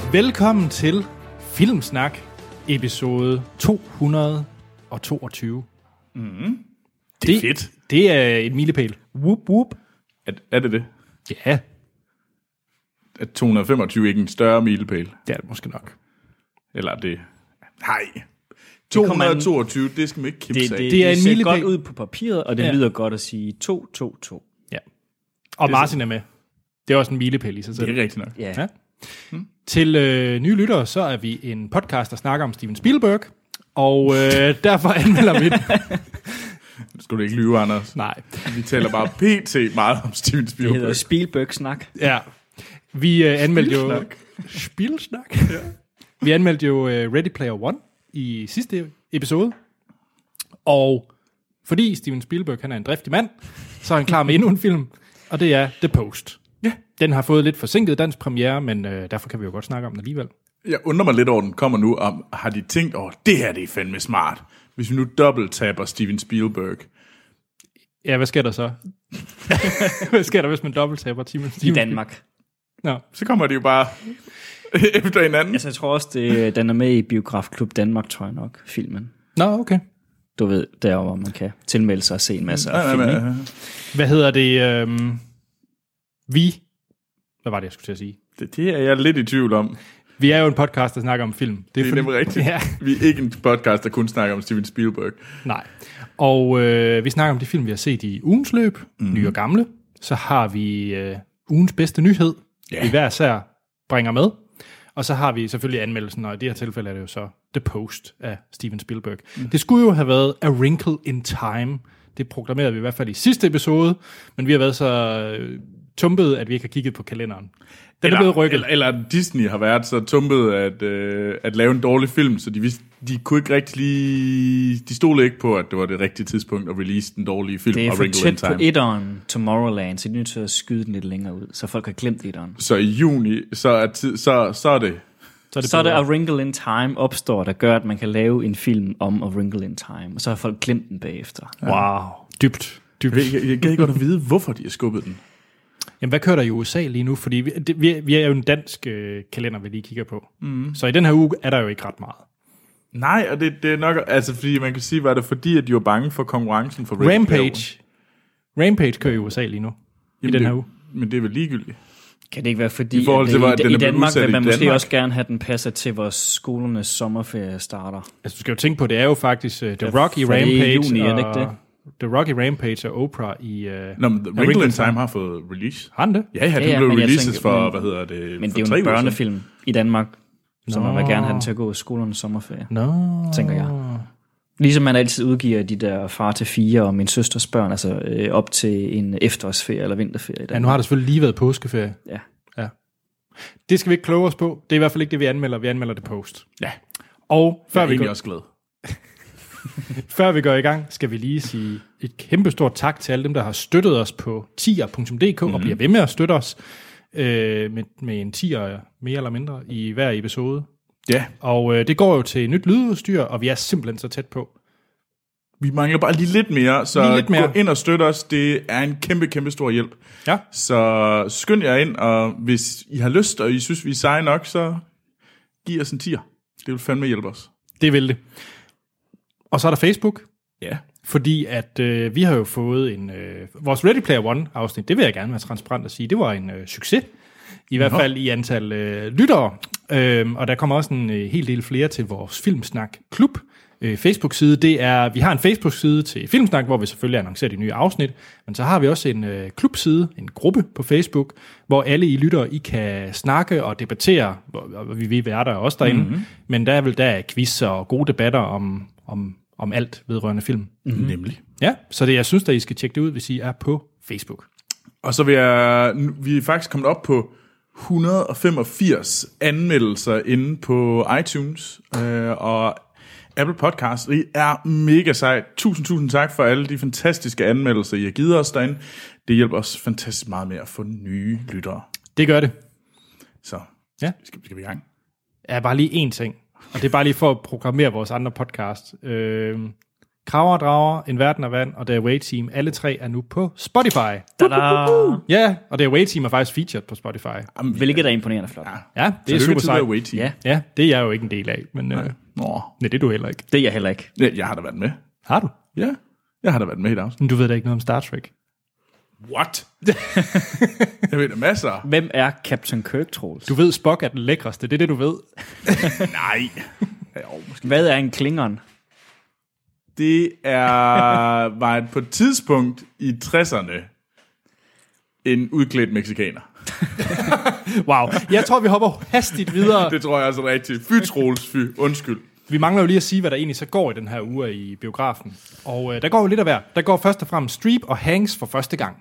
Velkommen til Filmsnak, episode 222. Mm. Det er fedt. Det er et milepæl. Whoop, whoop. Er det det? Ja. Er 225 ikke en større milepæl? Det er det måske nok. Eller det... Nej. 222, det skal man ikke kimse af. Det er en milepæl. Godt ud på papiret, og det lyder godt at sige 222. Ja. Og Martin er med. Det er også en milepæl i sig selv. Det er rigtigt nok. Ja. Til nye lyttere, så er vi en podcast, der snakker om Steven Spielberg, og derfor anmelder vi den. Skal du ikke lyve, Anders? Nej. Vi taler bare pt. Meget om Steven Spielberg. Det hedder Spielberg-snak. Ja. Vi anmeldte jo... Spielsnak. Ja. Vi anmeldte jo Ready Player One i sidste episode, og fordi Steven Spielberg han er en driftig mand, så er han klar med endnu en film, og det er The Post. Ja. Den har fået lidt forsinket dansk premiere, men derfor kan vi jo godt snakke om den alligevel. Jeg undrer mig lidt over, den kommer nu, om har de tænkt over, det her det er fandme smart, hvis vi nu dobbelt-tapper Steven Spielberg. Ja, hvad sker der så? Hvad sker der, hvis man dobbelt-tapper Steven I Danmark. Nå. Så kommer de jo bare efter hinanden. Altså, jeg tror også, den er med i Biografklub Danmark, tror jeg nok, filmen. Nå, okay. Du ved, derovre, hvor man kan tilmelde sig og se en masse af film. Hvad hedder det? Hvad var det, jeg skulle til at sige? Det er jeg lidt i tvivl om. Vi er jo en podcast, der snakker om film. Det er nemlig rigtigt. Ja. Vi er ikke en podcast, der kun snakker om Steven Spielberg. Nej. Og vi snakker om de film, vi har set i ugens løb, nye og gamle. Så har vi ugens bedste nyhed, vi hver sær bringer med. Og så har vi selvfølgelig anmeldelsen, og i det her tilfælde er det jo så The Post af Steven Spielberg. Det skulle jo have været A Wrinkle in Time. Det proklamerede vi i hvert fald i sidste episode, men vi har været så tumpet, at vi ikke har kigget på kalenderen. Den er blevet rykket. Eller Disney har været så tumpet at lave en dårlig film, så de kunne ikke rigtig lige... De stod ikke på, at det var det rigtige tidspunkt at release den dårlige film. Det er for tæt på etteren Tomorrowland, så de er nødt til at skyde den lidt længere ud, så folk har glemt etteren. Så i juni, så er det... Så er det A Wrinkle in Time opstår, der gør, at man kan lave en film om A Wrinkle in Time, og så har folk glemt den bagefter. Wow. Dybt. Jeg gad godt at vide, hvorfor de har skubbet den. Jamen, hvad kører der i USA lige nu? Fordi vi er jo en dansk kalender, vi lige kigger på. Så i den her uge er der jo ikke ret meget. Nej, og det er nok... Altså, fordi man kan sige, var det fordi, at de var bange for konkurrencen for Rampage kører i USA lige nu. Jamen, i den her uge. Men det er vel ligegyldigt. Kan det ikke være fordi, i Danmark vil man måske også gerne have den passer til, hvor skolernes sommerferie starter? Altså, du skal jo tænke på, det er jo faktisk The Rock i Rampage, The Rocky Rampage og Oprah i... Nå, men The Wrinkle in Time har fået release. Har det? Ja, den blev releases for, hvad hedder det? Men det er jo en børnefilm i Danmark, så man vil gerne have den til at gå i skolernes sommerferie, tænker jeg. Ligesom man altid udgiver de der Far til 4 og Min søsters børn, altså op til en efterårsferie eller vinterferie. Ja, nu har det selvfølgelig lige været påskeferie. Ja. Det skal vi ikke kloge os på. Det er i hvert fald ikke det, vi anmelder. Vi anmelder The Post. Ja. Og før jeg er egentlig også glad. Før vi går i gang, skal vi lige sige et kæmpe stort tak til alle dem, der har støttet os på tier.dk og bliver ved med at støtte os med en tier mere eller mindre i hver episode. Ja. Og det går jo til nyt lydudstyr, og vi er simpelthen så tæt på. Vi mangler bare lige lidt mere, så gå ind og støt os. Det er en kæmpe, kæmpe stor hjælp. Ja. Så skynd jer ind, og hvis I har lyst, og I synes, vi er seje nok, så giv os en tier. Det vil fandme hjælpe os. Det vil det. Og så er der Facebook. Ja. Fordi at vi har jo fået vores Ready Player One afsnit, det vil jeg gerne være transparent at sige, det var en succes. I hvert fald i antal lyttere. Og der kommer også en hel del flere til vores Filmsnak Klub Facebook-side. Vi har en Facebook-side til Filmsnak, hvor vi selvfølgelig annoncerer de nye afsnit. Men så har vi også en klubside, en gruppe på Facebook, hvor alle I lyttere, I kan snakke og debattere. Og vi er der også derinde. Men der er quiz og gode debatter om alt vedrørende film. Nemlig. Ja, så jeg synes, at I skal tjekke det ud, hvis I er på Facebook. Og så vi er faktisk kommet op på 185 anmeldelser inde på iTunes og Apple Podcast. Det er mega sejt. Tusind tak for alle de fantastiske anmeldelser, I har givet os derinde. Det hjælper os fantastisk meget med at få nye lyttere. Det gør det. Så skal vi i gang. Ja, bare lige én ting. Og det er bare lige for at programmere vores andre podcast. Krager og Drager, En Verden af Vand og The Away Team, alle 3 er nu på Spotify. Ja, og The Away Team er faktisk featured på Spotify. Hvilket er imponerende flot. Ja, det er super sejt. Ja. Det er jeg jo ikke en del af, men nej, det er du heller ikke. Det er jeg heller ikke. Ja, jeg har da været med. Har du? Ja, jeg har da været med i et afsnit. Men du ved da ikke noget om Star Trek. What? Jeg ved da masser. Hvem er Captain Kirk, Troels? Du ved, Spock er den lækreste, det er det, du ved. Nej. Hvad er en Klingon? Det var på et tidspunkt i 60'erne en udklædt mexikaner. Wow, jeg tror, vi hopper hastigt videre. Det tror jeg altså rigtigt. Fy Troels, fy. Undskyld. Vi mangler jo lige at sige, hvad der egentlig så går i den her uge i biografen. Og der går jo lidt af hver. Der går først og fremmest Streep og Hanks for første gang.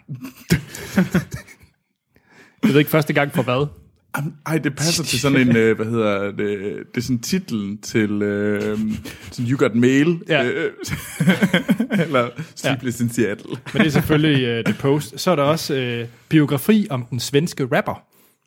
Jeg ved ikke første gang for hvad. Ej, det passer til sådan en, det er sådan titlen til sådan You Got Mail. Ja. Eller Sleepless in Seattle. Men det er selvfølgelig The Post. Så er der også biografi om den svenske rapper.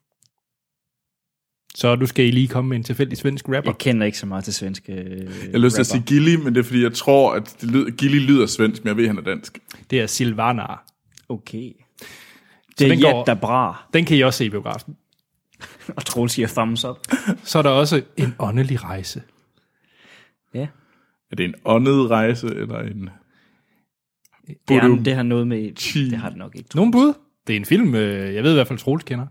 Så nu skal I lige komme med en tilfældig svensk rapper. Jeg kender ikke så meget til svenske Jeg har lyst til at sige Gilly, men det er fordi, jeg tror, at Gilly lyder svensk, men jeg ved, han er dansk. Det er Silvana. Okay. Det er Jetta Bra. Den kan I også se i biografen. Og Troels siger thumbs up. Så er der også En åndelig rejse. Ja. Er det en åndet rejse, eller en... Det har noget med... Det har det nok ikke. Nogen bud? Det er en film, jeg ved i hvert fald, Troels kender.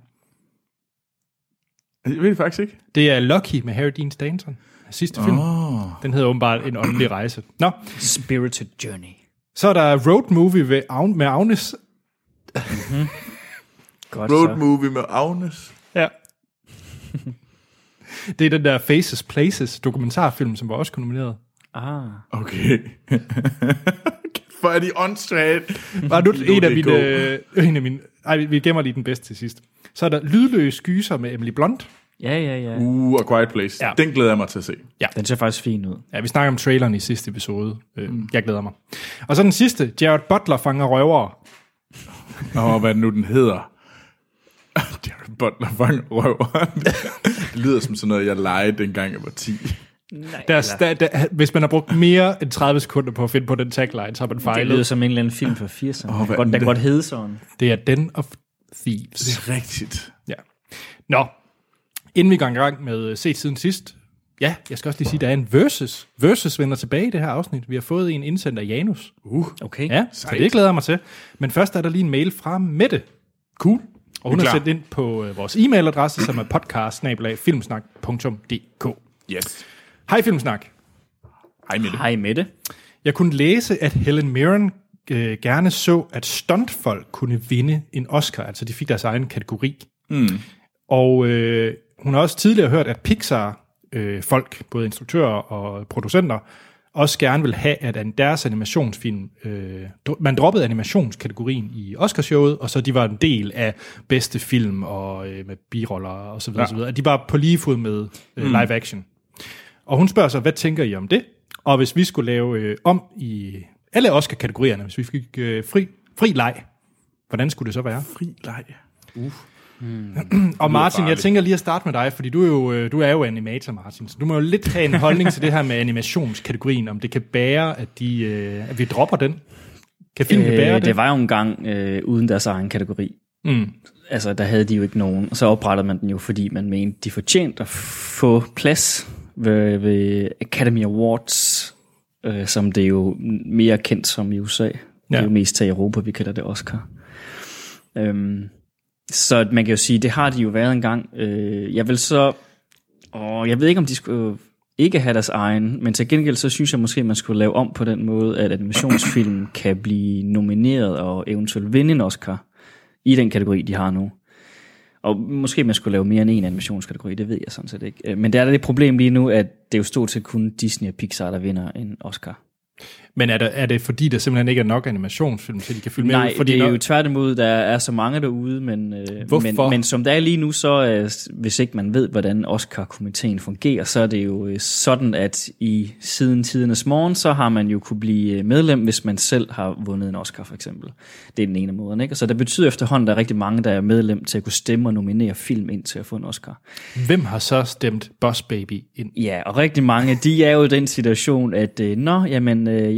Jeg ved det faktisk ikke. Det er Lucky med Harry Dean Stanton. Sidste film. Den hedder åbenbart En åndelig rejse. Nå. Spirited Journey. Så er der Road Movie med Agnes. Mm-hmm. Godt, Road Movie med Agnes. Ja. Det er den der Faces Places dokumentarfilm, som var også nomineret. Okay. For er de on-straight. Var nu en af mine... Ej, vi gemmer lige den bedste til sidst. Så er der Lydløs gyser med Emily Blunt. Ja. A Quiet Place. Ja. Den glæder jeg mig til at se. Ja. Den ser faktisk fin ud. Ja, vi snakker om traileren i sidste episode. Jeg glæder mig. Og så den sidste. Jared Butler fanger røvere. Hvad nu den hedder? Jared Butler fanger røvere. Det lyder som sådan noget, jeg legede dengang jeg var 10. Hvis man har brugt mere end 30 sekunder på at finde på den tagline, så har man fejlet. Det lyder som en eller anden film fra 80'erne. Den kan godt hedde sådan. Det er Den of Thieves. Det er rigtigt. Ja. Nå, inden vi går i gang med set siden sidst. Ja, jeg skal også lige sige, at der er en Versus. Versus vender tilbage i det her afsnit. Vi har fået en indsendt af Janus. Okay. Ja, så det glæder jeg mig til. Men først er der lige en mail fra Mette. Cool. Og hun har sendt ind på vores e-mailadresse, som er podcast@filmsnak.dk. Yes. Hej Filmsnak. Hej Mette. Jeg kunne læse, at Helen Mirren gerne så, at stuntfolk kunne vinde en Oscar. Altså de fik deres egen kategori. Og hun har også tidligere hørt, at Pixar-folk, både instruktører og producenter, også gerne vil have, at deres animationsfilm, man droppede animationskategorien i Oscarshowet, og så de var en del af bedste film og med biroller og så videre, så videre. At de var på lige fod med live action. Og hun spørger så, hvad tænker I om det? Og hvis vi skulle lave om i alle Oscar-kategorierne, hvis vi fik fri leg, hvordan skulle det så være? Fri leg. Og Martin, jeg tænker lige at starte med dig, fordi du er jo animator, Martin, så du må jo lidt have en holdning til det her med animationskategorien, om det kan bære, at vi dropper den. Kan filmen bære det? Det var jo en gang uden deres egen kategori. Altså, der havde de jo ikke nogen, og så oprettede man den jo, fordi man mente, de fortjente at få plads ved Academy Awards, som det er jo mere kendt som i USA. Det er jo mest til Europa, vi kalder det Oscar. Så man kan jo sige, det har de jo været en gang. Jeg ved ikke, om de skulle ikke have deres egen, men til gengæld så synes jeg måske, man skulle lave om på den måde, at animationsfilm kan blive nomineret og eventuelt vinde en Oscar i den kategori, de har nu. Og måske man skulle lave mere end en animationskategori, det ved jeg sådan set ikke. Men der er det problem lige nu, at det er jo stort set kun Disney og Pixar, der vinder en Oscar. Men er det fordi, der simpelthen ikke er nok animationsfilm, så de kan fylde med? Nej, det er jo tværtimod, der er så mange derude, men som der er lige nu, så hvis ikke man ved, hvordan Oscar-komiteen fungerer, så er det jo sådan, at i siden tidernes morgen, så har man jo kunne blive medlem, hvis man selv har vundet en Oscar, for eksempel. Det er den ene måde, ikke? Og så det betyder efterhånden, at der er rigtig mange, der er medlem til at kunne stemme og nominere film ind til at få en Oscar. Hvem har så stemt Boss Baby ind? Ja, og rigtig mange, de er jo i den situation, at jeg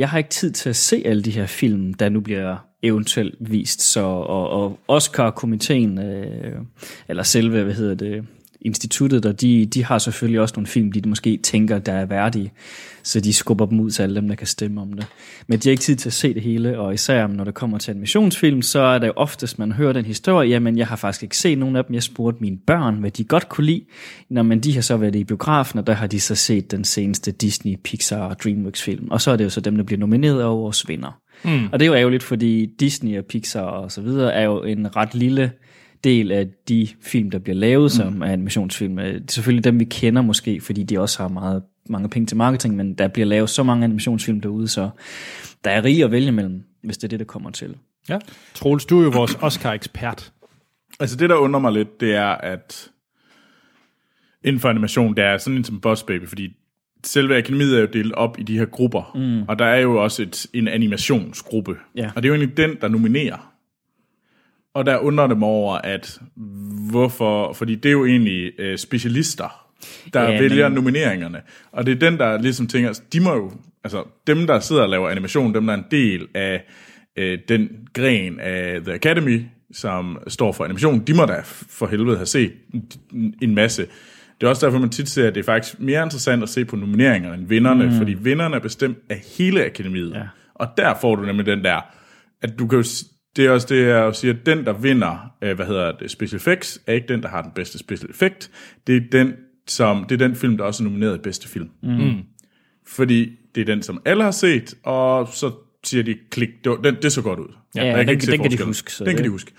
jeg har ikke tid til at se alle de her film, der nu bliver eventuelt vist. Så, og Oscar-komiteen, eller selve, instituttet, der, de har selvfølgelig også nogle film, de måske tænker, der er værdige, så de skubber dem ud til alle dem, der kan stemme om det. Men de har ikke tid til at se det hele, og især når det kommer til animationsfilm, så er det jo oftest, man hører den historie, jamen jeg har faktisk ikke set nogen af dem, jeg spurgte mine børn, hvad de godt kunne lide, men de har så været i biografen, og der har de så set den seneste Disney, Pixar og DreamWorks film, og så er det jo så dem, der bliver nomineret over vores vinder. Og det er jo ærgerligt, fordi Disney og Pixar og så videre er jo en ret lille del af de film, der bliver lavet som animationsfilm. Det er selvfølgelig dem, vi kender måske, fordi de også har mange penge til marketing, men der bliver lavet så mange animationsfilm derude, så der er rige at vælge mellem, hvis det er det, der kommer til. Ja. Troels, du er jo vores Oscar-ekspert. Altså det, der undrer mig lidt, det er, at inden for animation, der er sådan en som Boss Baby, fordi selve akademiet er jo delt op i de her grupper, og der er jo også en animationsgruppe, og det er jo egentlig den, der nominerer. Og der undrer dem over, at hvorfor, fordi det er jo egentlig specialister, der vælger nomineringerne. Og det er den, der ligesom tænker, de må jo, altså dem, der sidder og laver animation, dem, der er en del af den gren af The Academy, som står for animation, de må da for helvede have set en masse. Det er også derfor, man tit ser, at det er faktisk mere interessant at se på nomineringerne end vinderne, fordi vinderne er bestemt af hele akademiet. Ja. Og der får du nemlig den der, at du kan jo, det er også det, jeg siger, at den, der vinder, special effects, er ikke den, der har den bedste special effect. Det er den film, der også er nomineret i bedste film. Fordi det er den, som alle har set, og så siger de, klik, det så godt ud. Ja, den kan de huske. Den kan de huske.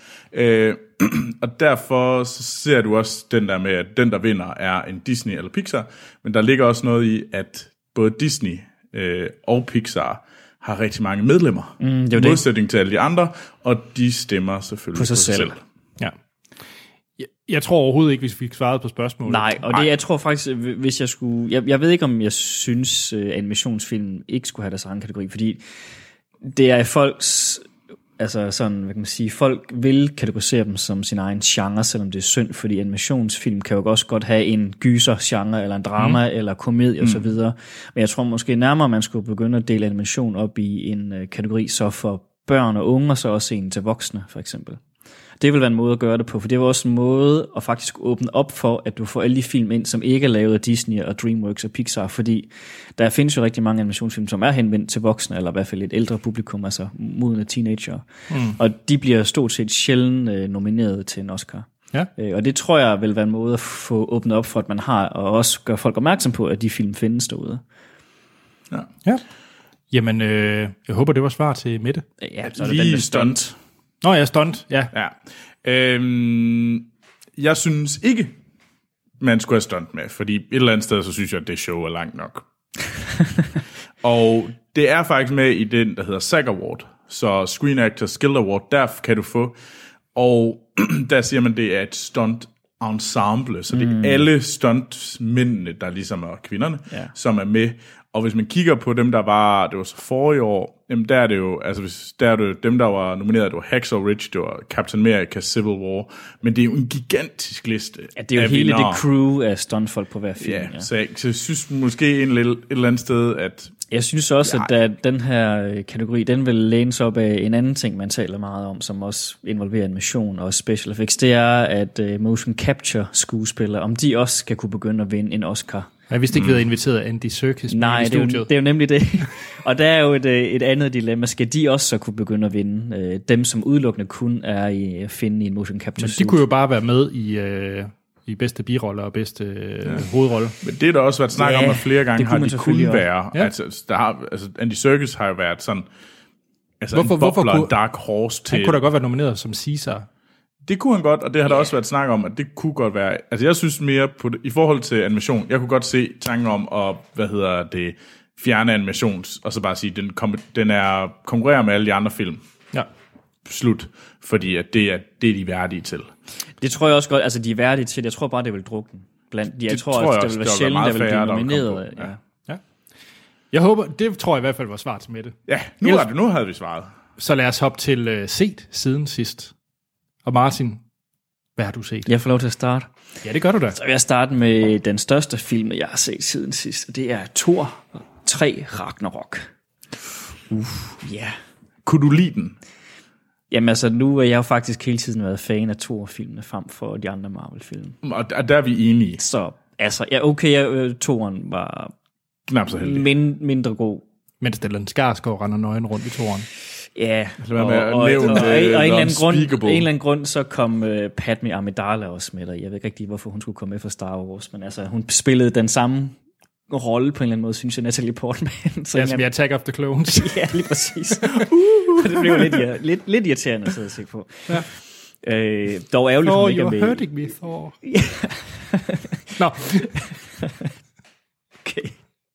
Og derfor så ser du også den der med, at den, der vinder, er en Disney eller Pixar. Men der ligger også noget i, at både Disney og Pixar har rigtig mange medlemmer. I modsætning til alle de andre, og de stemmer selvfølgelig på sig selv. Ja. Jeg tror overhovedet ikke, hvis vi fik svaret på spørgsmålet. Nej, og det, jeg tror faktisk, hvis jeg skulle... Jeg ved ikke, om jeg synes, animationsfilm ikke skulle have deres egen kategori, fordi det er folks... Altså sådan, hvad kan man sige, folk vil kategorisere dem som sin egen genre, selvom det er synd, fordi animationsfilm kan jo også godt have en gyser-genre, eller en drama, eller komedie og så videre. Men jeg tror måske nærmere, man skulle begynde at dele animation op i en kategori, så for børn og unge, og så også en til voksne, for eksempel. Det vil være en måde at gøre det på, for det var også en måde at faktisk åbne op for, at du får alle de film ind, som ikke er lavet af Disney og DreamWorks og Pixar, fordi der findes jo rigtig mange animationsfilm, som er henvendt til voksne, eller i hvert fald et ældre publikum, altså modne teenager. Og de bliver stort set sjældent nomineret til en Oscar. Ja. Og det tror jeg vil være en måde at få åbnet op for, at man har, og også gøre folk opmærksom på, at de film findes derude. Ja. Jamen, jeg håber, det var svar til Mette. Ja, så er det lige stunt. Nå ja, stunt, ja. Jeg synes ikke, man skulle have stunt med, fordi et eller andet sted, så synes jeg, at det show er langt nok. Og det er faktisk med i den, der hedder SAG Award, så Screen Actors Guild Award, der kan du få, og der siger man, det er et stunt ensemble, så det er alle stuntmændene, der ligesom er kvinderne, som er med. Og hvis man kigger på dem, der var, det var så forrige år, jamen der er det jo, altså der er det jo dem, der var nomineret, det var Hacksaw Ridge, det var Captain America, Civil War, men det er jo en gigantisk liste. Ja, det er jo hele det crew af stuntfolk på hver film. Ja. Så jeg synes måske et eller andet sted, at... Jeg synes også, at den her kategori, den vil lænes op af en anden ting, man taler meget om, som også involverer animation og special effects, det er, at motion capture skuespillere, om de også skal kunne begynde at vinde en Oscar. Jeg vidste ikke, vi havde inviteret Andy Serkis i studiet. Det er jo nemlig det. Og der er jo et andet dilemma. Skal de også så kunne begynde at vinde? Dem, som udelukkende kun er at finde i en motion capture suit. Men de kunne jo bare være med i bedste birolle og bedste hovedrolle. Men det er der også været snak om, at flere gange har de kunnet være. Ja. Altså, Andy Serkis har jo været sådan... Altså hvorfor kunne, dark horse til... Han kunne da godt være nomineret som Caesar. Det kunne han godt, og det har der også været snak om, at det kunne godt være... Altså jeg synes mere på det, i forhold til animation, jeg kunne godt se tanken om at, fjerne animations, og så bare sige, den er konkurrerer med alle de andre film. Ja. Slut. Fordi at det er de værdige til. Det tror jeg også godt, altså de er værdige til, jeg tror bare, det vil drukne. Jeg tror også, det vil være sjældent, der vil blive nomineret. Ja. Jeg håber, det tror jeg i hvert fald var svar til Mette. Ja, nu havde vi svaret. Så lad os hoppe til set siden sidst. Og Martin, hvad har du set? Jeg får lov til at starte. Ja, det gør du da. Så vil jeg starte med den største film, jeg har set siden sidst, og det er Thor 3 Ragnarok. Ja. Kunne du lide den? Jamen altså, nu har jeg jo faktisk hele tiden været fan af Thor-filmene frem for de andre Marvel-film. Og der er vi enige. Så altså, ja, okay, Thoren var knap så heldig. Mindre god. Mens Stellan Skarsgård render nøgen rundt i Thoren. Ja, og en eller anden grund, så kom Padme Amidala også med der. Jeg ved ikke rigtig, hvorfor hun skulle komme med fra Star Wars, men altså, hun spillede den samme rolle på en eller anden måde, synes jeg, Natalie Portman. Så som i Attack of the Clones. Ja, lige præcis. Det blev lidt irriterende at sidde og se på. Ja. Dog ærgerligt, hun ikke er med. You're hurting me, Thor. Nå. Okay.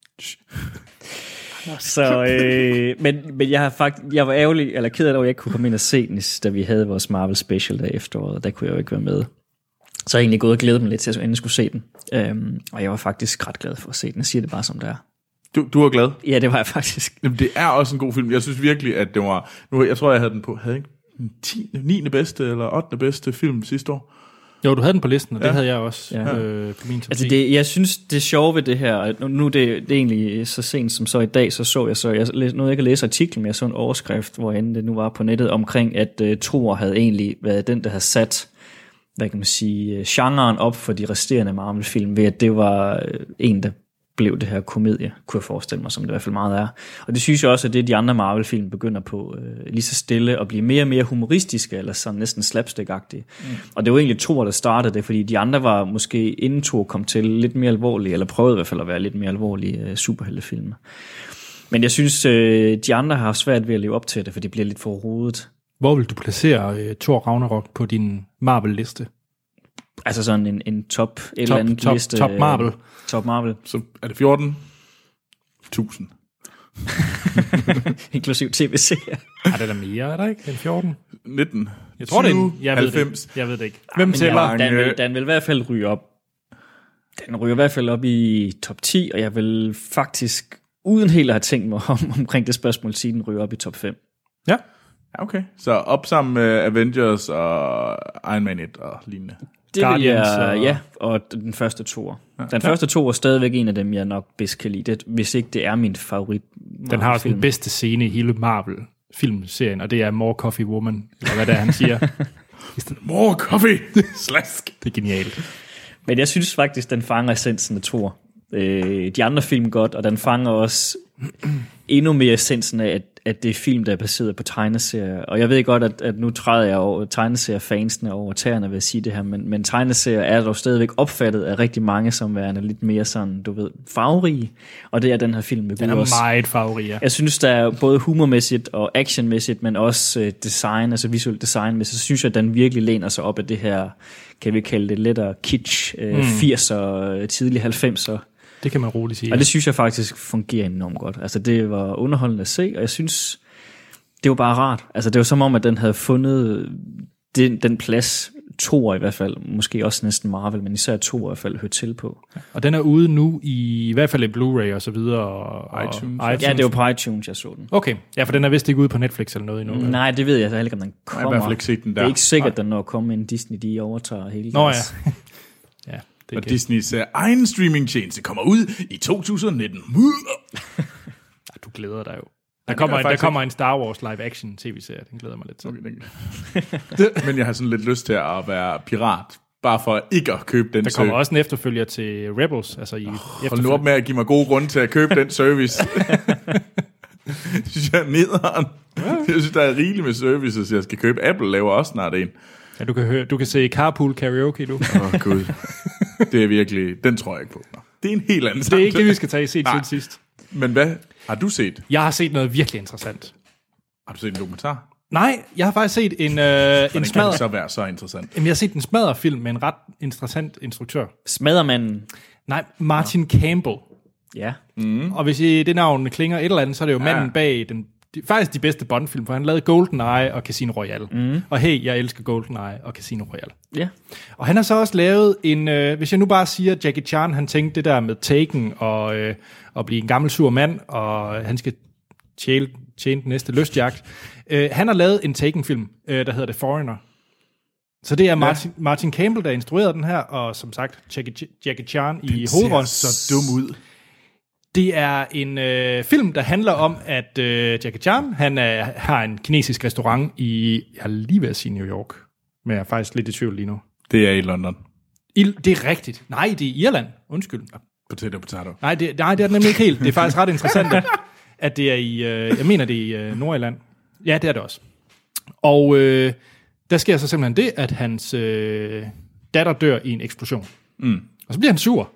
Så, men jeg var ærgerlig, eller ked af det, at jeg ikke kunne komme ind og se den, da vi havde vores Marvel Special der efteråret, der kunne jeg jo ikke være med. Så jeg egentlig gået og glædet mig lidt til, at jeg endelig skulle se den. Og jeg var faktisk ret glad for at se den. Jeg siger det bare som det er. Du var glad? Ja, det var jeg faktisk. Jamen, det er også en god film. Jeg synes virkelig, at det var... Jeg tror, jeg havde den på... Havde ikke 9. bedste eller 8. bedste film sidste år? Jo, du havde den på listen, og det havde jeg også på min top 10. Altså jeg synes, det er sjovt ved det her, nu det er egentlig så sent som så i dag, jeg nåede ikke at læse artiklen, men jeg så en overskrift, hvor end det nu var på nettet, omkring, at Thor havde egentlig været den, der havde sat, hvad kan man sige, genren op for de resterende Marvel-film, ved at det var en, der blev det her komedie, kunne jeg forestille mig, som det i hvert fald meget er. Og det synes jeg også, at det de andre Marvel-film begynder på lige så stille at blive mere og mere humoristiske, eller sådan næsten slapstick-agtige. Og det var egentlig Thor, der startede det, fordi de andre var måske inden Thor kom til lidt mere alvorlige, eller prøvede i hvert fald at være lidt mere alvorlige superheltefilmer. Men jeg synes, de andre har svært ved at leve op til det, for det bliver lidt for rodet. Hvor vil du placere Thor Ragnarok på din Marvel-liste? Altså sådan en top eller andet liste. Top Marvel. Top Marvel. Så er det 14.000. Inklusiv tv-serier. Er det der mere, er der ikke? Den 14? 19. Jeg tror 20, det er 90. Jeg ved det ikke. Hvem tæller? Den vil i hvert fald ryge op. Den ryger i hvert fald op i top 10, og jeg vil faktisk, uden helt at have tænkt mig omkring det spørgsmål, sige, den ryger op i top 5. Ja. Okay. Så op sammen med Avengers og Iron Man 1 og lignende. Det vil jeg, ja, og den første Thor. Den første Thor er stadigvæk en af dem, jeg nok bedst kan lide, hvis ikke det er min favorit. Den har også den bedste scene i hele Marvel-filmserien, og det er More Coffee Woman, eller hvad det er, han siger. More Coffee! Slask! Det er genialt. Men jeg synes faktisk, den fanger essensen af Thor. De andre film godt, og den fanger også endnu mere essensen af, at det er film, der er baseret på tegneserier. Og jeg ved godt, at nu træder jeg over tegneseriefansene over tæerne ved at sige det her, men tegneserier er dog stadigvæk opfattet af rigtig mange som værende lidt mere sådan, du ved, farverige. Og det er den her film med Gud også. Den er meget farverig, ja. Jeg synes, der er både humormæssigt og actionmæssigt, men også design, altså visuelt design, så synes jeg, at den virkelig læner sig op af det her, kan vi kalde det lettere kitsch, 80'er, tidlig 90'er. Det kan man roligt sige. Og det synes jeg faktisk fungerer enormt godt. Altså det var underholdende at se, og jeg synes, det var bare rart. Altså det var som om, at den havde fundet den plads, Thor i hvert fald, måske også næsten Marvel, men især Thor i hvert fald hørt til på. Ja. Og den er ude nu i hvert fald i Blu-ray og så videre. Og iTunes. Ja, det var på iTunes, jeg så den. Okay, ja, for den er vist ikke ude på Netflix eller noget endnu. Nej, det ved jeg heller ikke, om den kommer. Jeg har i hvert fald ikke set den der. Det er ikke sikkert, at den når at komme en Disney, de overtager hele Nå ja. Ja. Og Disneys egen streamingtjeneste kommer ud i 2019. Du glæder dig jo. Der kommer en Star Wars live-action tv-serie. Den glæder mig lidt til. Okay, men jeg har sådan lidt lyst til at være pirat. Bare for ikke at købe den. Der kommer også en efterfølger til Rebels. Altså hold nu op med at give mig gode grunde til at købe den service. Det synes jeg er nederen. Jeg synes, der er rigeligt med services, jeg skal købe. Apple laver også snart en. Ja, du kan se Carpool Karaoke, du. Gud. Det er virkelig... Den tror jeg ikke på. Det er en helt anden Det er ikke det, vi skal tage siden sidst. Men hvad har du set? Jeg har set noget virkelig interessant. Har du set en dokumentar? Nej, jeg har faktisk set en smadder... kan det så være så interessant? Jamen, jeg har set en smadderfilm med en ret interessant instruktør. Smaddermanden? Nej, Martin Campbell. Ja. Og hvis I det navn klinger et eller andet, så er det jo manden bag faktisk de bedste Bond-film, for han lavede GoldenEye og Casino Royale. Og hey, jeg elsker GoldenEye og Casino Royale. Ja. Og han har så også lavet en, hvis jeg nu bare siger, Jackie Chan, han tænkte det der med Taken og blive en gammel sur mand, og han skal tjene den næste lystjagt. Han har lavet en Taken-film, der hedder The Foreigner. Så det er Martin Campbell, der instruerede den her, og som sagt, Jackie Chan i hovedrollen. Så dum ud. Det er en film, der handler om, at Jackie Chan, han har en kinesisk restaurant jeg er lige ved at sige New York, men jeg er faktisk lidt i tvivl lige nu. Det er i London. Det er rigtigt. Nej, det er Irland. Undskyld. Potato. Nej, det er det nemlig ikke helt. Det er faktisk ret interessant, at det er i, jeg mener det er i Nordirland. Ja, det er det også. Og der sker så simpelthen det, at hans datter dør i en eksplosion. Og så bliver han sur.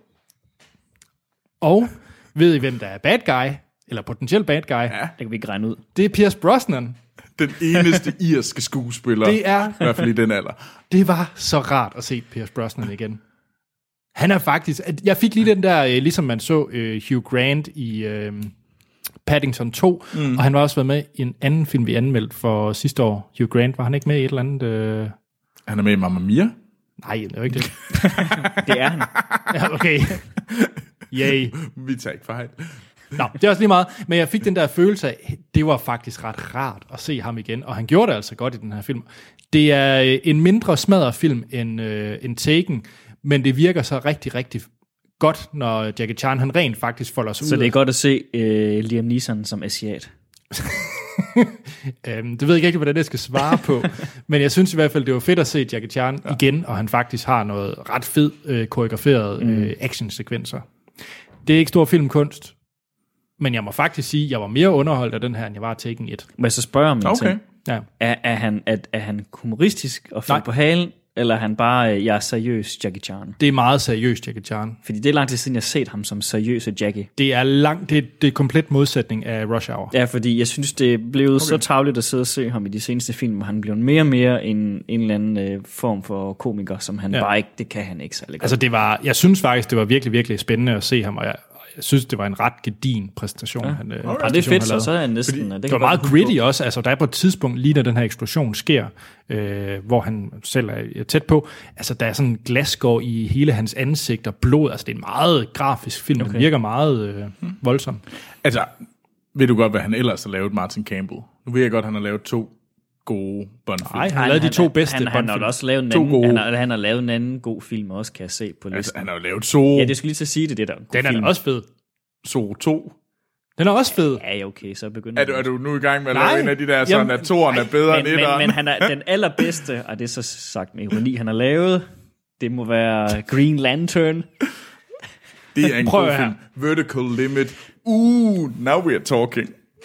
Og ved I, hvem der er bad guy, eller potentielt bad guy? Ja, det kan vi ikke regne ud. Det er Pierce Brosnan. Den eneste irske skuespiller, det er, i hvert fald i den alder. Det var så rart at se Pierce Brosnan igen. Han er faktisk... Jeg fik lige den der, ligesom man så Hugh Grant i Paddington 2, og han var også været med i en anden film, vi anmeldte for sidste år. Hugh Grant, var han ikke med i et eller andet... Han er med i Mamma Mia? Nej, det er ikke det. Det er han. Ja, okay. Yay. Vi tager ikke fejl. Nå, det er også lige meget. Men jeg fik den der følelse af, det var faktisk ret rart at se ham igen. Og han gjorde det altså godt i den her film. Det er en mindre smadret film end Taken, men det virker så rigtig, rigtig godt, når Jackie Chan han rent faktisk folder sig ud. Så det er godt at se Liam Neeson som asiat. Det ved jeg ikke rigtig, hvordan jeg skal svare på, men jeg synes i hvert fald, det var fedt at se Jackie Chan igen, og han faktisk har noget ret fed koreograferet actionsekvenser. Det er ikke stor filmkunst, men jeg må faktisk sige, at jeg var mere underholdt af den her, end jeg var af Taken 1. Må jeg så spørge om en ting? Ja. Er han humoristisk og faldt på halen, eller er han bare, jeg er seriøs Jackie Chan? Det er meget seriøst Jackie Chan. Fordi det er lang tid siden, jeg har set ham som seriøse Jackie. Det er komplet modsætning af Rush Hour. Ja, fordi jeg synes, det blev så tarveligt at sidde og se ham i de seneste film, hvor han blev mere og mere en eller anden form for komiker, som han bare ikke, det kan han ikke særlig godt. Altså jeg synes faktisk, det var virkelig, virkelig spændende at se ham, og jeg synes, det var en ret gedigen præstation. Ja. Det er fedt, så er han næsten... Det var meget gritty også. Altså, der er på et tidspunkt, lige da den her eksplosion sker, hvor han selv er tæt på, altså, der er sådan en glasgård i hele hans ansigt og blod. Altså, det er en meget grafisk film. Den virker meget voldsom. Altså, ved du godt, hvad han ellers har lavet, Martin Campbell? Nu ved jeg godt, han har lavet 2 gode Bond-film. Nej, han har lavet de 2 bedste Bond-film. Han har også lavet en anden, han har lavet en anden god film også, kan jeg se på listen. Altså, han har jo lavet så... Ja, det skulle lige til at sige det der. Den er også fed. Så 2. Den er også fed. Ja, okay, så begynder er du nu i gang med at lave en af de der, sådan at 2'eren er bedre end 1'eren? Men han er den allerbedste, og det er så sagt med ironi, han har lavet. Det må være Green Lantern. Det er en god film. Vertical Limit. Now we are talking.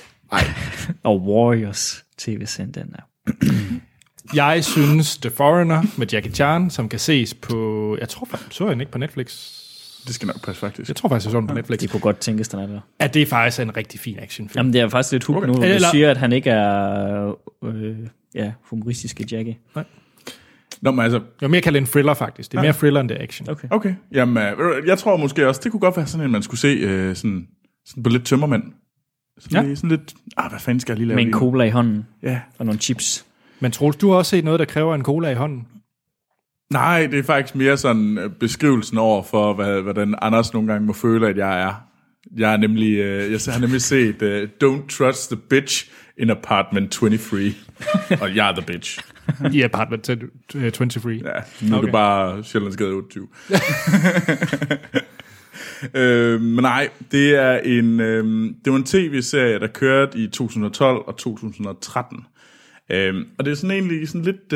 Og Warriors tv-serien er. Jeg synes The Foreigner med Jackie Chan, som kan ses på... Jeg tror faktisk, så jeg den ikke på Netflix. Det skal nok passe faktisk. Jeg tror faktisk, jeg så den på Netflix. Det kunne godt tænkes, den er der. At det er faktisk en rigtig fin actionfilm. Jamen, det er faktisk lidt hug nu, hvor du siger, at han ikke er humoristiske Jackie. Nej. Nå, men altså... Jeg vil mere kalde det en thriller, faktisk. Det er mere thriller, end det er action. Okay. Jamen, jeg tror måske også, det kunne godt være sådan en, man skulle se sådan på lidt tømmermænd. Sådan lidt... hvad fanden skal jeg lige lave? Med en cola i hånden. Ja. Og nogle chips. Men Troels, du har også set noget, der kræver en cola i hånden? Nej, det er faktisk mere sådan beskrivelsen over for, hvordan Anders nogle gange må føle, at jeg er. Jeg har nemlig set Don't Trust the Bitch in Apartment 23. Og jeg er the bitch. I Apartment 23. Ja, nu er det bare Sjællandsgade 28. Men nej, det var en tv-serie, der kørte i 2012 og 2013. Og det er sådan egentlig sådan lidt...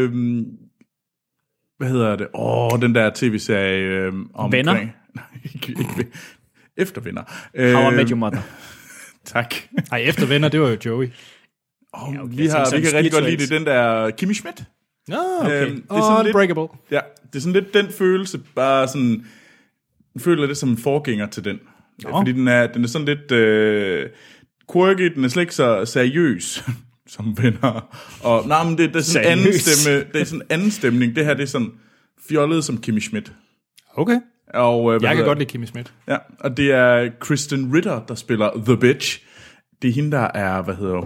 hvad hedder det? Den der tv-serie om... Venner? Nej, ikke Efter Venner. How I Met Your Mother. Tak. Nej, Efter Venner, det var jo Joey. Vi kan rigtig godt lide det, den der Kimmy Schmidt. Okay. Det er sådan Unbreakable. Ja, det er sådan lidt den følelse, bare sådan... Jeg føler det som en forgænger til den. Fordi den er sådan lidt quirky, den er slet ikke så seriøs som Venner. Og men det er sådan anden stemme, det er sådan anden stemning. Det her, det er sådan fjollet som Kimmy Schmidt. Okay. Og jeg kan godt lide Kimmy Schmidt. Ja, og det er Kristen Ritter, der spiller The Bitch. Det er hende, der er,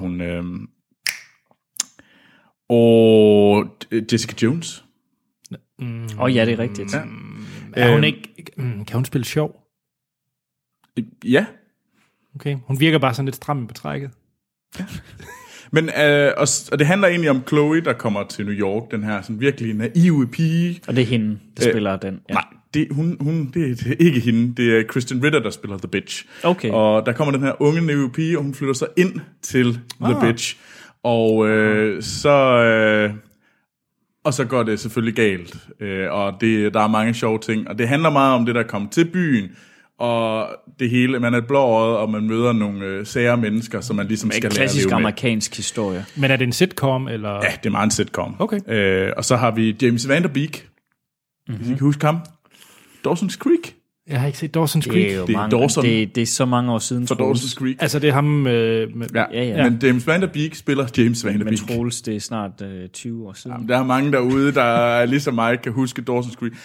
og Jessica Jones. Ja, det er rigtigt. Ja. Er hun ikke... Kan hun spille sjov? Ja. Okay, hun virker bare sådan lidt stram på trækket. Ja. Men og det handler egentlig om Chloe, der kommer til New York, den her sådan virkelig naive pige. Og det er hende, der spiller den. Ja. Nej, det er ikke hende. Det er Kristen Ritter, der spiller The Bitch. Okay. Og der kommer den her unge nye pige, og hun flytter sig ind til The Bitch. Og så går det selvfølgelig galt. Og der er mange sjove ting. Og det handler meget om det, der kommer til byen. Og det hele, man er blåøjet, og man møder nogle sære mennesker, som man ligesom skal lære at leve med. Klassisk amerikansk historie. Men er det en sitcom, eller? Ja, det er meget en sitcom. Okay. Og så har vi James Van Der Beek. Hvis I kan huske ham. Dawson's Creek. Jeg har ikke set Dawson's Creek. Det er så mange år siden. For Dawson's Creek. Altså, det er ham med... Ja. Men James Van Der Beek spiller James Van Der Beek. Men Troels, det er snart 20 år siden. Jamen, der er mange derude, der ligesom mig kan huske Dawson's Creek.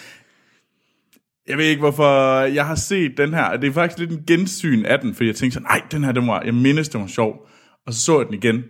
Jeg ved ikke, hvorfor jeg har set den her. Det er faktisk lidt en gensyn af den, fordi jeg tænkte sådan, nej, den her, jeg mindes, den var sjov. Og så jeg den igen.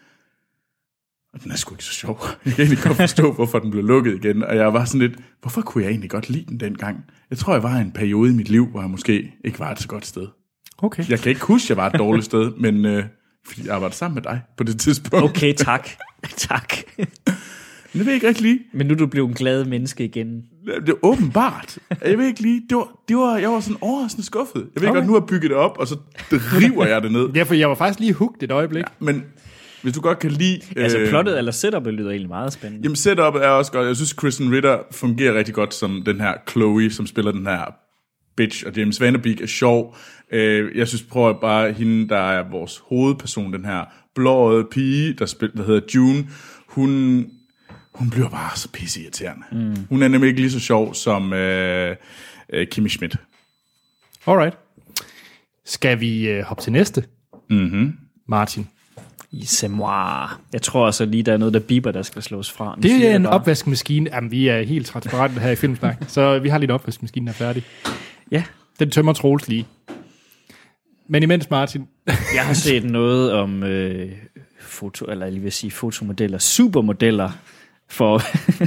Og den er sgu ikke så sjov. Jeg kan egentlig godt forstå, hvorfor den blev lukket igen. Og jeg var sådan lidt, hvorfor kunne jeg egentlig godt lide den dengang? Jeg tror, jeg var i en periode i mit liv, hvor jeg måske ikke var et så godt sted. Okay. Jeg kan ikke huske, at jeg var et dårligt sted, men fordi jeg arbejdede sammen med dig på det tidspunkt. Okay, tak. Tak. Jeg ved ikke rigtig lige. Men nu er du blevet en glad menneske igen. Det er åbenbart. Jeg ved ikke lige. Jeg var sådan overraskende skuffet. Jeg ved godt, nu har jeg bygget det op, og så river jeg det ned. Ja, for jeg var faktisk lige hooked et øjeblik. Ja, men hvis du godt kan lide... Altså plottet eller setupet lyder egentlig meget spændende. Jamen setupet er også godt. Jeg synes, Kristen Ritter fungerer rigtig godt som den her Chloe, som spiller den her bitch, og James Van Der Beek er sjov. Jeg synes, prøv at bare hende, der er vores hovedperson, den her blåøjede pige, der hedder June, hun bliver bare så pisseirriterende. Hun er nemlig ikke lige så sjov som Kimmy Schmidt. Alright. Skal vi hoppe til næste? Martin. C'est moi. Jeg tror også lige, der er noget, der biber, der skal slås fra. Det er en opvaskemaskine. Jamen, vi er helt transparente her i Filmsnak, så vi har lidt opvaskemaskinen, der er færdig. Ja. Den tømmer Troels lige. Men imens, Martin... Jeg har set noget om fotomodeller, supermodeller for...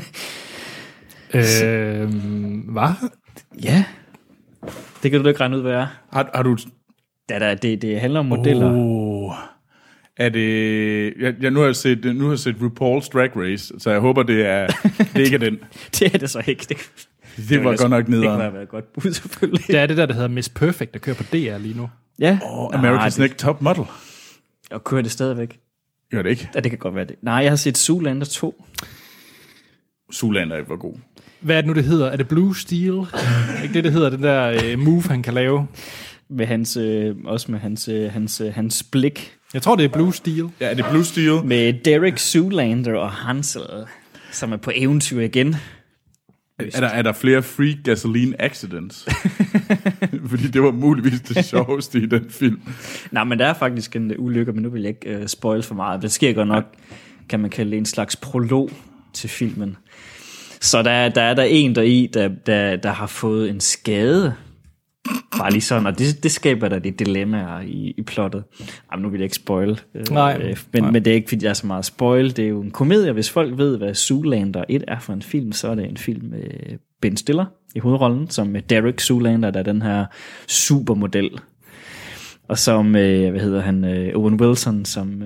Hvad? Ja. Det kan du da ikke regne ud, hvad er. Har du... Det handler om modeller. Er det... Nu har jeg set RuPaul's Drag Race, så jeg håber, det ikke er den. Det er det så ikke. Det var godt nok nederen. Det kunne have været godt bud, selvfølgelig. Det er det der hedder Miss Perfect, der kører på DR lige nu. Ja. America's Next Top Model. Og kører det stadigvæk? Gør det ikke? Ja, det kan godt være det. Nej, jeg har set Zoolander 2. Zoolander var god. Hvad er det nu, det hedder? Er det Blue Steel? Ikke det hedder, den der move, han kan lave? Med hans, også med hans blik. Jeg tror, det er Blue Steel. Ja, det er Blue Steel. Med Derek Zoolander og Hansel, som er på eventyr igen. Er der flere free gasoline accidents? Fordi det var muligvis det sjoveste i den film. Nej, men der er faktisk en ulykke, men nu vil jeg ikke spoil for meget. Det sker godt nok, kan man kalde det, en slags prolog til filmen. Så der er en deri, der har fået en skade. Bare lige sådan, og det skaber der de dilemmaer i plottet. Jamen, nu vil jeg ikke spoil. Men det er ikke, fordi jeg er så meget spoil. Det er jo en komedie. Hvis folk ved, hvad Zoolander 1 er for en film, så er det en film med Ben Stiller i hovedrollen, som med Derek Zoolander, der er den her supermodel. Og som, Owen Wilson, som,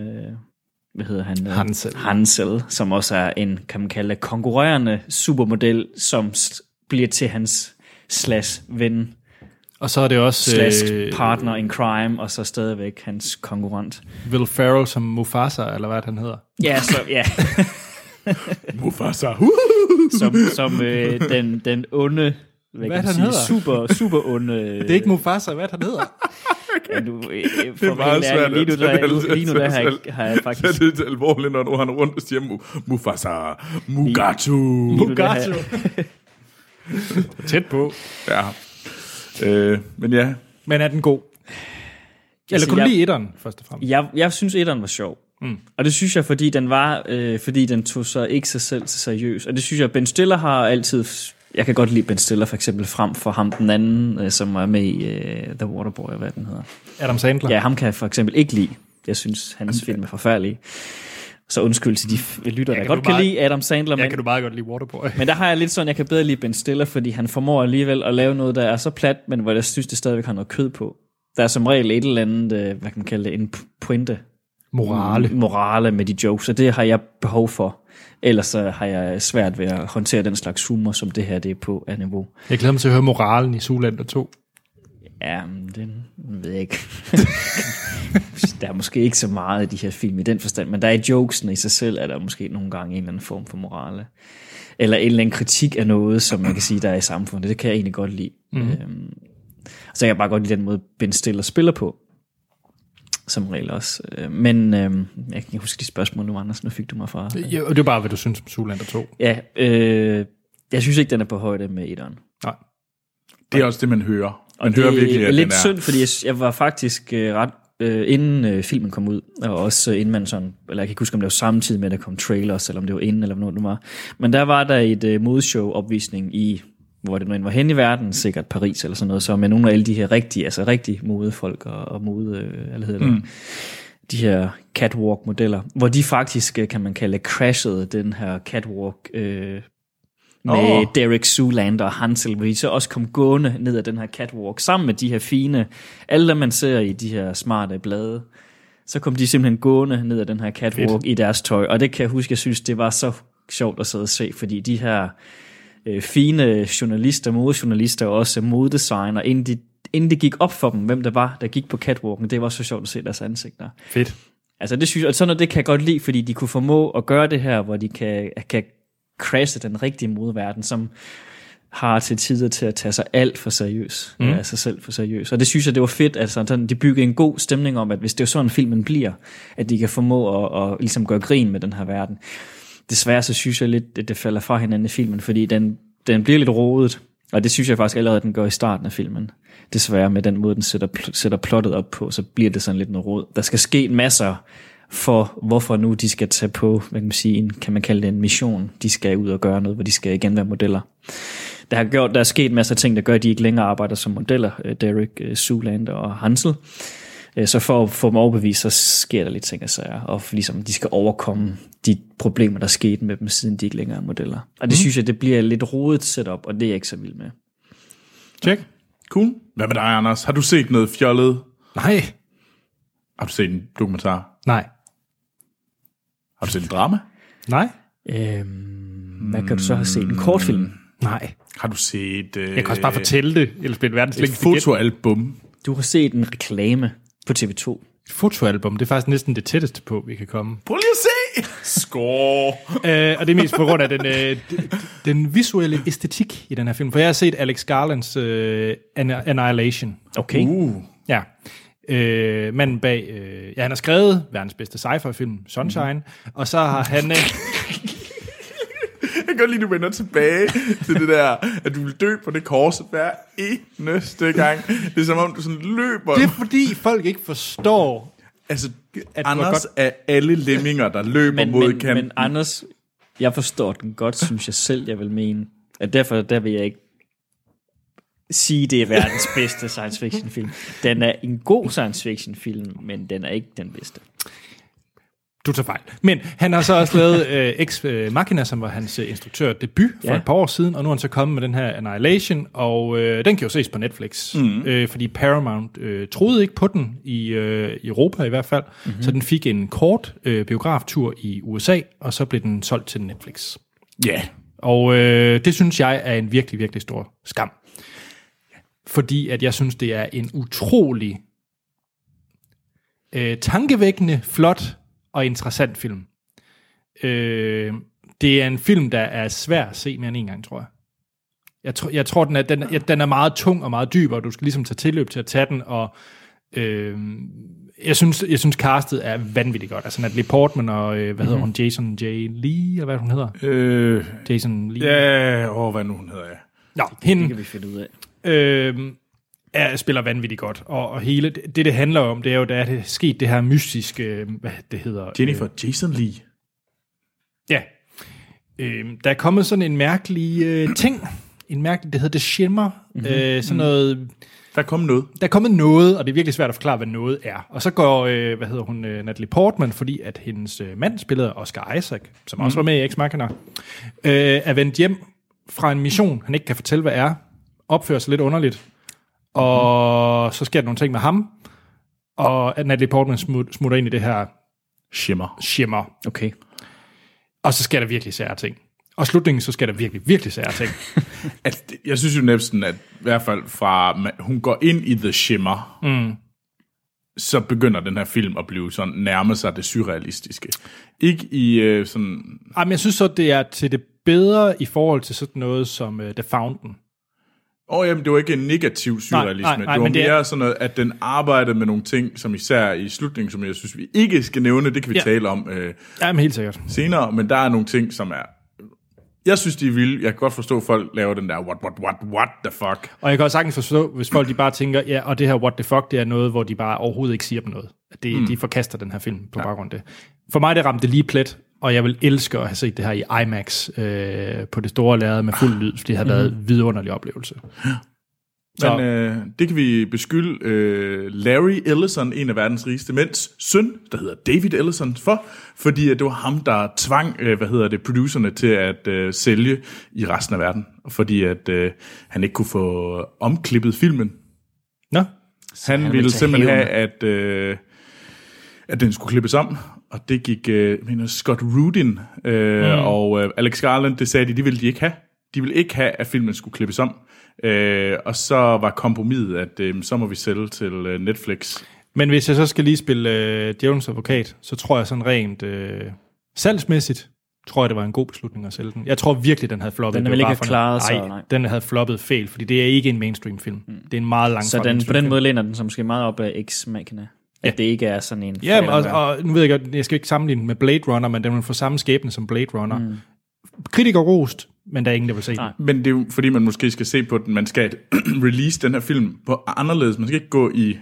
Hansel, som også er en, kan man kalde det, konkurrerende supermodel, som bliver til hans /ven. Og så er det også... partner in crime, og så stadigvæk hans konkurrent. Will Ferrell som Mufasa, eller hvad han hedder. Ja, så ja. Mufasa. som den onde... Hvad han hedder? Super onde... Det er ikke Mufasa, hvad han hedder. Ja, det er meget svært. Lige nu der har jeg faktisk... Det er alvorligt, når han er rundt og siger Mufasa, Mugatu. Tæt på. Ja. Men ja. Men er den god? Eller kunne du lide etteren, først og fremmest? Jeg synes, etteren var sjov. Og det synes jeg, fordi den tog sig ikke sig selv så seriøst. Og det synes jeg, Ben Stiller har altid... Jeg kan godt lide Ben Stiller, for eksempel, frem for ham den anden, som er med i The Waterboy, hvad den hedder. Adam Sandler? Ja, ham kan jeg for eksempel ikke lide. Jeg synes, hans film er forfærdelige. Så undskyld til de lytter, der godt kan lide Adam Sandler. Jeg kan du meget godt lide Waterboy. Men der har jeg lidt sådan, jeg kan bedre lide Ben Stiller, fordi han formår alligevel at lave noget, der er så plat, men hvor jeg synes, det stadigvæk har noget kød på. Der er som regel et eller andet, hvad kan man kalde det, en pointe. Morale med de jokes, og det har jeg behov for. Ellers så har jeg svært ved at håndtere den slags humor, som det her det er på af niveau. Jeg glæder mig til at høre moralen i Zoolander 2. Ja, den ved jeg ikke. Der er måske ikke så meget af de her film i den forstand, men der er i jokesene i sig selv, er der måske nogle gange en eller anden form for morale. Eller en eller anden kritik af noget, som man kan sige, der er i samfundet. Det kan jeg egentlig godt lide. Så kan jeg bare godt lide den måde, Ben Stiller spiller på. Som regel også. Men jeg kan ikke huske de spørgsmål nu, Anders. Nu fik du mig fra. Ja, det er bare, hvad du synes om Zoolander 2. Ja, jeg synes ikke, den er på højde med etteren. Nej. Det er også det, man hører. Og det er lidt synd, fordi jeg var faktisk ret inden filmen kom ud, og også inden man sådan, eller jeg kan ikke huske, om det var samtidig med, at der kom trailers, eller om det var inden, eller noget det var. Men der var der et modeshow-opvisning i, hvor det nu end var hen i verden, sikkert Paris eller sådan noget, så med nogle af alle de her rigtige modefolk og mode, eller hedder det, de her catwalk-modeller, hvor de faktisk, kan man kalde, crashede den her catwalk med Derek Zoolander og Hansel, hvor de så også kom gående ned ad den her catwalk, sammen med de her fine, alle der man ser i de her smarte blade, så kom de simpelthen gående ned ad den her catwalk i deres tøj, og det kan jeg huske, jeg synes, det var så sjovt at sidde og se, fordi de her fine journalister, modejournalister og også modedesigner, inden det gik op for dem, hvem det var, der gik på catwalken, det var så sjovt at se deres ansigter. Fedt. Altså det synes jeg, og sådan noget, det kan jeg godt lide, fordi de kunne formå at gøre det her, hvor de kan crashe den rigtige modeverden, som har til tider til at tage sig alt for seriøs, sig selv for seriøs. Og det synes jeg, det var fedt, altså de byggede en god stemning om, at hvis det er sådan filmen bliver, at de kan formå at ligesom gøre grin med den her verden. Desværre så synes jeg lidt, at det falder fra hinanden i filmen, fordi den bliver lidt rodet, og det synes jeg faktisk allerede, at den gør i starten af filmen. Desværre med den måde, den sætter plottet op på, så bliver det sådan lidt noget rod. Der skal ske masser for, hvorfor nu de skal tage på, hvad kan man sige, kan man kalde det en mission. De skal ud og gøre noget, hvor de skal igen være modeller. Der er sket masser af ting, der gør, at de ikke længere arbejder som modeller, Derek Zoolander og Hansel. Så for at få dem overbevist, så sker der lidt ting af sager, og ligesom de skal overkomme de problemer, der skete med dem, siden de ikke længere er modeller. Og det synes jeg, det bliver lidt rodet setup, og det er jeg ikke så vild med. Check. Cool. Hvad med dig, Anders? Har du set noget fjollet? Nej. Har du set en dokumentar? Nej. Har du set en drama? Nej. Hvad kan du så have set? En kortfilm? Nej. Har du set... Jeg kan også bare fortælle det, ellers bliver det verdens længste et fotoalbum. Du har set en reklame på TV2. Et fotoalbum, det er faktisk næsten det tætteste på, vi kan komme. Prøv lige at se! Score! Og det er mest på grund af den visuelle æstetik i den her film. For jeg har set Alex Garlands Annihilation. Okay. Ja. Manden bag... han har skrevet verdens bedste sci-fi-film, Sunshine. Og så har han... Jeg kan godt lide, du vender tilbage til det der, at du vil dø på det kors hver eneste gang. Det er som om, du sådan løber. Det er fordi, folk ikke forstår... Altså, at Anders er alle lemminger, der løber mod kanten. Men Anders, jeg forstår den godt, synes jeg selv, jeg vil mene. At derfor der vil jeg ikke sige, det er verdens bedste science fiction film. Den er en god science fiction film, men den er ikke den bedste. Du tager fejl. Men han har så også lavet Ex Machina, som var hans instruktør-debut for et par år siden, og nu er han så kommet med den her Annihilation, og den kan jo ses på Netflix, fordi Paramount troede ikke på den i Europa i hvert fald, så den fik en kort biograftur i USA, og så blev den solgt til Netflix. Ja. Yeah. Og det synes jeg er en virkelig, virkelig stor skam. Fordi at jeg synes, det er en utrolig tankevækkende, flot og interessant film. Det er en film, der er svær at se mere end en gang, tror jeg. Jeg tror, den er meget tung og meget dyb, og du skal ligesom tage tilløb til at tage den, og jeg synes castet er vanvittigt godt. Altså Natalie Portman og, hvad hedder hun, Jason J. Lee, eller hvad hun hedder? Jason Lee. Ja, hvad nu hun hedder, ja. Nå, hende. Det kan vi finde ud af. Spiller vanvittigt godt, og hele det handler om, det er jo, der er det sket det her mystiske, hvad det hedder. Jennifer Jason Lee. Ja. Der er kommet sådan en mærkelig ting, det hedder The Shimmer, sådan noget. Der er kommet noget. Der er kommet noget, og det er virkelig svært at forklare, hvad noget er. Og så går, Natalie Portman, fordi at hendes mand spillede Oscar Isaac, som også var med i Ex Machina, er vendt hjem fra en mission, han ikke kan fortælle, hvad er, opfører sig lidt underligt, og så sker der nogle ting med ham, og Natalie Portman smutter ind i det her Shimmer. Okay. og så skal der virkelig sære ting. Og slutningen, så skal der virkelig, virkelig sære ting. Jeg synes jo næsten, at i hvert fald fra hun går ind i The Shimmer, så begynder den her film at blive sådan nærme sig det surrealistiske. Ikke i sådan... Men jeg synes så, det er til det bedre i forhold til sådan noget som The Fountain. Jamen, det var ikke en negativ surrealisme. Nej, det var mere det sådan noget, at den arbejdede med nogle ting, som især i slutningen, som jeg synes, vi ikke skal nævne. Det kan vi tale om men helt sikkert. Senere. Men der er nogle ting, som er... Jeg synes, de er vilde. Jeg kan godt forstå, at folk laver den der what the fuck. Og jeg kan også sagtens forstå, hvis folk de bare tænker, og det her what the fuck, det er noget, hvor de bare overhovedet ikke siger dem noget. De forkaster den her film på baggrund af det. For mig, det ramte det lige plet, og jeg vil elske at have set det her i IMAX på det store lærred med fuld lyd, fordi det har været en vidunderlig oplevelse. Men det kan vi beskylde Larry Ellison, en af verdens rigeste mænds søn, der hedder David Ellison, fordi at det var ham, der tvang producerne til at sælge i resten af verden, fordi at han ikke kunne få omklippet filmen. Nå. Han ville simpelthen have, at den skulle klippes om, og det gik Scott Rudin og Alex Garland, det sagde de ville de ikke have. De ville ikke have, at filmen skulle klippes om. Og så var kompromiset, at så må vi sælge til Netflix. Men hvis jeg så skal lige spille Djævelens advokat, så tror jeg sådan rent salgsmæssigt, tror jeg, det var en god beslutning at sælge den. Jeg tror virkelig, den havde floppet. Den ville ikke have klaret sig. Nej, den havde floppet fejl, fordi det er ikke en mainstream film. Det er en meget lang. Så på den måde læner den så måske meget op af Ex Machina. At det ikke er sådan en... Ja, og nu ved jeg godt, jeg skal ikke sammenligne med Blade Runner, men den vil få samme skæbne som Blade Runner. Kritiker rost, men der er ingen, der vil se den. Men det er jo, fordi man måske skal se på den. Man skal release den her film på anderledes. Man skal ikke gå i...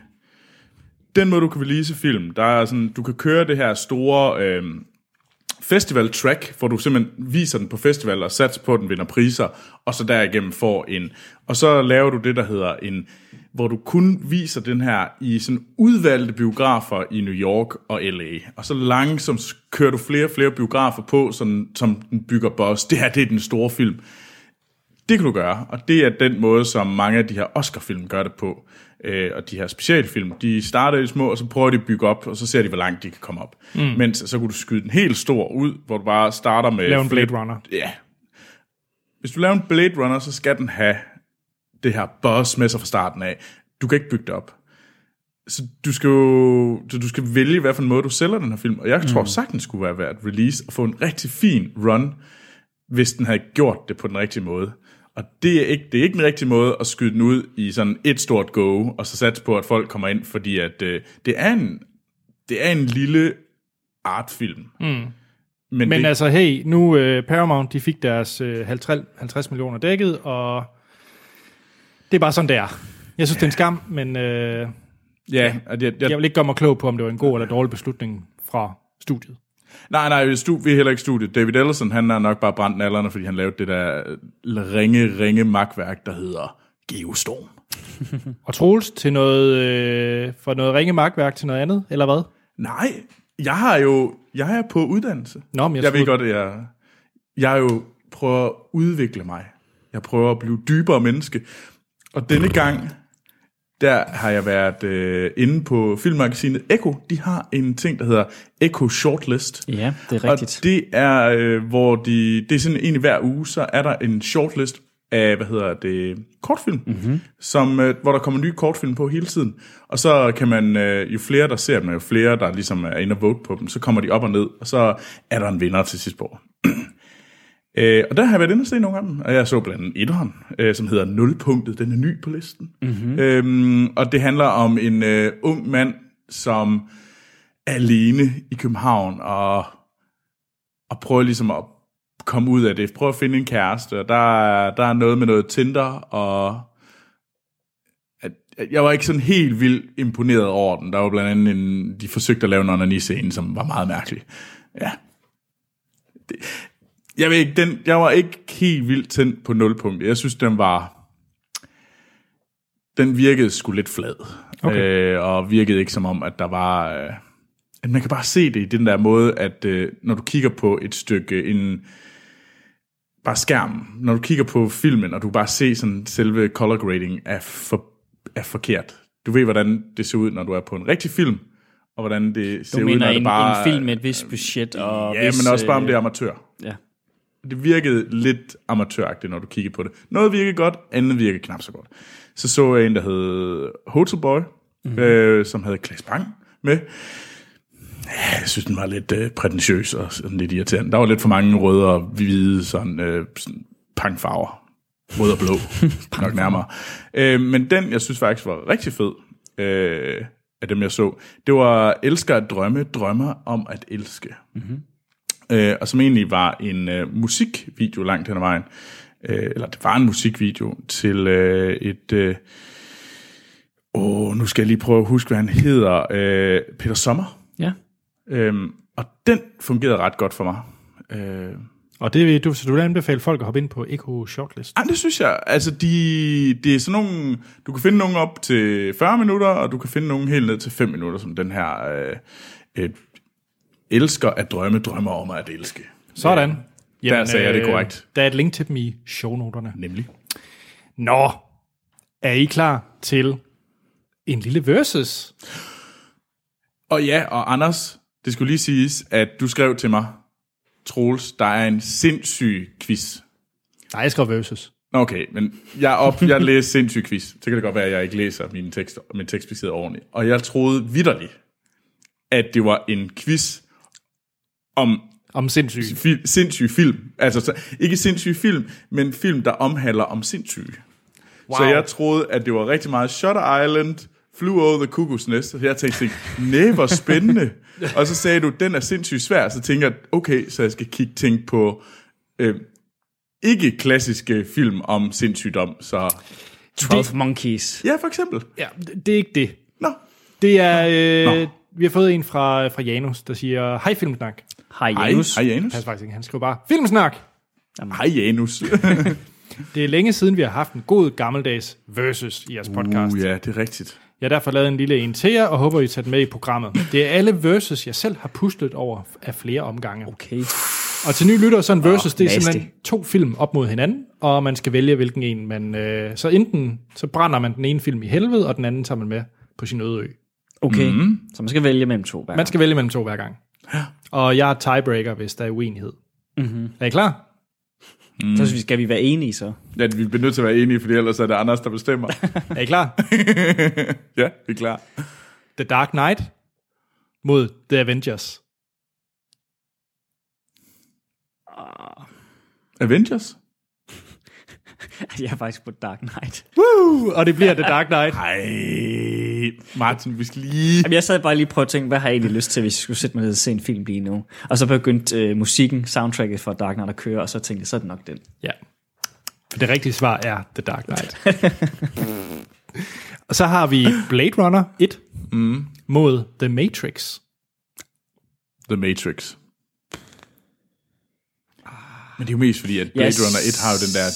Den måde, du kan release film, der er sådan... Du kan køre det her store festival-track, hvor du simpelthen viser den på festival og satser på, at den vinder priser, og så derigennem får en... Og så laver du det, der hedder en... Hvor du kun viser den her i sådan udvalgte biografer i New York og LA. Og så langsomt kører du flere og flere biografer på, sådan, som den bygger buzz. Det her, det er den store film. Det kan du gøre, og det er den måde, som mange af de her Oscar-film gør det på. Og de her specialfilm, de starter i små, og så prøver de at bygge op, og så ser de, hvor langt de kan komme op. Mens så kunne du skyde den helt stor ud, hvor du bare starter med... Lave en Blade Runner. Ja. Hvis du laver en Blade Runner, så skal den have det her buzz med sig fra starten af. Du kan ikke bygge det op. Så du skal vælge, hvad for en måde du sælger den her film. Og jeg tror sagtens skulle være værd at release og få en rigtig fin run, hvis den havde gjort det på den rigtige måde. Og det er ikke den rigtige måde at skyde den ud i sådan et stort go, og så satse på, at folk kommer ind, fordi at det er en lille artfilm. Men altså, hey, nu Paramount, de fik deres 50 millioner dækket, og det er bare sådan, det er. Jeg synes, det er en skam, men jeg vil ikke gøre mig klog på, om det var en god eller dårlig beslutning fra studiet. Nej, vi er heller ikke studiet. David Ellison, han er nok bare brændt nallerne, fordi han lavede det der ringe magtværk, der hedder Geostorm. Og Troels til noget, fra noget ringe magtværk til noget andet, eller hvad? Nej, jeg er på uddannelse. Nå, men jeg ved godt, at jeg jo prøver at udvikle mig. Jeg prøver at blive dybere menneske. Og denne gang, der har jeg været inde på filmmagasinet Echo. De har en ting, der hedder Echo Shortlist. Ja, det er rigtigt. Og det er, hvor det er sådan egentlig hver uge, så er der en shortlist af, kortfilm, hvor der kommer nye kortfilm på hele tiden. Og så kan man, jo flere der ser dem, jo flere der ligesom er inde og vote på dem, så kommer de op og ned, og så er der en vinder til sidst på år. Og der har jeg været inde og se nogle af dem, og jeg så blandt andet etteren, som hedder Nulpunktet, den er ny på listen. Og det handler om en ung mand, som er alene i København, og prøver ligesom at komme ud af det, prøver at finde en kæreste, og der er noget med noget Tinder, og jeg var ikke sådan helt vildt imponeret over den. Der var blandt andet de forsøgte at lave en onani-scene, som var meget mærkelig. Ja. Jeg var ikke helt vildt tændt på Nulpunkt. Jeg synes, den virkede sgu lidt flad. Okay. Og virkede ikke som om, at der var... at man kan bare se det i den der måde, at når du kigger på et stykke... bare skærmen. Når du kigger på filmen, og du bare ser sådan selve color grading er forkert. Du ved, hvordan det ser ud, når du er på en rigtig film, og hvordan det ser du ud, mener når det bare... en film med et vist budget og ja, men også bare om det er amatør. Ja. Det virkede lidt amatøragtigt, når du kiggede på det. Noget virkede godt, andet virkede knap så godt. Så jeg en, der hed Hotel Boy, som havde Claes Bang med. Jeg synes, den var lidt prætentiøs og sådan lidt irriterende. Der var lidt for mange røde og hvide sådan pangfarver. Rød og blå, nok nærmere. Men den, jeg synes faktisk var rigtig fed, af dem, jeg så, det var Elsker at drømme, drømmer om at elske. Og som egentlig var en musikvideo langt hen ad vejen. Eller det var en musikvideo til nu skal jeg lige prøve at huske, hvad han hedder. Peter Sommer. Ja. Og den fungerede ret godt for mig. Og det så du vil anbefale folk at hoppe ind på Echo Shortlist? Det synes jeg. Altså, det er sådan nogle... Du kan finde nogen op til 40 minutter, og du kan finde nogen helt ned til 5 minutter, som den her elsker at drømmer om at elske. Sådan. Jamen, der sagde jeg det korrekt. Der er et link til dem i shownoterne. Nemlig. Nå, er I klar til en lille versus? Og ja, og Anders, det skulle lige siges, at du skrev til mig, Troels, der er en sindssyg quiz. Nej, jeg skrev versus. Okay, men jeg læser sindssyg quiz. Så kan det godt være, at jeg ikke læser min tekst ordentligt. Og jeg troede vitterligt, at det var en quiz om sindssyg film. Altså ikke sindssyg film, men film, der omhandler om sindssyge. Wow. Så jeg troede, at det var rigtig meget Shutter Island, Flew Over the Cuckoo's Nest. Så jeg tænkte, nej, hvor spændende. Og så sagde du, den er sindssygt svær. Så tænker jeg, okay, så jeg skal tænke på ikke klassiske film om sindssygdom. Så 12 Monkeys. Ja, for eksempel. Ja, det er ikke det. Nå. Det er... Vi har fået en fra Janus, der siger, hej Filmsnak. Hej Janus. Hej Janus. Han faktisk ikke, han skriver bare, Filmsnak. Hej Janus. Det er længe siden, vi har haft en god gammeldags versus i jeres podcast. Ja, det er rigtigt. Jeg har derfor lavet en lille en til jer, og håber, I tager den med i programmet. Det er alle versus, jeg selv har puslet over af flere omgange. Okay. Og til nye lyttere, så en versus, det er simpelthen 2 film op mod hinanden, og man skal vælge, hvilken en man... Så enten så brænder man den ene film i helvede, og den anden tager man med på sin øde ø. Okay, så man skal vælge mellem 2 hver gang. Man skal vælge mellem 2 hver gang. Og jeg er tiebreaker, hvis der er uenighed. Er I klar? Så skal vi være enige så. Ja, vi bliver nødt til at være enige, for ellers er det Anders, der bestemmer. Er I klar? Ja, vi er klar. The Dark Knight mod The Avengers. Avengers? Jeg er faktisk på Dark Knight. Woo! Og det bliver The Dark Knight. Ej, Martin, vi skal lige... Jamen, jeg sad bare lige prøve at tænke, hvad har jeg egentlig lyst til, hvis jeg skulle sætte mig ned og se en film lige nu? Og så begyndte musikken, soundtracket for Dark Knight at køre, og så tænkte jeg, så er det nok den. Ja. For det rigtige svar er The Dark Knight. Og så har vi Blade Runner 1 mod The Matrix. The Matrix. Men det er jo mest fordi, at Blade Runner 1 har jo den der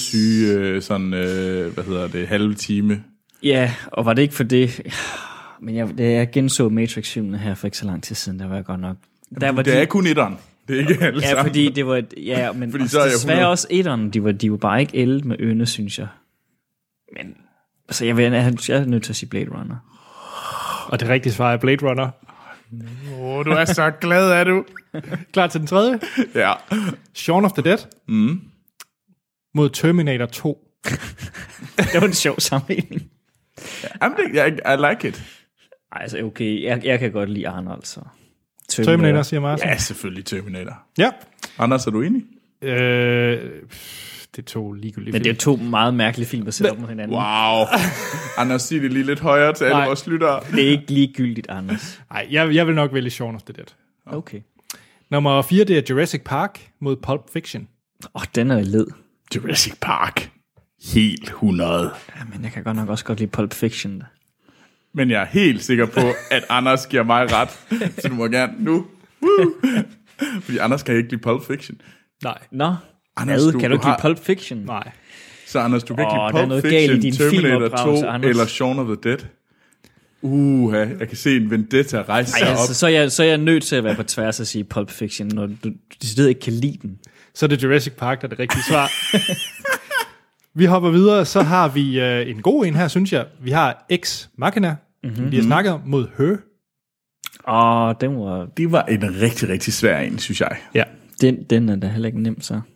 dødssyge, halve time. Ja, og var det ikke for det... Men da jeg genså Matrix-filmene her for ikke så lang tid siden, der var jeg godt nok... Det er kun etteren. Det er ikke alle sammen. Ja, fordi det var... Ja, men fordi så desværre også etteren, de var bare ikke ældet med ørne, synes jeg. Men... Altså, jeg er nødt til at sige Blade Runner. Og det rigtige svar er Blade Runner. Du er så glad, er du? Klar til den tredje? Ja. Shaun of the Dead mod Terminator 2. Det var en sjov sammenligning. I like it. Altså, okay, jeg kan godt lide Arnold, så... Terminator, siger Martin. Ja, selvfølgelig Terminator. Ja. Anders, er du enig? Det er 2 ligegyldige film. Men det er 2 meget mærkelige film, der sætter op mod hinanden. Wow. Anders, sig det lige lidt højere til alle vores lyttere. Det er ikke ligegyldigt, Anders. Nej, jeg vil nok vælge Shaun of the Dead. Okay. Nummer 4, det er Jurassic Park mod Pulp Fiction. Den er led. Jurassic Park. Helt 100. Ja, men jeg kan godt lide Pulp Fiction. Men jeg er helt sikker på, at Anders giver mig ret. Så du må gerne nu. Fordi Anders kan ikke lide Pulp Fiction. Nej. Nå, Anders, kan du ikke lide Pulp Fiction? Nej. Så Anders, du kan ikke lide Pulp Fiction, Terminator 2 eller Shaun of the Dead. Jeg kan se en vendetta rejse sig op. Så er jeg nødt til at være på tværs og sige Pulp Fiction, når du decideret ikke kan lide den. Så er det Jurassic Park, der er det rigtige svar. Vi hopper videre, så har vi en god en her, synes jeg. Vi har Ex Machina, vi har snakket om, mod Her. Det var en rigtig, rigtig svær en, synes jeg. Ja. Den er da heller ikke nem, så.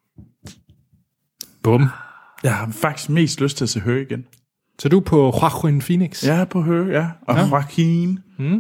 Bum. Jeg har faktisk mest lyst til at se Her igen. Så du er på Joaquin Phoenix? Jeg er på Her, ja. Og Joaquin.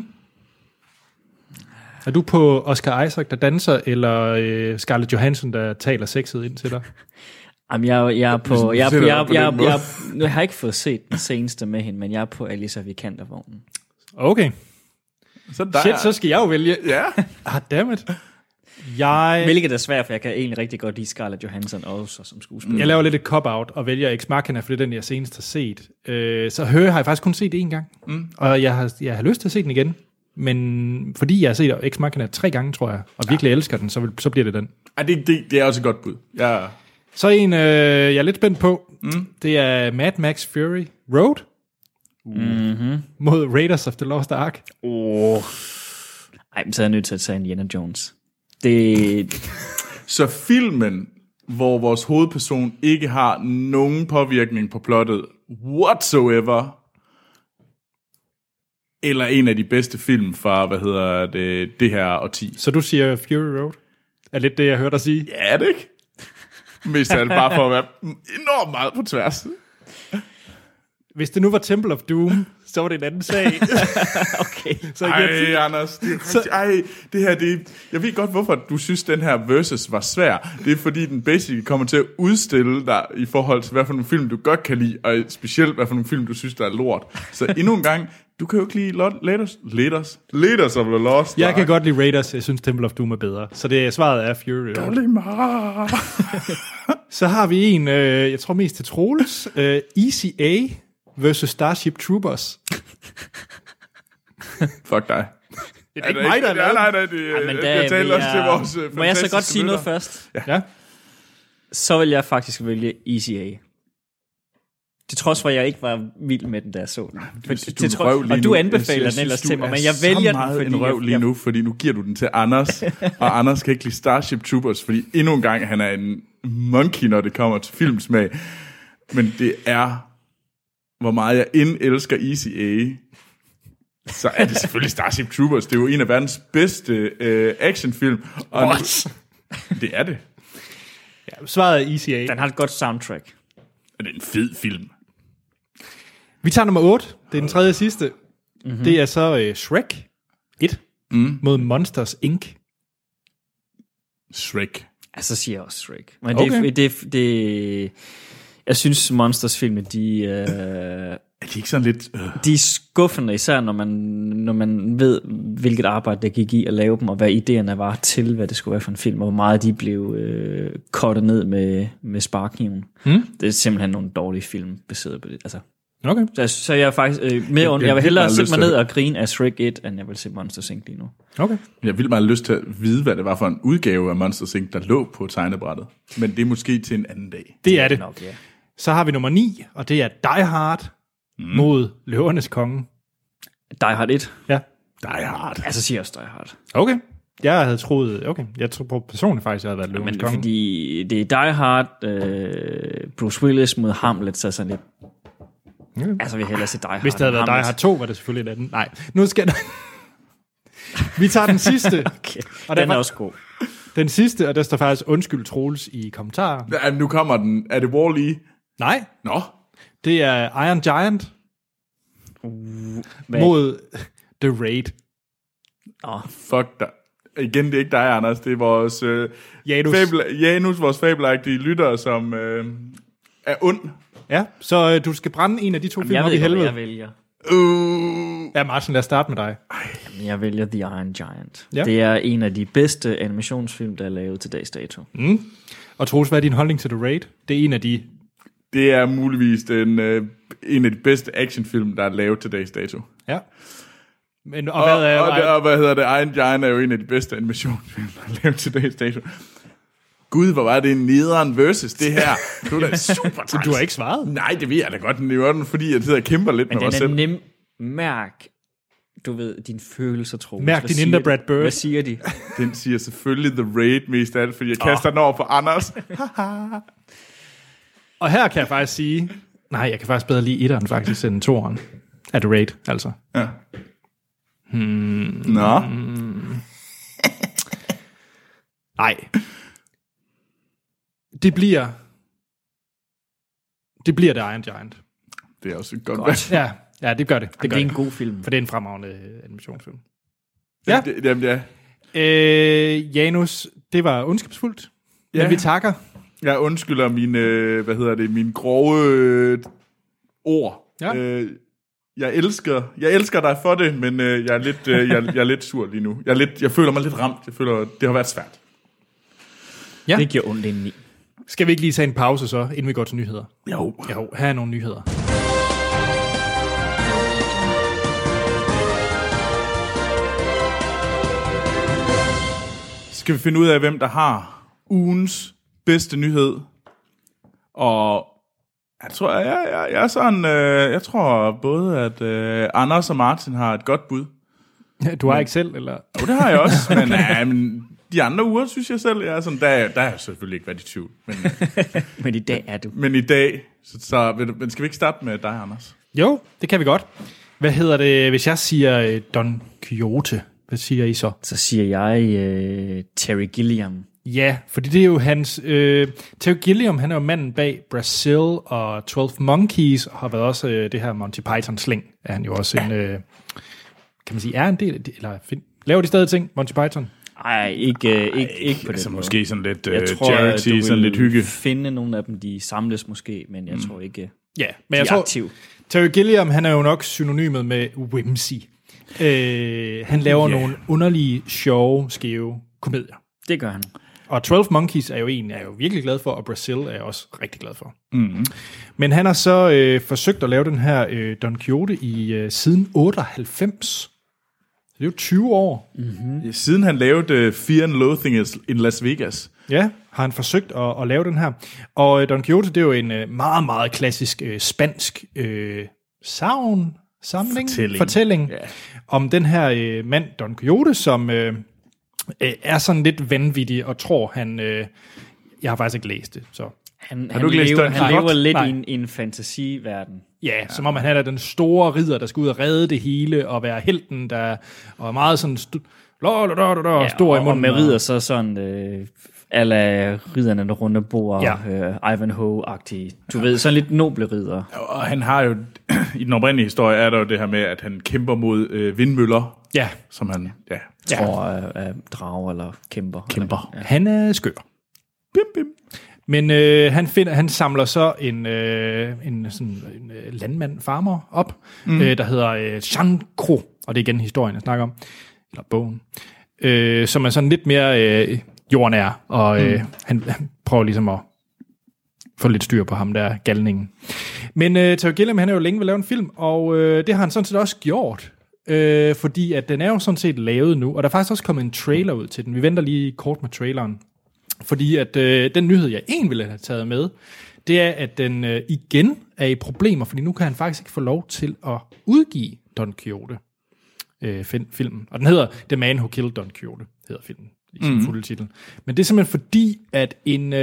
Er du på Oscar Isaac, der danser, eller Scarlett Johansson, der taler sexet ind til dig? Jamen, jeg er på... Jeg har ikke fået set den seneste med hende, men jeg er på Alicia Vikander-vognen. Okay. Shit, så skal jeg jo vælge. Ja. Dammit. Hvilket er svært, for jeg kan egentlig rigtig godt lide Scarlett Johansson også som skuespiller. Jeg laver lidt et cop-out og vælger Ex Machina, for det er den, jeg senest har set. Så Her har jeg faktisk kun set én gang. Og jeg har lyst til at se den igen. Men fordi jeg har set Ex Machina 3 gange, tror jeg, og virkelig elsker den, så bliver det den. Det er også et godt bud. Ja. Så en, jeg er lidt spændt på, det er Mad Max Fury Road mod Raiders of the Lost Ark. Ej, men så er jeg nødt til at tage Indiana Jones. Så filmen, hvor vores hovedperson ikke har nogen påvirkning på plottet whatsoever, eller en af de bedste film fra, det her årti. Så du siger Fury Road? Er lidt det, jeg hørte dig sige? Ja, det ikke? Mest er det bare for at være enormt meget på tværs. Hvis det nu var Temple of Doom, så var det en anden sag. Okay. Så Anders. Det her, jeg ved godt, hvorfor du synes, den her versus var svær. Det er, fordi den basically kommer til at udstille dig i forhold til, hvad for nogle film, du godt kan lide, og specielt, hvad for nogle film, du synes, der er lort. Så endnu en gang, du kan jo ikke lide Raiders of the Lost. Jeg kan godt lide Raiders, jeg synes Temple of Doom er bedre. Så det svaret er Fury Road. Så har vi en, jeg tror mest til Troels, ECA versus Starship Troopers. Fuck dig. Det er ikke mig, der er lavet. Nej, jeg taler også til vores må jeg så godt sige noget først? Ja. Så vil jeg faktisk vælge ECA. Til trods for, at jeg ikke var vild med den, der så den. Og du anbefaler den ellers til mig, men jeg vælger den, fordi... en røv lige nu, fordi nu giver du den til Anders, og Anders kan ikke lide Starship Troopers, fordi endnu en gang, han er en monkey, når det kommer til filmsmag. Men det er, hvor meget jeg elsker ECA, så er det selvfølgelig Starship Troopers. Det er jo en af verdens bedste actionfilm. Og nu, det er det. Ja, svaret er ECA. Den har et godt soundtrack. Det er en fed film. Vi tager nummer 8. Det er den tredje sidste. Mm-hmm. Det er så Shrek 1 mod Monsters, Inc. Shrek. Ja, så siger jeg også Shrek. Men okay. Jeg synes, Monsters-filmene, er de ikke sådan lidt... De er skuffende, især når man ved, hvilket arbejde der gik i at lave dem, og hvad idéerne var til, hvad det skulle være for en film, og hvor meget de blev kortet ned med sparkniven. Det er simpelthen nogle dårlige film, baseret på det. Altså, okay. Så jeg er faktisk jeg vil hellere sætte mig ned og grine af Shrek 1, end jeg vil se Monsters Inc. lige nu. Okay. Jeg vil meget lyst til at vide, hvad det var for en udgave af Monsters Inc., der lå på tegnebrættet. Men det er måske til en anden dag. Det er det. Nok, ja. Så har vi nummer 9, og det er Die Hard mod Løvernes Konge. Die Hard 1? Ja. Die Hard. Altså siger jeg også Die Hard. Okay. Jeg havde troet, jeg tror personligt faktisk, jeg havde været Løvernes Konge. Fordi det er Die Hard, Bruce Willis mod Hamlet, så sådan lidt... Okay. Altså vi hellere se Die Hard. Hvis det havde været Die Hard 2, var det selvfølgelig et andet. Nej, nu skal der... Vi tager den sidste. Okay. Og den er også god. Den sidste, og der står faktisk undskyld Troels i kommentarer. Ja, nu kommer den. Er det Wall-E? Nej. Nå. Det er Iron Giant mod The Raid. Fuck dig. Igen, det er ikke dig, Anders. Det er vores Janus, vores fabelagtige lyttere, som er ond. Ja, så du skal brænde en af de to film op i helvede. Jeg vælger. Ja, Martin, lad os starte med dig. Jeg vælger The Iron Giant. Ja. Det er en af de bedste animationsfilm, der er lavet til dags dato. Og Troels, hvad er din holdning til The Raid? Det er en af de... Det er muligvis en af de bedste actionfilm, der er lavet til dags dato. Ja. Men, hvad hedder det? Iron Giant er jo en af de bedste animationsfilm, der er lavet til dags dato. Gud, hvor var det en nederen versus det her. Du er da super træls. Du har ikke svaret? Nej, det ved jeg da godt. Den er den, fordi jeg sidder og kæmper lidt med mig selv. Men den er mærk, du ved, din følelser, Troels. Mærk din indre Brad Bird. Hvad siger de? Den siger selvfølgelig The Raid mest af det, fordi jeg kaster den over på Anders. Og her kan jeg faktisk sige, nej, jeg kan faktisk bedre lide etteren faktisk end toeren. At The Raid, altså. Ja. Nå. Nej. Det bliver The Iron Giant. Det er også et godt. Ja, det gør det. Det er en god film. For det er en fremragende animationsfilm. Ja. Janus, det var ondskabsfuldt. Ja. Men vi takker. Jeg undskylder mine grove ord. Ja. Jeg elsker dig for det, men jeg er lidt sur lige nu. Jeg føler mig lidt ramt. Jeg føler, det har været svært. Ja. Det giver ondt indeni. Skal vi ikke lige tage en pause så, inden vi går til nyheder? Jo, her er nogle nyheder. Skal vi finde ud af, hvem der har ugens bedste nyhed? Og jeg tror både, at Anders og Martin har et godt bud. Du har ikke selv, eller? Jo, det har jeg også, men de andre uger, synes jeg selv, jeg er sådan, der har jeg selvfølgelig ikke været i tvivl. Men i dag er du. Men i dag, men skal vi ikke starte med dig, Anders? Jo, det kan vi godt. Hvad hedder det, hvis jeg siger Don Quixote? Hvad siger I så? Så siger jeg Terry Gilliam. Ja, fordi det er jo hans... Terry Gilliam, han er jo manden bag Brazil og 12 Monkeys, og har været også det her Monty Python-slæng. Er han jo også en... kan man sige, er en del af det? Eller laver de stadig ting, Monty Python? Nej, ikke på det. Måske sådan lidt charity, sådan lidt hygge. Finde nogle af dem, de samles måske, men jeg tror ikke, ja, men jeg tror, aktiv. Terry Gilliam, han er jo nok synonymet med whimsy. Han laver nogle underlige, sjove, skæve komedier. Det gør han. Og 12 Monkeys er jo en, jeg er jo virkelig glad for, og Brazil er jeg også rigtig glad for. Mm-hmm. Men han har så forsøgt at lave den her Don Quixote i siden 98. Det er jo 20 år. Mm-hmm. Siden han lavede Fear and Loathing in Las Vegas. Ja, har han forsøgt at lave den her. Og Don Quixote, det er jo en meget, meget klassisk spansk fortælling om den her mand, Don Quixote, som er sådan lidt vanvittig og tror, han... jeg har faktisk ikke læst det, så... Han lever lidt i en fantasiverden. Ja, som om han er den store ridder, der skal ud og redde det hele, og være helten, der er meget sådan stor i munden. Og med ridder så sådan, ala ridderne der runde bord, Ivanhoe-agtige. Du ved, sådan lidt noble ridder. Og han har jo, i den oprindelige historie, er der jo det her med, at han kæmper mod vindmøller. Ja. Som han, tror er drager eller kæmper. Ja. Han er skør. Bim, bim. Men han samler så en landmand, farmer op, der hedder Chancro, og det er igen historien, jeg snakker om, eller bogen, som er sådan lidt mere jordnær, og han prøver ligesom at få lidt styr på ham der, galningen. Men Terry Gilliam, han er jo længe ved at lave en film, og det har han sådan set også gjort, fordi at den er jo sådan set lavet nu, og der er faktisk også kommet en trailer ud til den. Vi venter lige kort med traileren. Fordi at den nyhed, jeg egentlig ville have taget med, det er, at den igen er i problemer, fordi nu kan han faktisk ikke få lov til at udgive Don Quixote filmen. Og den hedder The Man Who Killed Don Quixote, hedder filmen i sin fulde titel. Men det er simpelthen fordi, at en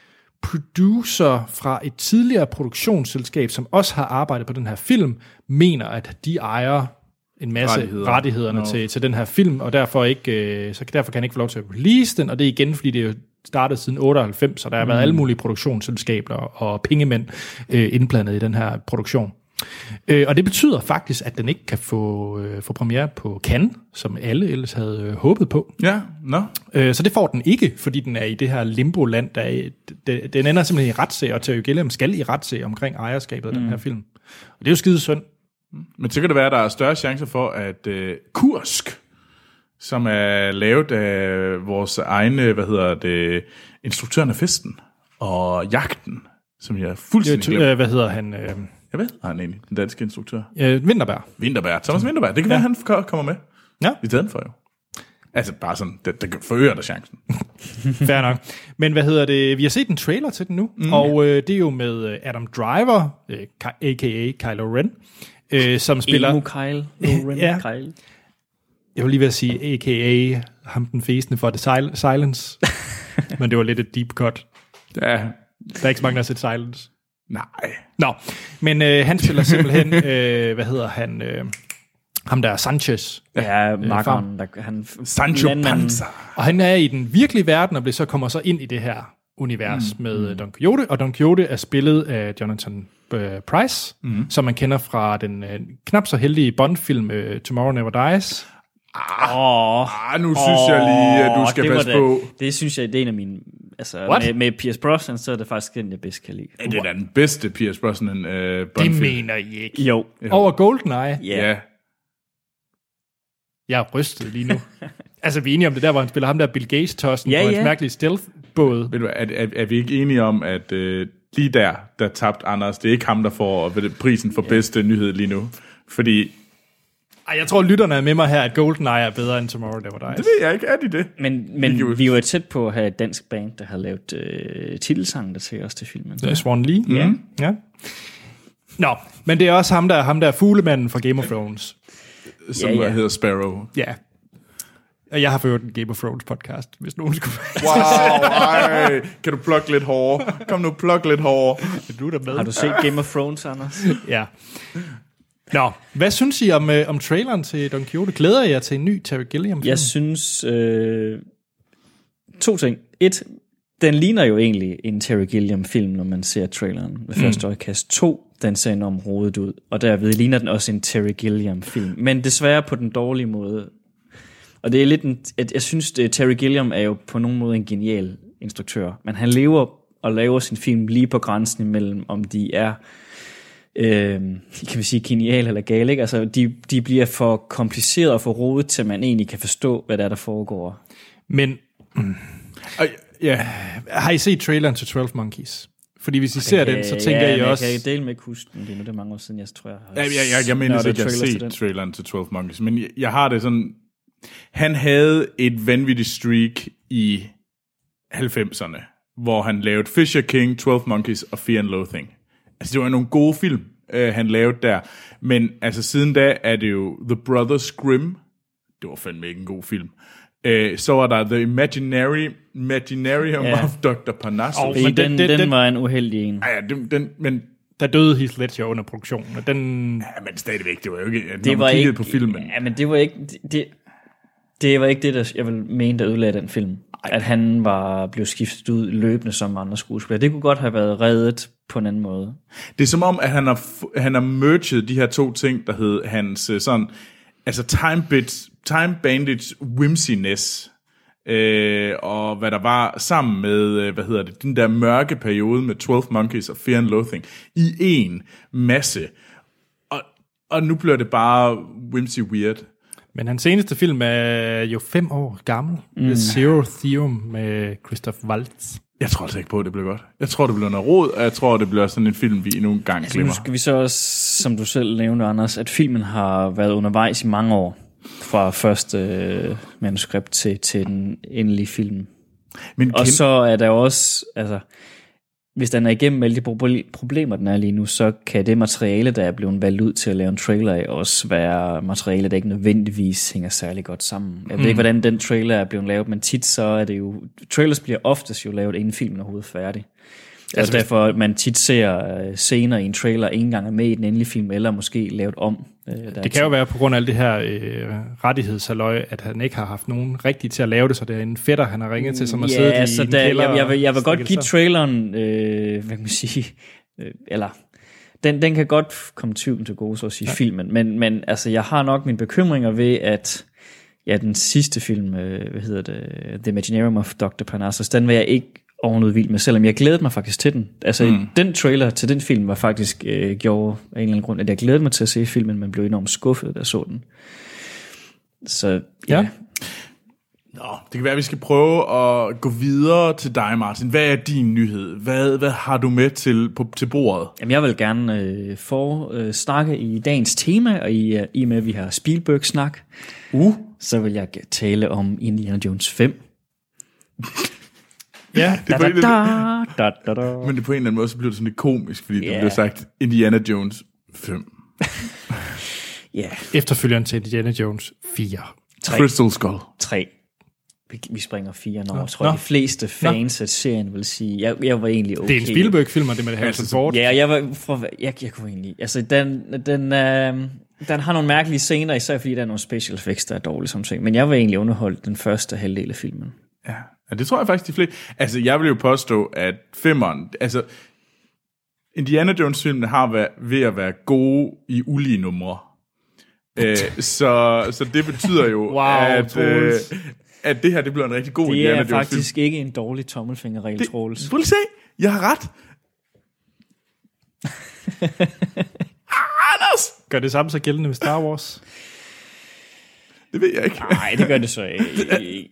producer fra et tidligere produktionsselskab, som også har arbejdet på den her film, mener, at de ejer en masse rettighederne til den her film, og derfor kan han ikke få lov til at release den, og det er igen, fordi det er jo startet siden 98, så der har været alle mulige produktionsselskaber og pengemænd indblandet i den her produktion. Og det betyder faktisk, at den ikke kan få premiere på Cannes, som alle ellers havde håbet på. Ja, så det får den ikke, fordi den er i det her limbo-land. Den ender simpelthen i retssag, og Terry Gilliam skal i retssag omkring ejerskabet af den her film. Og det er jo skide synd. Men så kan det være, at der er større chancer for, at Kursk, som er lavet af vores egne, instruktøren af festen og jagten, som jeg fuldstændig glemt. Hvad hedder han? Jeg ved, han egentlig, den danske instruktør. Vinterberg. Thomas Vinterberg. Det kan være, han kommer med. Ja. I stedet for jo. Altså bare sådan, det forøger der chancen. Fair nok. Men vi har set en trailer til den nu, og det er jo med Adam Driver, a.k.a. Kylo Ren, som spiller... Emo Kylo Ren. Ja. Kyle. Jeg vil lige ved at sige a.k.a. ham den fæsende for The Silence, men det var lidt et deep cut. Ja. Der er ikke så mange, der har set Silence. Nej. Nå, men han spiller simpelthen, ham der er Sanchez. Ja, Markeren, han Sancho Panza. Og han er i den virkelige verden, og kommer så ind i det her univers med Don Quixote, og Don Quixote er spillet af Jonathan Pryce, som man kender fra den knap så heldige Bond-film Tomorrow Never Dies. Nu synes jeg lige, at du skal passe på. Det synes jeg, det er en af mine... Altså, med Pierce Brosnan, så er det faktisk den, jeg bedst kan lide. Ja, det er da den bedste Pierce Brosnan Bond-film. Det mener I ikke. Jo. Over GoldenEye? Ja. Jeg er rystet lige nu. Altså, vi er enige om det der, hvor han spiller ham der Bill Gates-tossen på hans mærkelige stealth-båd. Ved du, er vi ikke enige om, at lige der tabte Anders, det er ikke ham, der får prisen for bedste nyhed lige nu? Fordi... Jeg tror, lytterne er med mig her, at GoldenEye er bedre end Tomorrow Never Dies. Det ved jeg ikke, er de det? Men vi var tæt på at have et dansk band, der har lavet titelsangen der til os til filmen. Det er Swan Lee. Ja. Nå, men det er også ham der er fuglemanden fra Game of Thrones. Som hedder Sparrow. Ja. Og jeg har ført en Game of Thrones podcast, hvis nogen skulle... Wow, kan du plukke lidt hårdere? Kom nu, plukke lidt hårdere. Du er der med. Har du set Game of Thrones, Anders? Ja. Nå, hvad synes I om traileren til Don Quixote? Glæder jeg til en ny Terry Gilliam-film? Jeg synes... 2 ting. 1, den ligner jo egentlig en Terry Gilliam-film, når man ser traileren ved første øjekast. 2, den ser enormt rodet ud, og derved ligner den også en Terry Gilliam-film. Men desværre på den dårlige måde. Og det er lidt jeg synes, Terry Gilliam er jo på nogen måde en genial instruktør, men han lever og laver sin film lige på grænsen imellem, om de er... kan vi sige genial eller gal, ikke? Altså, de bliver for kompliceret og for rodet, til man egentlig kan forstå, hvad der foregår. Men har I set traileren til 12 Monkeys? Fordi hvis I ser den, så tænker I også... Jeg kan dele med ikke huske den. Det er mange år siden, jeg tror, jeg har... Jeg mener ikke, jeg har set traileren til 12 Monkeys, men jeg har det sådan... Han havde et vanvittigt streak i 90'erne, hvor han lavede Fisher King, 12 Monkeys og Fear and Loathing. Altså, det var nogle gode film, han lavede der. Men altså, siden da er det jo The Brothers Grimm. Det var fandme ikke en god film. Så var der The Imaginarium of Dr. Parnassus. Den var en uheldig en. Men der døde Heath Ledger under produktionen. Men stadigvæk, det var jo ikke... Det var ikke på filmen. Ja, men det var ikke... Det var ikke det, der jeg vil mene, der ødelagde den film. At han blev skiftet ud løbende som andre skuespillere. Det kunne godt have været reddet på en anden måde. Det er som om, at han har merged de her 2 ting, der hed hans sådan... Altså Time Bandits whimsiness, og hvad der var sammen med, den der mørke periode med 12 Monkeys og Fear and Loathing, i en masse. Og nu bliver det bare whimsy weird. Men hans seneste film er jo 5 år gammel. The Zero Theorem med Christoph Waltz. Jeg tror altså ikke på, at det bliver godt. Jeg tror, det bliver noget rod, og jeg tror, det bliver sådan en film, vi endnu en gang glemmer. Nu skal vi så også, som du selv nævnte, Anders, at filmen har været undervejs i mange år. Fra første manuskript til den endelige film. Og så er der også... Altså, hvis den er igennem alle de problemer, den er lige nu, så kan det materiale, der er blevet valgt ud til at lave en trailer af, også være materiale, der ikke nødvendigvis hænger særlig godt sammen. Jeg ved ikke, hvordan den trailer er blevet lavet, men tit så er det jo... Trailers bliver oftest jo lavet, inden filmen er overhovedet færdig. Altså derfor, at man tit ser scener i en trailer, en gang er med i den endelige film, eller måske lavet om. Det kan jo være på grund af alt det her rettighedshalløj, at han ikke har haft nogen rigtig til at lave det, så det er en fætter, han har ringet til, som har siddet i en kælder. Jeg vil godt give traileren, hvad kan man sige, eller den kan godt komme tvivlen til gode, så at sige, filmen, men altså, jeg har nok mine bekymringer ved, at den sidste film, The Imaginarium of Dr. Parnassus, den vil jeg ikke ovenud vild med, selvom jeg glædede mig faktisk til den. Altså, den trailer til den film var faktisk gjorde af en eller anden grund, at jeg glædede mig til at se filmen, men blev enormt skuffet, da jeg så den. Så, ja. Nå, det kan være, at vi skal prøve at gå videre til dig, Martin. Hvad er din nyhed? Hvad har du med til bordet? Jamen, jeg vil gerne snakke i dagens tema, og i med, at vi har Spielberg-snak, så vil jeg tale om Indiana Jones 5. Ja, men det på en eller anden måde, så bliver det sådan lidt komisk, fordi det bliver sagt Indiana Jones 5. Ja. Efterfølgeren til Indiana Jones 4. 3. Crystal Skull. 3. Vi springer 4 år. Jeg tror, de fleste fans af serien vil sige, jeg var egentlig okay. Det er en Spielberg-film, og det med det Harrison Ford. Ja, jeg kunne egentlig... Altså, Den har nogle mærkelige scener, især fordi der er nogle special effects, der er dårlige som ting. Men jeg var egentlig underholdt den første halvdel af filmen. Ja, det tror jeg faktisk de fleste. Altså, jeg vil jo påstå, at femmeren... Altså, Indiana Jones-filmene har ved at være gode i ulige numre. Så det betyder jo, at det her det bliver en rigtig god Indiana Jones-film. Det er faktisk ikke en dårlig tommelfingerregel, Troels. Prøv lige se, jeg har ret. Anders! Gør det samme så gældende med Star Wars? Det ved jeg ikke. Nej, det gør det så ikke.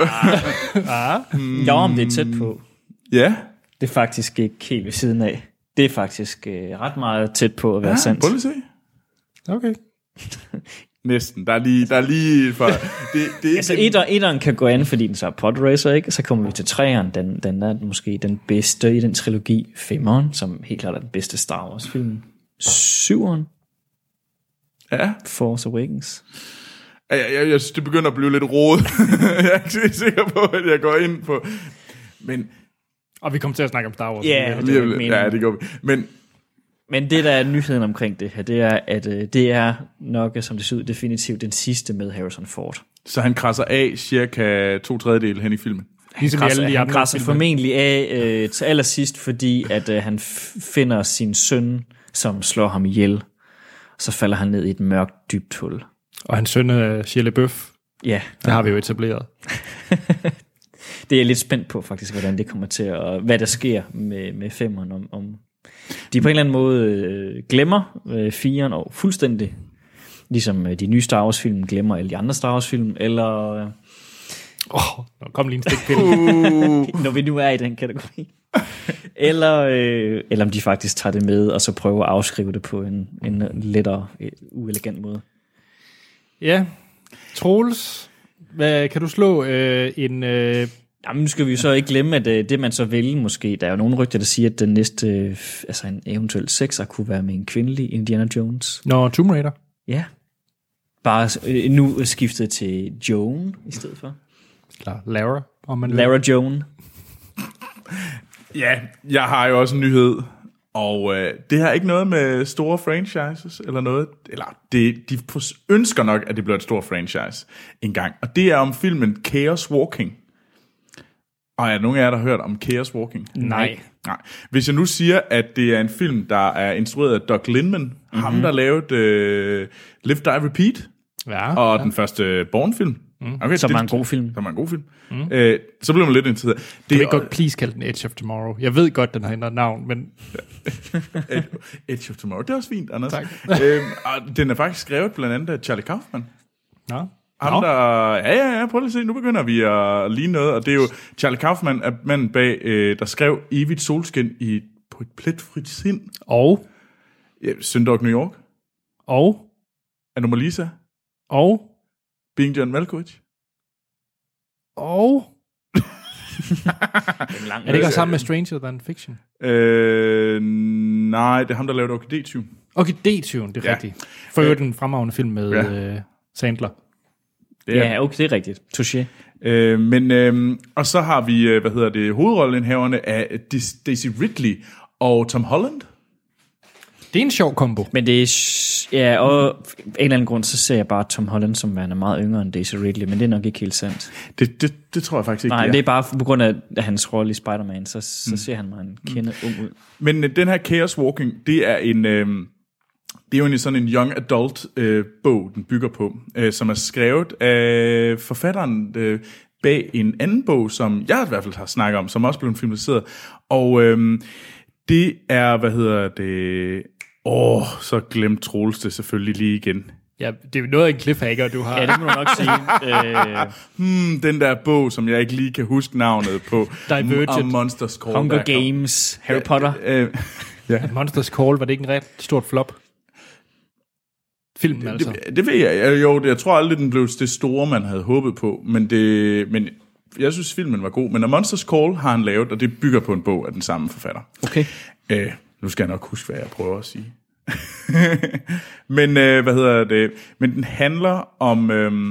Jo, om det er tæt på. Ja. Det er faktisk ikke helt ved siden af. Det er faktisk ret meget tæt på at være sandt. Prøv lige se. Okay. Næsten. Der er lige for... Det er altså, etteren kan gå an, fordi den så er podracer, ikke? Så kommer vi til treeren. Den er måske den bedste i den trilogi. Femmeren, som helt klart er den bedste Star Wars-film. Syveren. Ja. Force Awakens. Jeg synes, det begynder at blive lidt rodet. Jeg er ikke sikker på, at jeg går ind på... Men... Og vi kommer til at snakke om Star Wars. Ja, det går vi. Men det, der er nyheden omkring det her, det er, at det er nok, som det ser ud, definitivt den sidste med Harrison Ford. Så han krasser af cirka 2/3 hen i filmen? Han krasser formentlig af til allersidst, fordi at han finder sin søn, som slår ham ihjel. Så falder han ned i et mørkt, dybt hul. Og hans søn er Shia LaBeouf. Ja. Det har vi jo etableret. Det er jeg lidt spændt på faktisk, hvordan det kommer til at... Hvad der sker med femmeren om de på en eller anden måde glemmer fireren og fuldstændig, ligesom de nye Star Wars film glemmer alle de andre Star Wars film, eller... Nu kom lige en stikpille. Når vi nu er i den kategori. eller om de faktisk tager det med, og så prøver at afskrive det på en lettere, uelegant måde. Ja. Troels, kan du slå en... Jamen, nu skal vi jo så ikke glemme, at det man så vælger måske, der er jo nogle rygter, der siger, at den næste, altså en eventuel 6'er kunne være med en kvindelig Indiana Jones. Tomb Raider. Ja. Bare nu skiftet til Joan i stedet for. Lara. Lara Joan. Ja, jeg har jo også en nyhed, og det har ikke noget med store franchises eller noget, eller de ønsker nok, at det bliver et stort franchise engang, og det er om filmen Chaos Walking. Og er der nogen af jer, der har hørt om Chaos Walking? Nej. Hvis jeg nu siger, at det er en film, der er instrueret af Doug Liman, ham der lavede Live, Die, Repeat, og den første Bourne-film. Okay, som var en god film. Som var en god film. Så blev man lidt interesseret. Kan vi godt please kalde den Edge of Tomorrow? Jeg ved godt, den har ændret navn, men... Edge of Tomorrow, det er også fint, Anders. Tak. Og den er faktisk skrevet blandt andet af Charlie Kaufman. Nå. Ham der... Ja, prøv lige at se, nu begynder vi at ligne noget, og det er jo Charlie Kaufman, er manden bag, der skrev Evigt solskin på et pletfrit sind. Og? Ja, Syndog New York. Og? Anomalisa. Og? Being John Malkovich. Og? Er det ikke også sammen med Stranger Than Fiction? Nej, det er ham, der lavede Orkidé-tyven. Orkidé-tyven, det er rigtigt. For øvrigt en fremragende film med Sandler. Ja, okay, det er rigtigt. Touché. Og så har vi, hovedrollenhaverne af Daisy Ridley og Tom Holland. Det er en sjov kombo. Men det er, og af en eller anden grund, så ser jeg bare Tom Holland som værende meget yngre end Daisy Ridley, men det er nok ikke helt sandt. Det tror jeg faktisk ikke. Nej, det er bare på grund af hans rolle i Spider-Man, så ser han mig en kende ung ud. Men den her Chaos Walking, det er det er jo sådan en young adult bog, den bygger på, som er skrevet af forfatteren bag en anden bog, som jeg i hvert fald har snakket om, som også blev filmatiseret. Og det er, så glemt Troels det selvfølgelig lige igen. Ja, det er noget af en cliffhanger, du har. Ja, det må du nok sige. Den der bog, som jeg ikke lige kan huske navnet på. Divergent. Monsters Call. Hunger Games, Harry Potter. Ja. Monsters Call, var det ikke en ret stort flop? Filmen altså. Det ved jeg. Jo, jeg tror aldrig, den blev det store, man havde håbet på. Men jeg synes, filmen var god. Men A Monsters Call har han lavet, og det bygger på en bog af den samme forfatter. Okay. Nu skal jeg nok huske, hvad jeg prøver at sige. Men, Men den handler om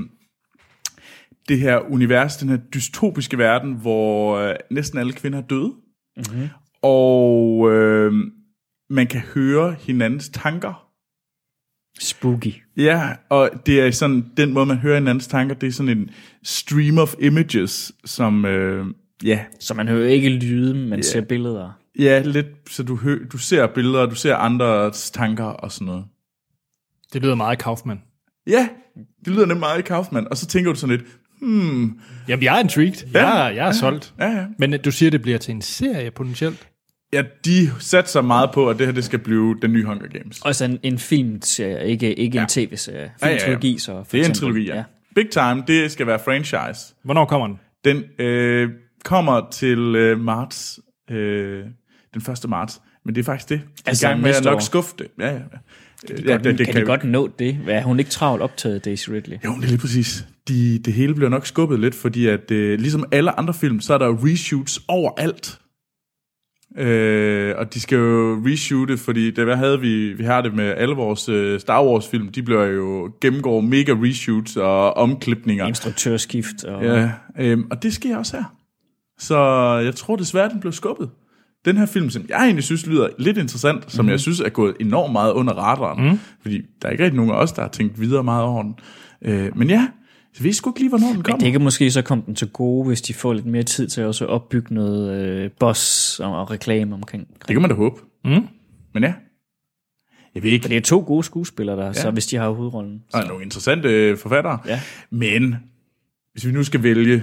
det her univers, den her dystopiske verden, hvor næsten alle kvinder er døde. Mm-hmm. Og man kan høre hinandens tanker. Spooky. Ja, og det er sådan, den måde, man hører hinandens tanker, det er sådan en stream of images, som, Så man hører ikke lyde, men ser billeder. Ja, lidt, så du ser billeder, du ser andres tanker og sådan noget. Det lyder meget Kaufman. Ja, det lyder nemlig meget i Kaufman, og så tænker du sådan lidt, Jamen, jeg er intrigued. Jeg er solgt. Ja. Men du siger, det bliver til en serie potentielt? Ja, de satte sig meget på, at det her det skal blive den nye Hunger Games. Også en filmserie, ikke en tv-serie. Filmtrilogi, så for det er en eksempel. trilogi, ja. Big Time, det skal være franchise. Hvornår kommer den? Den kommer til marts, den 1. marts, men det er faktisk det. Altså i gang med at næste nok år. skuffe det. Ja. Kan de godt nå det? Er hun ikke travlt optaget, Daisy Ridley? Jo, det er lige præcis. Det hele bliver nok skubbet lidt, fordi at ligesom alle andre film, så er der reshoots overalt. Og de skal jo reshoote, fordi vi har det med alle vores Star Wars film, de bliver jo gennemgår mega reshoots og omklipninger. Instruktørskift. Og det sker også her. Så jeg tror desværre, den blev skubbet. Den her film, som jeg egentlig synes lyder lidt interessant, som jeg synes er gået enormt meget under radaren, fordi der er ikke rigtig nogen af os, der har tænkt videre meget over den. Men ja, så vi sgu ikke lige, hvornår den kommer. Men det kan måske så komme den til gode, hvis de får lidt mere tid til også at opbygge noget boss og reklame omkring. Det kan man da håbe. Men ja, jeg ved ikke. For det er 2 gode skuespillere der, så hvis de har hovedrollen. Og nogle interessante forfattere. Ja. Men hvis vi nu skal vælge,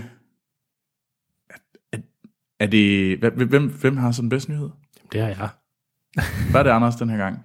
er det, hvem har så den bedste nyhed? Jamen, det har jeg. Hvad er det, Anders, den her gang?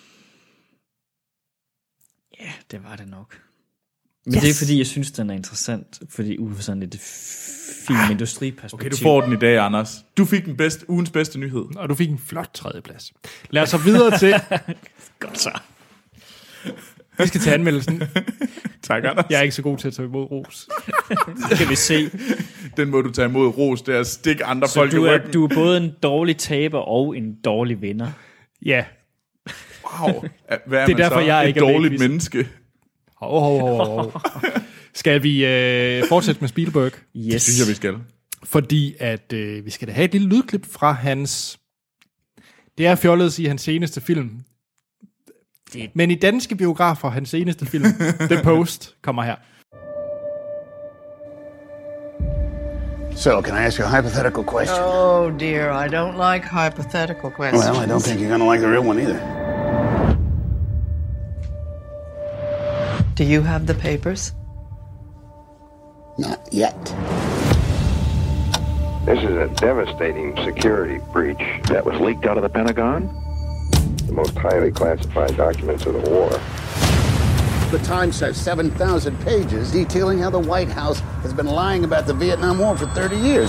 Ja, det var det nok. Men det er fordi, jeg synes, den er interessant, fordi ud fra sådan et filmindustriperspektiv. Okay, du får den i dag, Anders. Du fik ugens bedste nyhed. Og du fik en flot 3. plads. Lad os så videre til... Godt så. Vi skal til anmeldelsen. Tak, Anders. Jeg er ikke så god til at tage imod ros. Det kan vi se. Den må du tage imod ros, det er at stikke andre Så folk i ryggen. du er både en dårlig taber og en dårlig vinder. Ja. Wow. Hvad er Det er man derfor, så? jeg Et ikke er med i dårligt quizzen. menneske. Skal vi fortsætte med Spielberg? Yes. Det synes jeg, vi skal. Fordi at vi skal da have et lille lydklip fra hans... Det er fjollet at sige hans seneste film. Men i danske biografer, hans seneste film, The Post, kommer her. So, can I ask you a hypothetical question? Oh dear, I don't like hypothetical questions. Well, I don't think you're gonna like the real one either. Do you have the papers? Not yet. This is a devastating security breach that was leaked out of the Pentagon. The most highly classified documents of the war. The Times has 7,000 pages detailing how the White House has been lying about the Vietnam War for 30 years.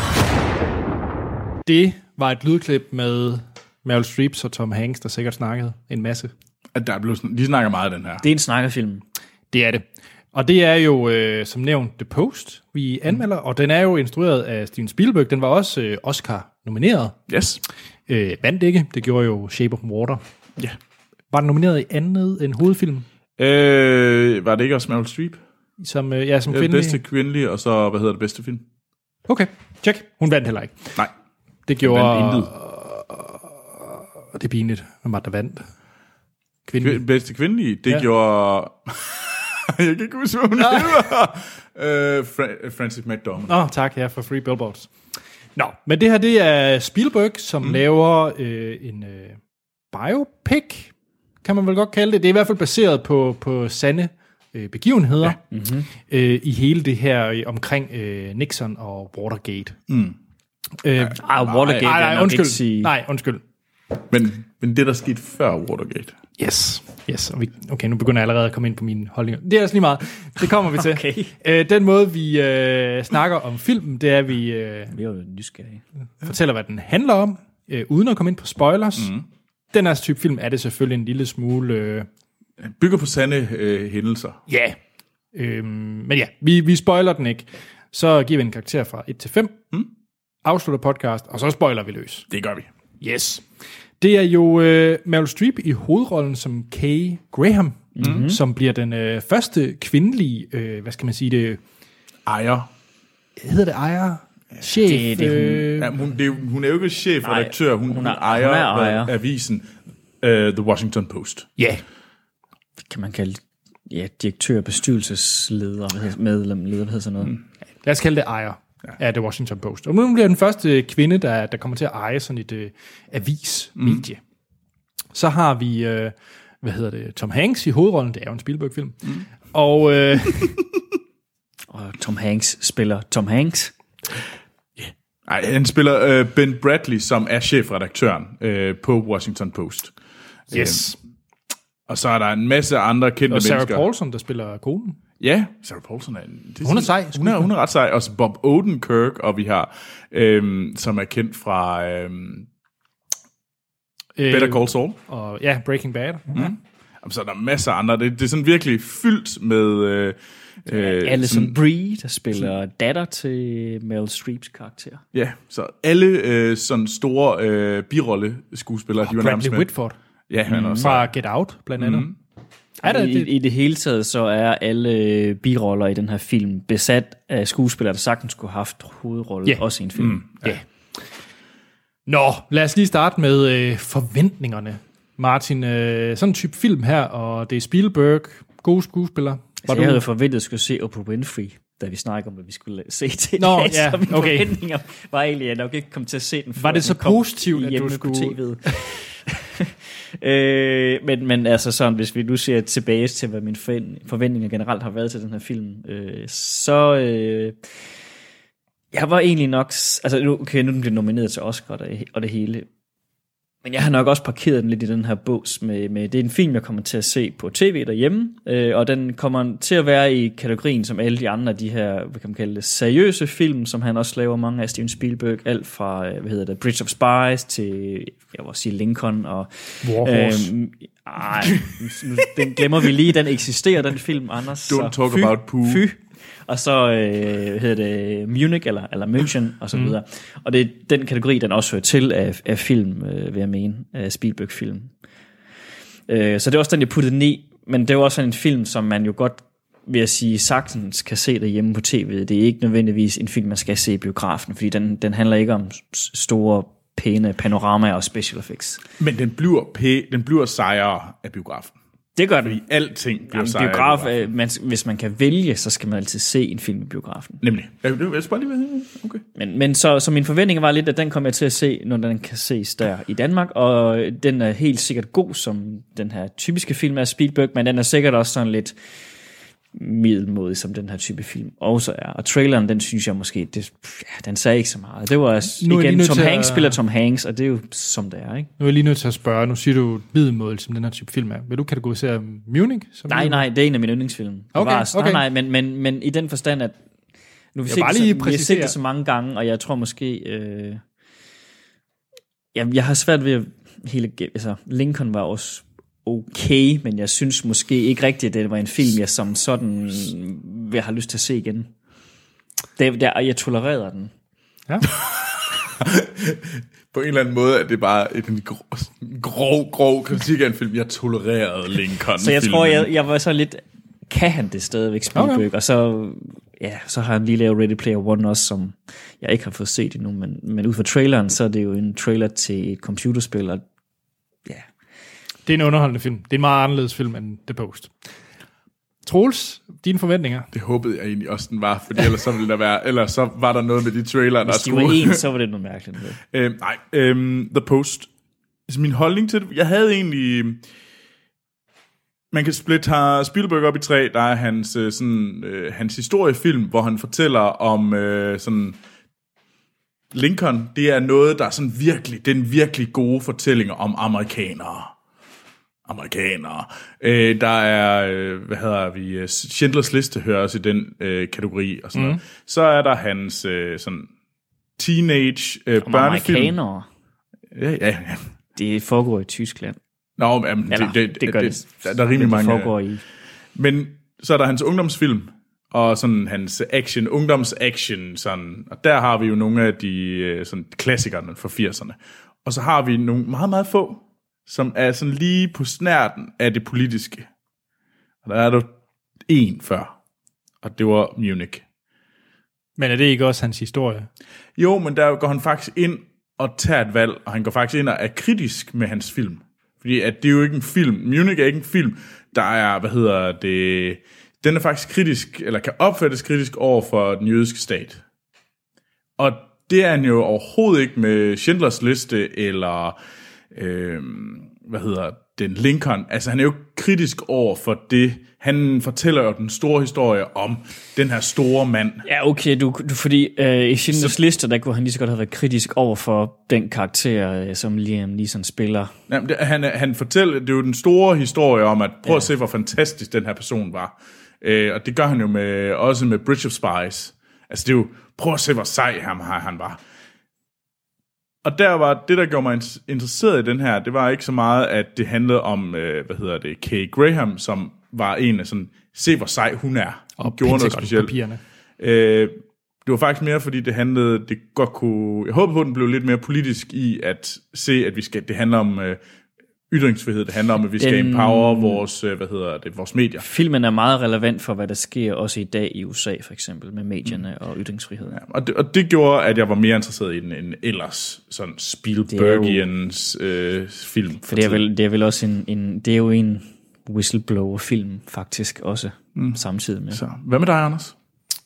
Det var et lydklip med Meryl Streep og Tom Hanks, der sikkert snakkede en masse. De snakker meget af den her. Det er en snakkerfilm. Det er det. Og det er jo, som nævnt, The Post, vi anmelder, og den er jo instrueret af Steven Spielberg. Den var også Oscar-nomineret. Yes. Vandt ikke. Det gjorde jo Shape of Water. Ja. Var den nomineret i andet end hovedfilm? Var det ikke også Meryl Streep? Som kvindelig? Bedste kvindelige, og så, bedste film? Okay, check. Hun vandt heller ikke. Nej. Det gjorde... intet. Det er pinligt. Hvem var der vandt? Bedste kvindelige, det gjorde... Jeg kan ikke huske, hvad hun hedder. Frances McDormand. Tak, ja, for Free Billboards. Nå, men det her, det er Spielberg, som laver en biopic, kan man vel godt kalde det. Det er i hvert fald baseret på sande begivenheder i hele det her omkring Nixon og Watergate. Watergate Nej, undskyld. Ikke sige... Nej, undskyld. Men det, der skete før Watergate. Yes. Okay, nu begynder jeg allerede at komme ind på mine holdninger. Det er altså lige meget. Det kommer vi til. Okay. Den måde, vi snakker om filmen, det er, at vi Vi er jo nysgerrige. fortæller, hvad den handler om, uden at komme ind på spoilers. Den her type film er det selvfølgelig en lille smule... Bygger på sande hændelser. Ja. Men ja, vi spoiler den ikke. Så giver vi en karakter fra 1 til 5. Afslutter podcast, og så spoiler vi løs. Det gør vi. Yes. Det er jo Meryl Streep i hovedrollen som Kay Graham, som bliver den første kvindelige, hvad skal man sige det? Ejer. Hedder det ejer? Chef? Hun er jo ikke chefredaktør, hun ejer avisen The Washington Post. Ja. kan man kalde direktør, bestyrelsesleder, medlem, leder, hvad hedder sådan noget. Lad os kalde det ejer af The Washington Post. Og nu bliver den første kvinde, der kommer til at eje sådan et avismedie. Så har vi, Tom Hanks i hovedrollen. Det er jo en Spielberg-film. Og Tom Hanks spiller Tom Hanks. Nej, han spiller Ben Bradley, som er chefredaktøren på Washington Post. Yes. Og så er der en masse andre kendte mennesker. Og Sarah Paulson, der spiller konen. Ja, Sarah Paulson er... Hun er sej. Hun er ret sej. Også Bob Odenkirk, og vi har, som er kendt fra Better Call Saul. Og Breaking Bad. Så er der masser af andre. Det er sådan virkelig fyldt med... Alison Brie, der spiller datter til Meryl Streeps karakter. Ja, så alle sådan store birolle-skuespillere, de var nærmest med. Whitford. Ja, han også. Fra Get Out, blandt andet. I det hele taget, så er alle biroller i den her film besat af skuespillere, der sagtens skulle have haft hovedrolle også i en film. Nå, lad os lige starte med forventningerne. Martin, sådan en type film her, og det er Spielberg, gode skuespillere. Jeg havde forventet, at jeg skulle se Oprah Winfrey, da vi snakker om, hvad vi skulle se til Nå, det. Så mine forventninger var egentlig, at jeg nok ikke kom til at se den. Var det så positivt, at du skulle... på TV'et? men altså sådan, hvis vi nu ser tilbage til, hvad mine forventninger generelt har været til den her film, så... jeg var egentlig nok... Altså, nu den bliver nomineret til Oscar og det hele. Men jeg har nok også parkeret den lidt i den her bås med det er en film, jeg kommer til at se på tv derhjemme, og den kommer til at være i kategorien som alle de andre af de her, hvad kan man kalde det, seriøse film, som han også laver mange af, Steven Spielberg, alt fra, Bridge of Spies til, jeg vil sige Lincoln og... Warhorse. Den glemmer vi lige, den eksisterer, den film, Anders. Don't talk about poo. Og så hedder det Munich eller München og så videre. Og det er den kategori, den også hører til af film, vil jeg mene, af Spielberg-film. Så det er også den, jeg puttede den i, men det er også sådan en film, som man jo godt, vil jeg sige, sagtens kan se derhjemme på tv. Det er ikke nødvendigvis en film, man skal se i biografen, fordi den handler ikke om store, pæne panoramaer og special effects. Men den bliver sejere af biografen. Det gør det. Alting bliver sejere. Hvis man kan vælge, så skal man altid se en film i biografen. Nemlig. Okay. Men så min forventning var lidt, at den kommer jeg til at se, når den kan ses der i Danmark, og den er helt sikkert god, som den her typiske film af Spielberg, men den er sikkert også sådan lidt middelmådig, som den her type film også er. Og traileren, den synes jeg måske, den sagde ikke så meget. Det var igen, Tom Hanks spiller Tom Hanks, og det er jo som det er, ikke? Nu er jeg lige nødt til at spørge, nu siger du middelmådig, som den her type film er. Vil du kategorisere Munich? Nej, det er en af mine yndlingsfilm. Okay. Nej, men i den forstand, at nu vi har set det så mange gange, og jeg tror måske, jeg har svært ved at Lincoln var også okay, men jeg synes måske ikke rigtigt, at det var en film, jeg som sådan vil have lyst til at se igen. Jeg tolererede den. Ja. På en eller anden måde er det bare en grov kritik af en film. Jeg tolererede Lincoln. Så jeg tror, jeg var så lidt, kan han det stadigvæk, Spielberg? Okay. Og så har han lige lavet Ready Player One også, som jeg ikke har fået set endnu, men ud fra traileren, så er det jo en trailer til et computerspil, og det er en underholdende film. Det er en meget anderledes film end The Post. Troels, dine forventninger? Det håbede jeg egentlig også, den var, fordi ellers så ville der være, ellers så var der noget med de trailer, hvis de var en, så var det noget mærkeligt. The Post. Altså min holdning til det, jeg havde egentlig... Man kan splitte Spielberg op i 3. Der er hans historiefilm, hvor han fortæller om sådan... Lincoln, det er noget, der er sådan virkelig, den virkelig gode fortælling om amerikanere. Der er, Schindlers Liste hører også i den kategori og sådan noget. Så er der hans sådan teenage børnefilm. Amerikanere? Ja. Det foregår i Tyskland. Nå, men det gør det. Der er rimelig mange. Foregår i. Men så er der hans ungdomsfilm, og sådan hans ungdomsaction, sådan, og der har vi jo nogle af de sådan klassikerne fra 80'erne. Og så har vi nogle meget, meget få, som er sådan lige på snærten af det politiske. Og der er der en før, og det var Munich. Men er det ikke også hans historie? Jo, men der går han faktisk ind og tager et valg, og han går faktisk ind og er kritisk med hans film. Fordi at det er jo ikke en film. Munich er ikke en film. der er, den er faktisk kritisk, eller kan opfattes kritisk over for den jødiske stat. Og det er han jo overhovedet ikke med Schindlers Liste, eller, den Lincoln. Altså, han er jo kritisk over for det. Han fortæller jo den store historie om den her store mand. Ja, okay, fordi i Schindlers Liste, der kunne han lige så godt have været kritisk over for den karakter, som Liam Neeson spiller. Jamen, han fortæller, det er jo den store historie om, at prøv at se, hvor fantastisk den her person var. Og det gør han jo også med Bridge of Spies. Altså, det er jo, prøv at se, hvor sej han var. Og der var det, der gjorde mig interesseret i den her, det var ikke så meget, at det handlede om, Kay Graham, som var en af sådan, se hvor sej hun er. Og gjorde noget specielt. Det var faktisk mere, fordi det handlede, det godt kunne, jeg håber på, at den blev lidt mere politisk i at se, at det handler om ytringsfrihed, det handler om, at vi skal empower vores medier. Filmen er meget relevant for, hvad der sker også i dag i USA, for eksempel, med medierne og ytringsfrihed. Ja, og det gjorde, at jeg var mere interesseret i den, end ellers sådan Spielbergians film. For det er vel også det er jo en whistleblower-film, faktisk også, samtidig med. Så, hvad med dig, Anders?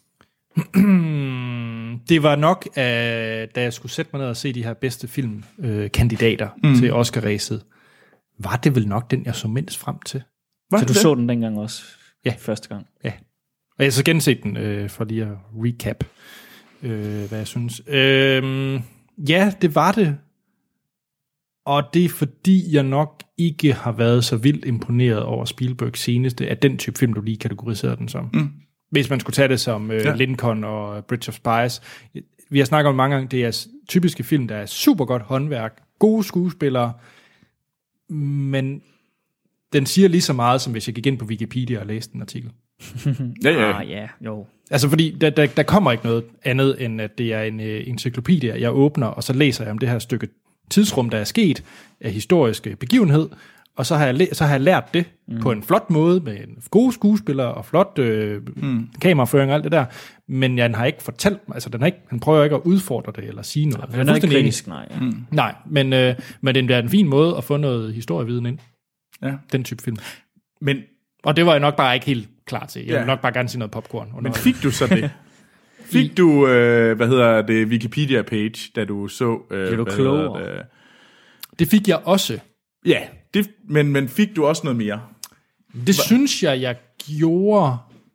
Det var nok, da jeg skulle sætte mig ned og se de her bedste filmkandidater til Oscar-ræset, var det vel nok den, jeg så mindst frem til. Så du så den dengang også? Ja. Første gang? Ja. Og jeg så genset den, for lige at recap, hvad jeg synes. Ja, det var det. Og det er fordi, jeg nok ikke har været så vildt imponeret over Spielbergs seneste, af den type film, du lige kategoriserede den som. Hvis man skulle tage det som Lincoln og Bridge of Spies. Vi har snakket om mange gange, det er typiske film, der er super godt håndværk, gode skuespillere, men den siger lige så meget, som hvis jeg gik ind på Wikipedia og læste en artikel. Ja, jo. Altså fordi, der kommer ikke noget andet, end at det er en encyklopædie, jeg åbner, og så læser jeg om det her stykke tidsrum, der er sket af historiske begivenhed, og så har jeg lært det på en flot måde, med en gode skuespillere og flot kameraføring og alt det der, men han har ikke fortalt mig, altså han prøver ikke at udfordre det eller sige noget. Han er ikke kritisk, nej. Ja. Nej, men det er en fin måde at få noget historieviden ind. Ja. Den type film. Og det var jeg nok bare ikke helt klar til. Jeg vil nok bare gerne sige noget popcorn. Men fik du så det? Fik du, Wikipedia-page, da du så... Blev du klogere? Det fik jeg også. Ja, men fik du også noget mere? Det synes jeg gjorde.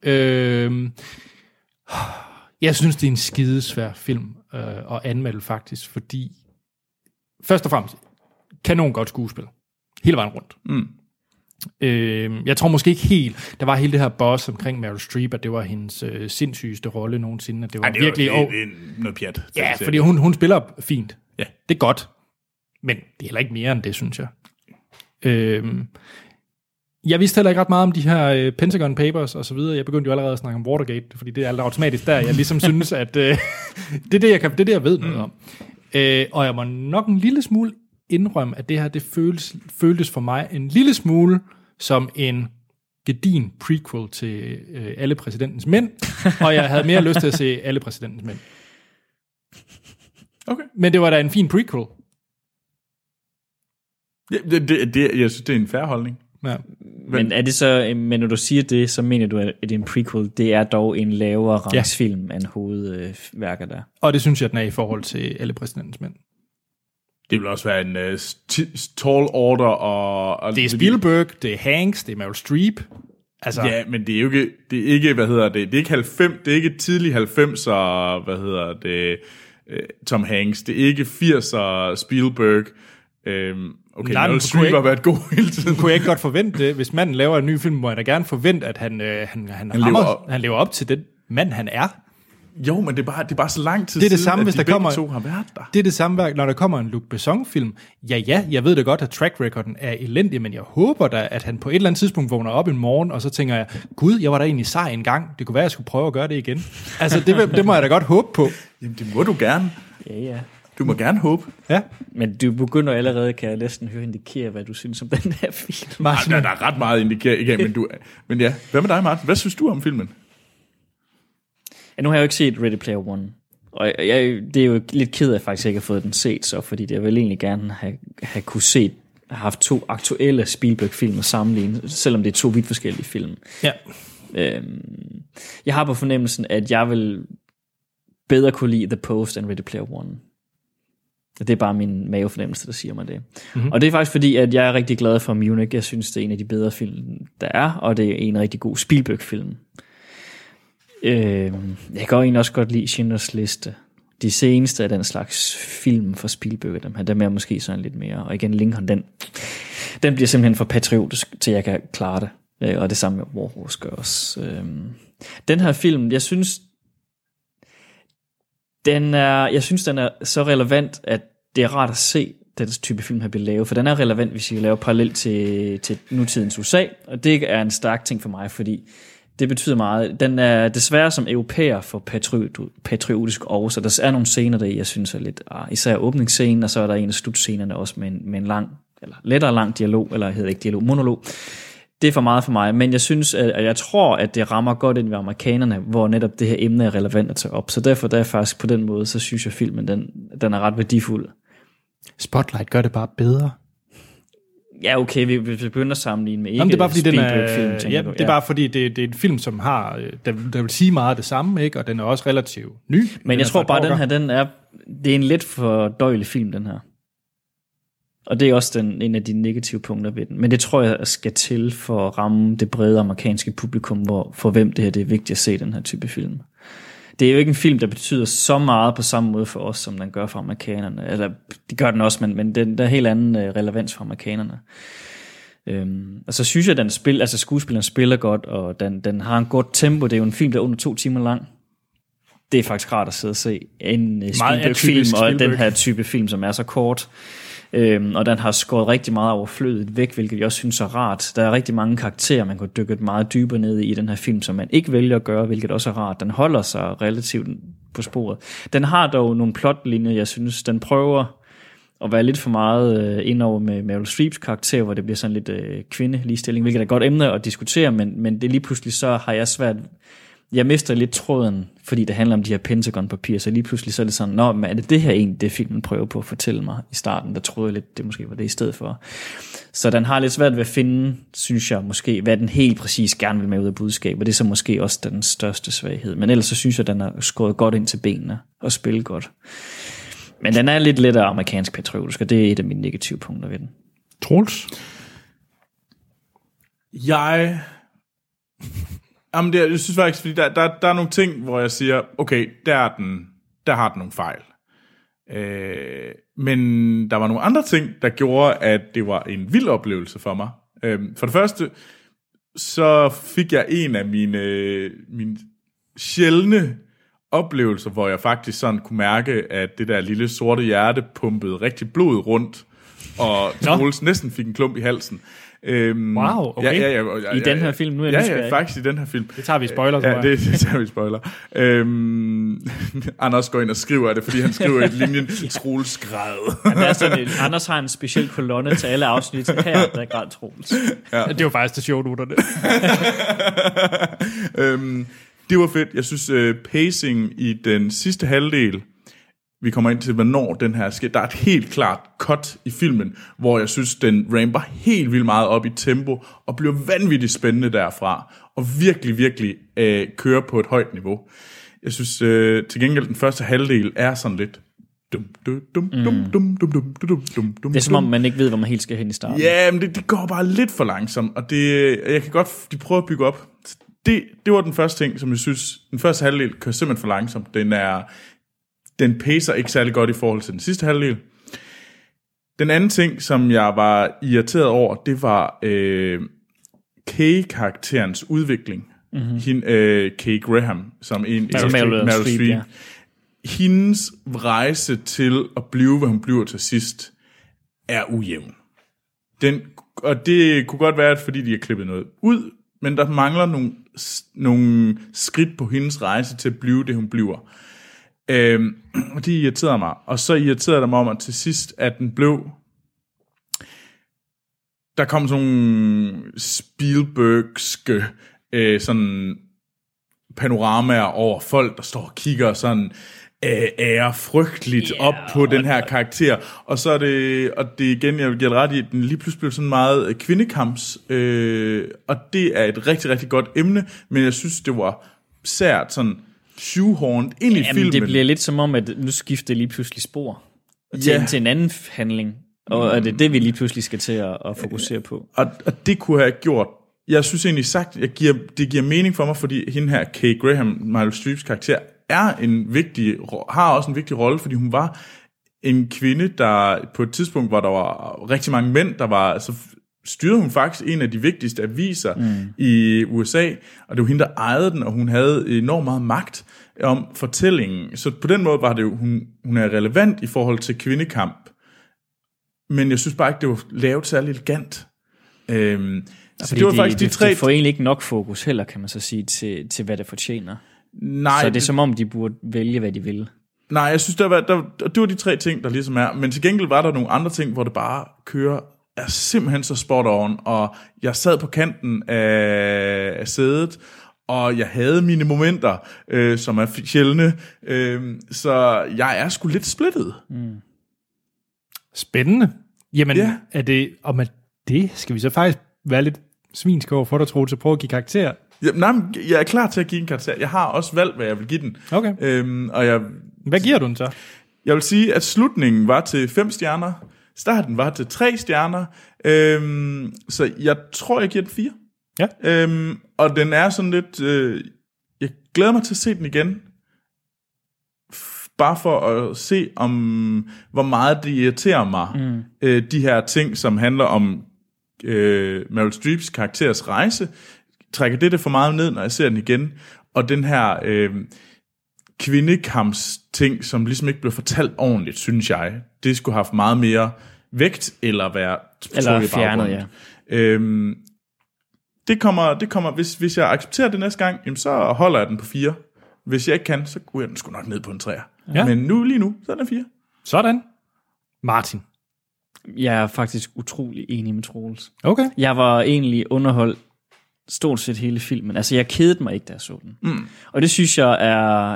Jeg synes, det er en skidesvær film at anmelde faktisk, fordi først og fremmest, kanon godt skuespil. Hele vejen rundt. Jeg tror måske ikke helt, der var hele det her boss omkring Meryl Streep, at det var hendes sindssygeste rolle nogensinde, at det var virkelig... Det er noget pjat. Ja, fordi hun spiller fint. Ja. Det er godt. Men det er heller ikke mere end det, synes jeg. Jeg vidste heller ikke ret meget om de her Pentagon Papers og så videre. Jeg begyndte jo allerede at snakke om Watergate, fordi det er alt automatisk der. Jeg ligesom synes, at det er det, jeg ved noget om. Og jeg må nok en lille smule indrømme, at det her, det føltes for mig en lille smule som en gedin prequel til Alle præsidentens mænd, og jeg havde mere lyst til at se Alle præsidentens mænd. Okay. Men det var da en fin prequel. Ja, jeg synes, det er en fair holdning. Ja. Men er det så, men når du siger det, så mener du, at det er en prequel, det er dog en lavere rangsfilm end hovedværker der. Og det synes jeg, den er i forhold til Alle præsidentens mænd. Det vil også være en tall order og det er Spielberg, det er Hanks, det er Meryl Streep. Altså, ja, men det er jo ikke, det er ikke 90, det er ikke tidlig 90'er, Tom Hanks, det er ikke 80'er Spielberg. Okay, Meryl Streep har været god hele tiden. Kunne jeg ikke godt forvente det? Hvis manden laver en ny film, må jeg da gerne forvente, at han lever op til den mand, han er. Jo, men det er bare så lang tid det er det samme, siden, hvis der kommer, to har været der. Det er det samme, når der kommer en Luc Besson-film. Ja, jeg ved da godt, at track-recorden er elendig, men jeg håber da, at han på et eller andet tidspunkt vågner op en morgen, og så tænker jeg, gud, jeg var da egentlig sej en gang. Det kunne være, at jeg skulle prøve at gøre det igen. Altså, det må jeg da godt håbe på. Jamen, det må du gerne. Ja. Du må gerne håbe. Ja. Men du begynder allerede, kan jeg næsten høre, indikere, hvad du synes om den her film. Der er ret meget indikere igen, men ja. Hvad med dig, Martin? Hvad synes du om filmen? Ja, nu har jeg jo ikke set Ready Player One, og det er jo lidt ked af, at jeg faktisk ikke har fået den set, så, fordi det jeg vil egentlig gerne have kunne set har haft 2 aktuelle Spielberg-film at sammenligne, selvom det er 2 vidt forskellige film. Ja. Jeg har på fornemmelsen, at jeg vil bedre kunne lide The Post end Ready Player One. Det er bare min mavefornemmelse, der siger mig det. Mm-hmm. Og det er faktisk fordi, at jeg er rigtig glad for Munich. Jeg synes, det er en af de bedre film, der er, og det er en rigtig god Spielberg-film. Jeg kan egentlig også godt lide Schindlers Liste. De seneste af den slags film for Spielberg, dem er måske sådan lidt mere. Og igen, Lincoln, den bliver simpelthen for patriotisk, til jeg kan klare det. Og det samme med War Horse gør også. Den her film, jeg synes, den er så relevant, at det er rart at se den type film her blive lavet, for den er relevant, hvis I laver parallelt til nutidens USA, og det er en stærk ting for mig, fordi det betyder meget. Den er desværre som europæer for patriotisk over, så der er nogle scener, der jeg synes er lidt, især åbningsscenen, og så er der en af slutscenerne også med en lang, eller lettere lang dialog, eller hedder ikke dialog, monolog. Det er for meget for mig, men jeg synes, at jeg tror, at det rammer godt ind ved amerikanerne, hvor netop det her emne er relevant at tage op. Så derfor der er faktisk på den måde, så synes jeg, filmen den er ret værdifuld. Spotlight gør det bare bedre. Ja, okay, vi begynder at sammenligne med ikke. Jamen, det er bare fordi Spielberg-film, ja, det er bare fordi det er en film, som har der vil sige meget af det samme, ikke, og den er også relativt ny. Men jeg tror bare, det er en lidt for døjelig film, den her. Og det er også en af de negative punkter ved den. Men det tror jeg skal til for at ramme det brede amerikanske publikum, for hvem det her det er vigtigt at se den her type film. Det er jo ikke en film, der betyder så meget på samme måde for os, som den gør for amerikanerne. Eller det gør den også, men der er helt anden relevans for amerikanerne. Og så synes jeg, at skuespilleren spiller godt, og den har en godt tempo. Det er jo en film, der er under 2 timer lang. Det er faktisk rart at sidde og se en Spielberg-film, og den her type film, som er så kort. Og den har skåret rigtig meget overflødet væk, hvilket jeg også synes er rart. Der er rigtig mange karakterer, man kunne dykke meget dybere ned i den her film, som man ikke vælger at gøre, hvilket også er rart. Den holder sig relativt på sporet. Den har dog nogle plotlinjer, jeg synes, den prøver at være lidt for meget indover med Meryl Streeps karakter, hvor det bliver sådan lidt kvindeligestilling, hvilket er et godt emne at diskutere, men det lige pludselig så har jeg svært. Jeg mister lidt tråden, fordi det handler om de her Pentagon-papirer, så lige pludselig så er det sådan, men er det her egentlig, det filmen prøver på at fortælle mig i starten? Der troede jeg lidt, det måske var det i stedet for. Så den har lidt svært ved at finde, synes jeg måske, hvad den helt præcis gerne vil med ud af budskab, og det er så måske også den største svaghed. Men ellers så synes jeg, at den har skåret godt ind til benene og spillet godt. Men den er lidt lettere amerikansk patriotisk, og det er et af mine negative punkter ved den. Troels? Jamen, jeg synes faktisk, fordi der er nogle ting, hvor jeg siger, okay, der har den nogle fejl. Men der var nogle andre ting, der gjorde, at det var en vild oplevelse for mig. For det første, så fik jeg en af mine sjældne oplevelser, hvor jeg faktisk sådan kunne mærke, at det der lille sorte hjerte pumpede rigtig blod rundt, og Troels næsten fik en klump i halsen. Wow, okay. Ja, I den her film nu? Ja, faktisk i den her film. Det tager vi i spoiler, tror jeg. Ja, det tager vi i spoiler. Anders går ind og skriver det, fordi han skriver et linjen Troels græd. Anders har en speciel kolonne til alle afsnit her, der græd Troels. Ja. Det var faktisk det sjovt ud af det. Det var fedt. Jeg synes, pacing i den sidste halvdel, vi kommer ind til, hvornår den her sker. Der er et helt klart cut i filmen, hvor jeg synes, den ramper helt vildt meget op i tempo, og bliver vanvittigt spændende derfra, og virkelig, virkelig kører på et højt niveau. Jeg synes til gengæld, den første halvdel er sådan lidt det er som om, man ikke ved, hvor man helt skal hen i starten. Ja, men det går bare lidt for langsomt, og jeg kan godt, de prøver at bygge op. Det var den første ting, som jeg synes, den første halvdel kører simpelthen for langsomt. Den pacer ikke særlig godt i forhold til den sidste halvdel. Den anden ting, som jeg var irriteret over, det var Kay-karakterens udvikling. Mm-hmm. Kay Graham, som en Meryl Streep. Ja. Hendes rejse til at blive, hvad hun bliver til sidst, er ujævn. Og det kunne godt være, fordi de har klippet noget ud, men der mangler nogle skridt på hendes rejse til at blive det, hun bliver. Og det irriterede mig. Og så irriterede det mig om, at til sidst, at den blev... Der kom sådan nogle Spielbergske sådan panoramaer over folk, der står og kigger sådan ære frygteligt op på den her karakter. Og så er det, og det igen, jeg vil give ret i, at den lige pludselig blev sådan meget kvindekamps, og det er et rigtig, rigtig godt emne, men jeg synes, det var sært sådan shoehorned ind i filmen. Det bliver lidt som om, at nu skifter lige pludselig spor til en anden handling, og det er det, vi lige pludselig skal til at fokusere på. Og det kunne have gjort, jeg synes egentlig sagt, det giver mening for mig, fordi hende her, Kay Graham, Meryl Streeps karakter, har også en vigtig rolle, fordi hun var en kvinde, der på et tidspunkt, hvor der var rigtig mange mænd, der var, så styrede hun faktisk en af de vigtigste aviser i USA, og det var hende, der ejede den, og hun havde enormt meget magt om fortællingen. Så på den måde var det jo, hun er relevant i forhold til kvindekamp, men jeg synes bare ikke, det var lavet særlig elegant. Så det var faktisk de tre... Det får egentlig ikke nok fokus heller, kan man så sige, til hvad det fortjener. Nej, så det er som om, de burde vælge, hvad de vil. Nej, jeg synes, det var de tre ting, der ligesom er. Men til gengæld var der nogle andre ting, hvor det bare kører er simpelthen så spot on. Og jeg sad på kanten af sædet, og jeg havde mine momenter, som er sjældne. Så jeg er sgu lidt splittet. Spændende. Jamen, er det skal vi så faktisk være lidt svinsk over for dig, Troels, til at prøve at give karakter? Jeg er klar til at give en karakter. Jeg har også valgt, hvad jeg vil give den. Okay. Hvad giver du den så? Jeg vil sige, at slutningen var til 5 stjerner. Starten var til 3 stjerner. Så jeg tror, jeg giver den 4. Ja. Og den er sådan lidt... jeg glæder mig til at se den igen. Bare for at se, hvor meget det irriterer mig. De her ting, som handler om Meryl Streeps karakteres rejse, trækker det for meget ned, når jeg ser den igen. Og den her kvindekamps-ting, som ligesom ikke blev fortalt ordentligt, synes jeg. Det skulle have haft meget mere vægt, eller være fjernet, ja. Det kommer hvis jeg accepterer det næste gang, jamen, så holder jeg den på 4. Hvis jeg ikke kan, så går jeg den sgu nok ned på en 3'er. Ja. Men lige nu, så er den 4. Sådan. Martin. Jeg er faktisk utrolig enig med Troels. Okay. Jeg var egentlig underholdt stort set hele filmen. Altså, jeg kedede mig ikke, da jeg så den. Og det synes jeg er...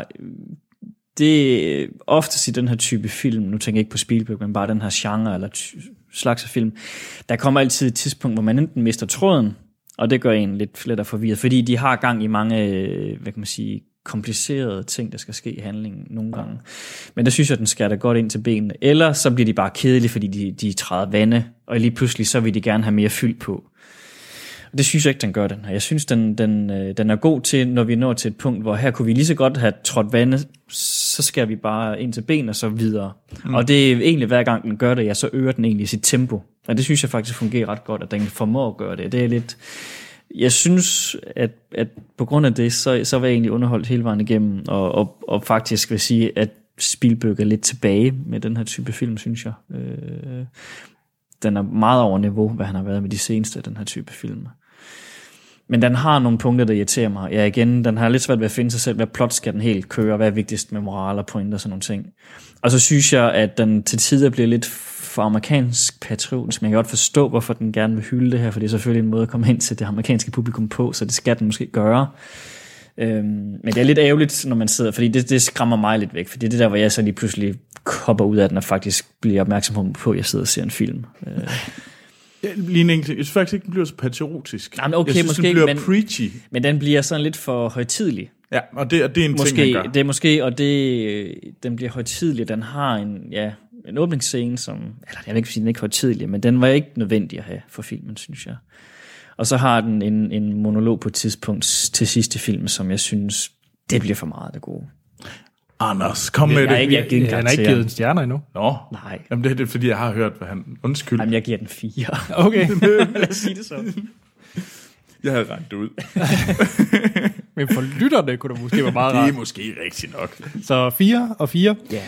Det er oftest i den her type film, nu tænker jeg ikke på Spielberg, men bare den her genre eller slags af film, der kommer altid et tidspunkt, hvor man enten mister tråden, og det gør en lidt forvirret, fordi de har gang i mange, hvad kan man sige, komplicerede ting, der skal ske i handlingen nogle gange. Men der synes jeg, den skærer da godt ind til benene. Eller så bliver de bare kedelige, fordi de træder vande, og lige pludselig så vil de gerne have mere fyld på. Og det synes jeg ikke, den gør den her. Jeg synes, den er god til, når vi når til et punkt, hvor her kunne vi lige så godt have trådt vande, så skærer vi bare ind til ben og så videre. Og det er egentlig hver gang den gør det, ja, så øger den egentlig sit tempo. Og det synes jeg faktisk fungerer ret godt, at den formår at gøre det. Det er lidt... Jeg synes, at på grund af det, så var jeg egentlig underholdt hele vejen igennem, og faktisk vil sige, at Spielberg er lidt tilbage med den her type film, synes jeg. Den er meget over niveau, hvad han har været med de seneste af den her type film. Men den har nogle punkter, der irriterer mig. Ja, igen, den har lidt svært ved at finde sig selv. Hvad plot skal den helt køre? Hvad er vigtigst med moral og pointer og sådan nogle ting? Og så synes jeg, at den til tider bliver lidt for amerikansk patriotisk. Men jeg kan godt forstå, hvorfor den gerne vil hylde det her, for det er selvfølgelig en måde at komme ind til det amerikanske publikum på, så det skal den måske gøre. Men det er lidt ærgerligt, når man sidder, fordi det skræmmer mig lidt væk, fordi det er der, hvor jeg så lige pludselig hopper ud af den, og faktisk bliver opmærksom på, at jeg sidder og ser en film. Lige en enkelt. Jeg synes faktisk ikke, den bliver så patriotisk. Jamen, okay, jeg synes, måske, den bliver preachy. Men den bliver sådan lidt for højtidelig. Ja, og det er en måske, ting, han gør. Det er måske, og den bliver højtidelig. Den har en åbningsscene, som... Eller jeg vil ikke sige, den er ikke højtidelig, men den var ikke nødvendig at have for filmen, synes jeg. Og så har den en monolog på et tidspunkt til sidste film, som jeg synes, det bliver for meget det gode. Anders, kom med det. Han har ikke givet en stjerne endnu. Nå. Nej. Jamen det er det, fordi jeg har hørt, hvad han... Undskyld. Jamen jeg giver den 4. Okay. Lad os sige det så. Jeg havde regnet det ud. Men for lytterne kunne det måske være meget rart. Det er måske rigtigt nok. Så 4 og 4. Ja.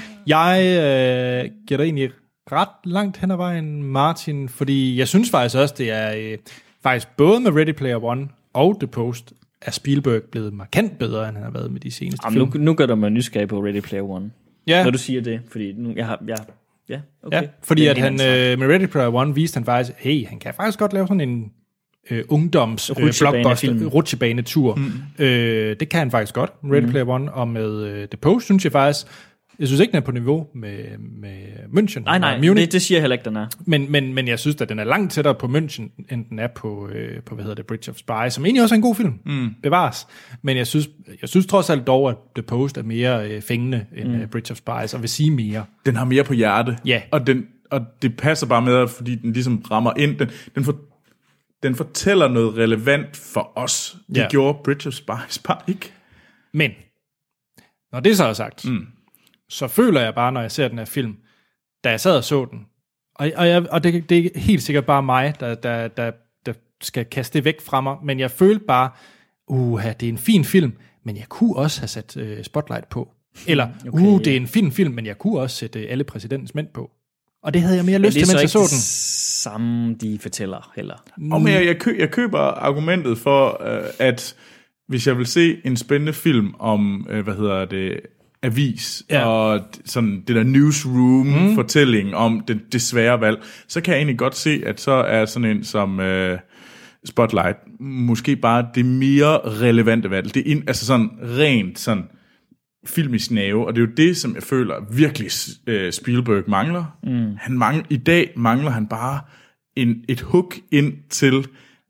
Jeg giver dig egentlig ret langt hen ad vejen, Martin, fordi jeg synes faktisk også, det er faktisk både med Ready Player One og The Post, er Spielberg blevet markant bedre, end han har været med de seneste film. Nu gør der mig nysgerrig på Ready Player One, når du siger det, fordi nu okay. Ja, fordi at han med Ready Player One viste han faktisk, hey, han kan faktisk godt lave sådan en ungdoms blockbuster rutsjebanetur. Det kan han faktisk godt, Ready Player One, og med The Post synes jeg faktisk, Jeg synes ikke, den er på niveau med München. Nej, det siger jeg heller ikke, den er. Men jeg synes, at den er langt tættere på München, end den er på Bridge of Spies, som egentlig også er en god film. Bevares. Men jeg synes trods alt dog, at The Post er mere fængende end Bridge of Spies, og vil sige mere. Den har mere på hjerte. Ja. Og det passer bare med, fordi den ligesom rammer ind. Den fortæller noget relevant for os. Det gjorde Bridge of Spies bare ikke. Men, når det så er sagt, så føler jeg bare, når jeg ser den her film, da jeg sad og så den, og det er helt sikkert bare mig, der skal kaste det væk fra mig, men jeg følte bare, det er en fin film, men jeg kunne også have sat Spotlight på. Eller, det er en fin film, men jeg kunne også sætte Alle præsidentens mænd på. Og det havde jeg mere lyst til, mens jeg så den. Det er så ikke samme, de fortæller heller. Men jeg køber argumentet for, at hvis jeg vil se en spændende film om, avis, og sådan det der newsroom-fortælling om det svære valg, så kan jeg egentlig godt se, at så er sådan en som Spotlight måske bare det mere relevante valg. Det er altså sådan rent sådan filmisk nerve, og det er jo det, som jeg føler virkelig Spielberg mangler. I dag mangler han bare et hook ind til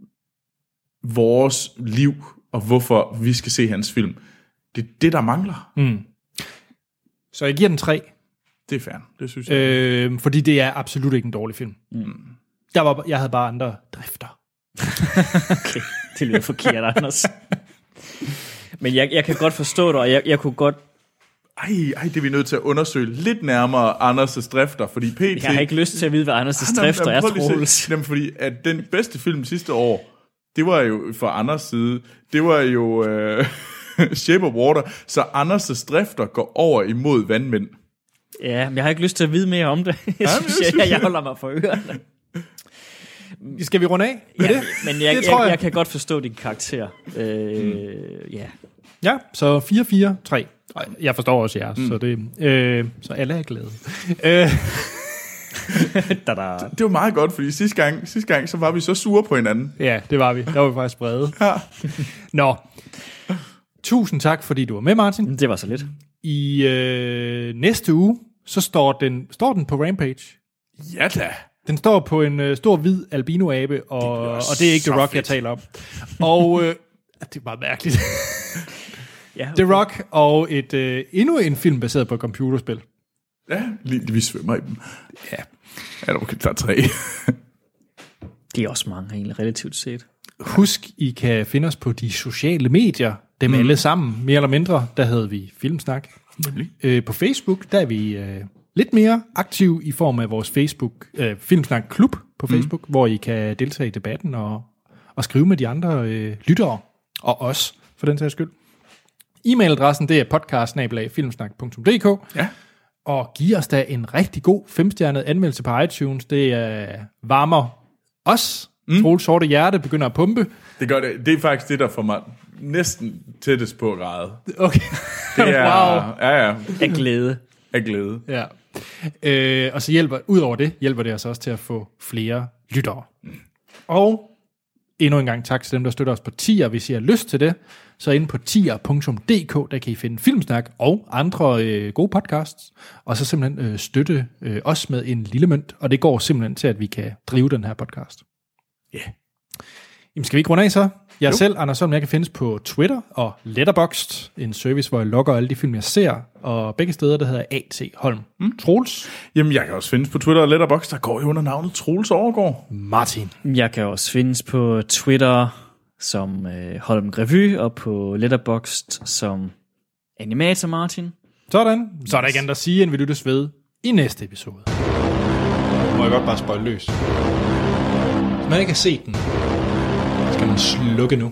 vores liv, og hvorfor vi skal se hans film. Det er det, der mangler. Så jeg giver den 3. Det er fair, det synes jeg. Fordi det er absolut ikke en dårlig film. Jeg havde bare andre drifter. Okay, det lyder forkert, Anders. Men jeg kan godt forstå det, og jeg kunne godt... det er vi nødt til at undersøge lidt nærmere Anders' drifter, fordi PT... Jeg har ikke lyst til at vide, hvad Anders' drifter er, Troels. Jamen, fordi at den bedste film sidste år, det var jo fra Anders' side, det var jo Shape of Water, så Anders' drifter går over imod Vandmænd. Ja, men jeg har ikke lyst til at vide mere om det. Jeg holder mig for ørerne. Skal vi runde af med det? Men jeg kan godt forstå din karakter. Ja, så 4-4-3. Jeg forstår også jeres, så alle er glade. Det var meget godt, fordi sidste gang så var vi så sure på hinanden. Ja, det var vi. Der var vi faktisk brede. Ja. Nå. Tusind tak, fordi du var med, Martin. Det var så lidt. I næste uge, så står den på Rampage. Ja da. Den står på en stor hvid albino-abe, og det er ikke The Rock, jeg taler om. Og det er meget mærkeligt. Ja, okay. The Rock og endnu en film baseret på et computerspil. Ja, vi svømmer i dem. Ja. Ja, der er 3. Det er også mange, egentlig, relativt set. Husk, I kan finde os på de sociale medier. Dem alle sammen, mere eller mindre. Der havde vi Filmsnak. På Facebook, der er vi lidt mere aktive i form af vores Facebook Filmsnak Klub på Facebook, hvor I kan deltage i debatten og skrive med de andre lyttere, og os, for den sags skyld. E-mailadressen, det er podcast@filmsnak.dk. Ja. Og giv os da en rigtig god 5-stjernet anmeldelse på iTunes. Det varmer os. Troels sorte hjerte begynder at pumpe. Det gør det. Det er faktisk det, der får mig næsten tættest på at græde. Okay. Det er, wow. Ja. Af glæde. Af glæde. Ja. Og så udover det, hjælper det os også til at få flere lyttere. Og endnu en gang tak til dem, der støtter os på Tier. Hvis I har lyst til det, så inde på tier.dk, der kan I finde Filmsnak og andre gode podcasts, og så simpelthen støtte os med en lille mønt, og det går simpelthen til, at vi kan drive den her podcast. Ja. Yeah. Jamen, skal vi ikke runde af så? Jeg selv, Anders Holm, jeg kan findes på Twitter og Letterboxd, en service, hvor jeg logger alle de film, jeg ser, og begge steder, der hedder A.T. Holm. Troels? Jamen, jeg kan også findes på Twitter og Letterboxd, der går jo under navnet Troels Overgaard. Martin? Jeg kan også findes på Twitter som Holm Revy, og på Letterboxd som Animator Martin. Sådan. Så er der ikke andet at sige, end vi lyttes ved i næste episode. Må jeg godt bare spoil løs? Hvis man ikke har set den, skal man slukke nu.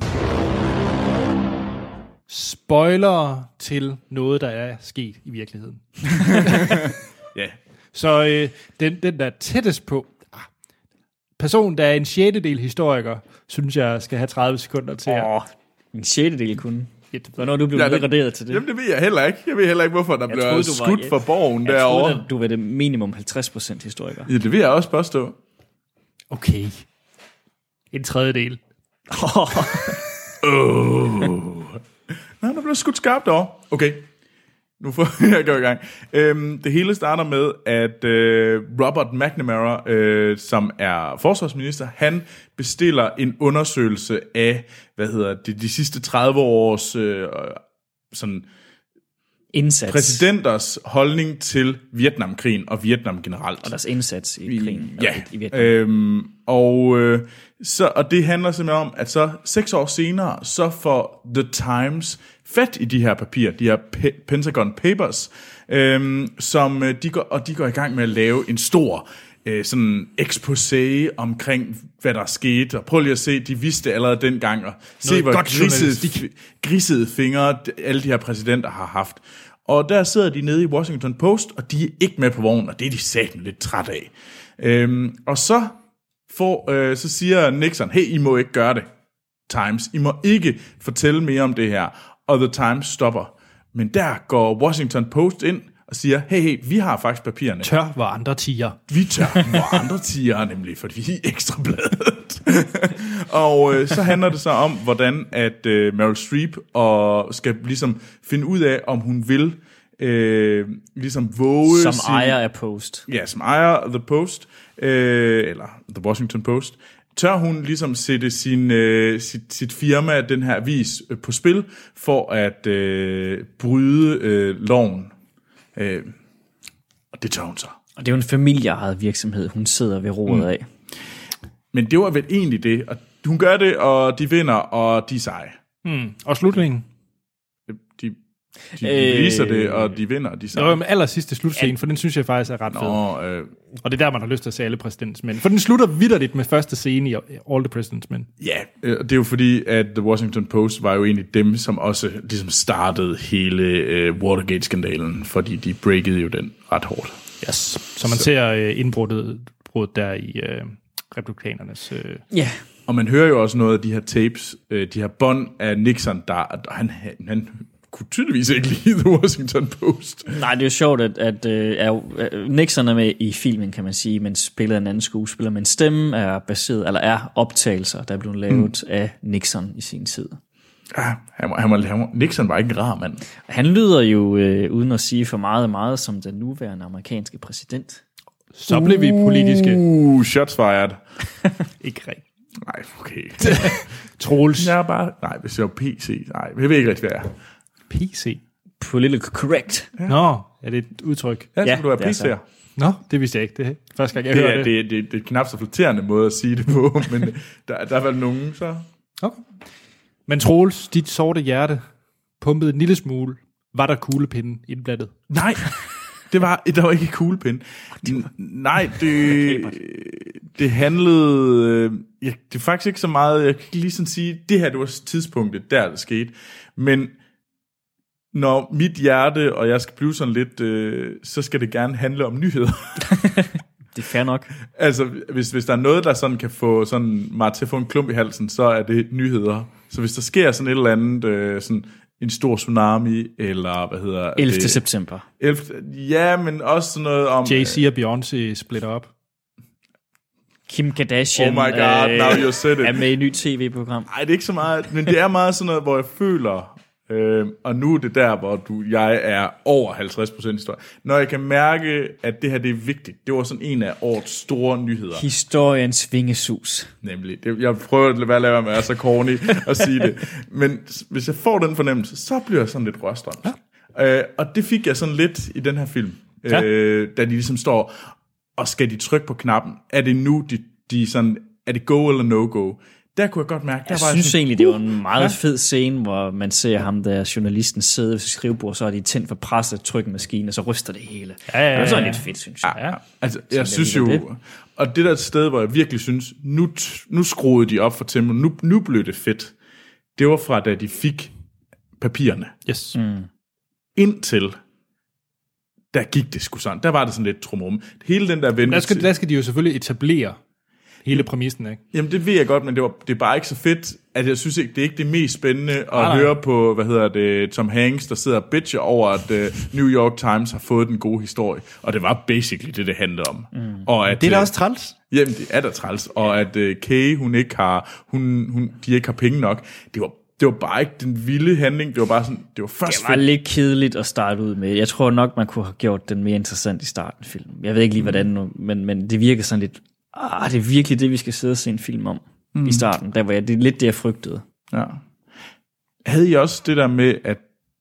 Spoiler til noget, der er sket i virkeligheden. Ja. Så den der er tættest på, person, der er en 6. historiker, synes jeg skal have 30 sekunder til. En 6. kunne. Hvornår du blev degraderet til det? Jamen, det ved jeg heller ikke. Jeg ved heller ikke, hvorfor der blev skudt for borgen derovre. Jeg troede, du var det minimum 50% historiker. Ja, det vil jeg også påstå. Okay. En 1/3. Nej, der blev skudt skarpt over. Okay. Nu får jeg gå i gang. Det hele starter med, at Robert McNamara, som er forsvarsminister, han bestiller en undersøgelse af, de sidste 30 års sådan indsats. Præsidenters holdning til Vietnamkrigen og Vietnam generelt. Og deres indsats i krigen i Vietnam. Og det handler simpelthen om, at så 6 år senere, så får The Times fat i de her papirer, de her Pentagon Papers, som de går i gang med at lave en stor sådan exposé omkring, hvad der skete, og prøv lige at se, de vidste allerede dengang, og se, hvor grisede fingre alle de her præsidenter har haft. Og der sidder de nede i Washington Post, og de er ikke med på vognen, og det er de satan lidt træt af. Og så siger Nixon, hey, I må ikke gøre det, Times. I må ikke fortælle mere om det her. Og The Times stopper. Men der går Washington Post ind og siger, hey, vi har faktisk papirerne. Tør, hvor andre tiger. Vi tør, hvor andre tiger, nemlig, fordi vi er Ekstrabladet. Og så handler det så om, hvordan at Meryl Streep skal ligesom finde ud af, om hun vil ligesom våge... Som ejer af Post. Ja, som ejer af The Post, eller The Washington Post. Tør hun ligesom sætte sit firma, den her avis, på spil, for at bryde loven? Og det tør hun så. Og det er jo en familieejet virksomhed, hun sidder ved roret af. Men det var vel egentlig det. Og hun gør det, og de vinder, og de er seje. Og slutningen? De viser det, og de vinder, og de er seje. Det var med aller sidste slutscene, for den synes jeg faktisk er ret fed. Og det er der, man har lyst til at se alle President's Men. For den slutter vitterligt med første scene i All the President's Men. Ja, det er jo fordi, at The Washington Post var jo egentlig dem, som også ligesom startede hele Watergate-skandalen, fordi de breakede jo den ret hårdt. Yes. Så man ser indbruddet der i republikanernes... Ja. Og man hører jo også noget af de her tapes, de her bånd af Nixon, der han kunne tydeligvis ikke lide The Washington Post. Nej, det er jo sjovt, at Nixon er med i filmen, kan man sige, men spiller en anden skuespiller, men stemmen er baseret, eller er optagelser, der er blevet lavet af Nixon i sin tid. Ja, Nixon var ikke en rar mand. Han lyder jo, uden at sige for meget, som den nuværende amerikanske præsident. Så blev vi politiske. Shots fired. Ikke rigtigt. Nej, okay. Troels. Jeg er bare... Nej, hvis jeg var PC. Nej, jeg ved ikke rigtig, hvad jeg er. PC? Political correct. Ja. Nå, er det et udtryk? Ja, så du er PC'er. Nå, det vidste jeg ikke. Det er første gang, jeg hører det. Det er knap så flatterende måde at sige det på, men der er vel nogen, så... Okay. Men Troels, dit sorte hjerte pumpede en lille smule. Var der kuglepinde indblandet? Nej, der var ikke kuglepinde. Nej, det handlede... det er faktisk ikke så meget... Jeg kan ikke lige sådan sige, det her det var tidspunktet, der det skete. Men når mit hjerte, og jeg skal blive sådan lidt, så skal det gerne handle om nyheder. Det er fair nok. Altså, hvis der er noget, der sådan kan få sådan mig til at få en klump i halsen, så er det nyheder. Så hvis der sker sådan et eller andet, sådan en stor tsunami, eller hvad hedder 11. september. Ja, men også sådan noget om... Jay-Z og Beyoncé splitter op. Kim Kardashian now you said it. Er med i et nyt tv-program. Nej, det er ikke så meget, men det er meget sådan noget, hvor jeg føler... og nu er det der, hvor jeg er over 50% historie. Når jeg kan mærke, at det her det er vigtigt. Det var sådan en af årets store nyheder. Historiens vingesus. Nemlig. Jeg prøver at lade være med at være så corny at sige det. Men hvis jeg får den fornemmelse, så bliver jeg sådan lidt rørstrømt. Ja. Og det fik jeg sådan lidt i den her film. Ja. Da de ligesom står, og skal de trykke på knappen? Er det nu, de sådan, er det go eller no go? Der kunne jeg godt mærke, jeg synes egentlig, det var en meget fed scene, hvor man ser ham der journalisten sidde ved skrivebord, så er de tændt for presset trykmaskinen, og så ryster det hele. Det er sådan lidt fedt, synes jeg. Ja. Altså, jeg synes jo, det. Og det der sted, hvor jeg virkelig synes, nu skruede de op for tempo, nu blev det fedt. Det var fra, da de fik papirerne. Yes. Indtil, der gik det sgu sådan. Der var det sådan lidt trumrum. Hele den der ventetid. Der skal de jo selvfølgelig etablere hele præmissen, ikke? Jamen, det ved jeg godt, men det er bare ikke så fedt, at jeg synes ikke, det er ikke det mest spændende at høre på, Tom Hanks, der sidder og bitcher over, at New York Times har fået den gode historie. Og det var basically det handlede om. Og at, det er da også træls. Jamen, det er da træls. Og at Kay, de ikke har penge nok. Det var det var bare ikke den vilde handling, det var bare sådan, det var først... Det var lidt kedeligt at starte ud med. Jeg tror nok, man kunne have gjort den mere interessant i starten af filmen. Jeg ved ikke lige, hvordan nu, men det virker sådan lidt, det er virkelig det, vi skal sidde og se en film om i starten. Der var det er lidt det, jeg frygtede. Ja. Havde I også det der med, at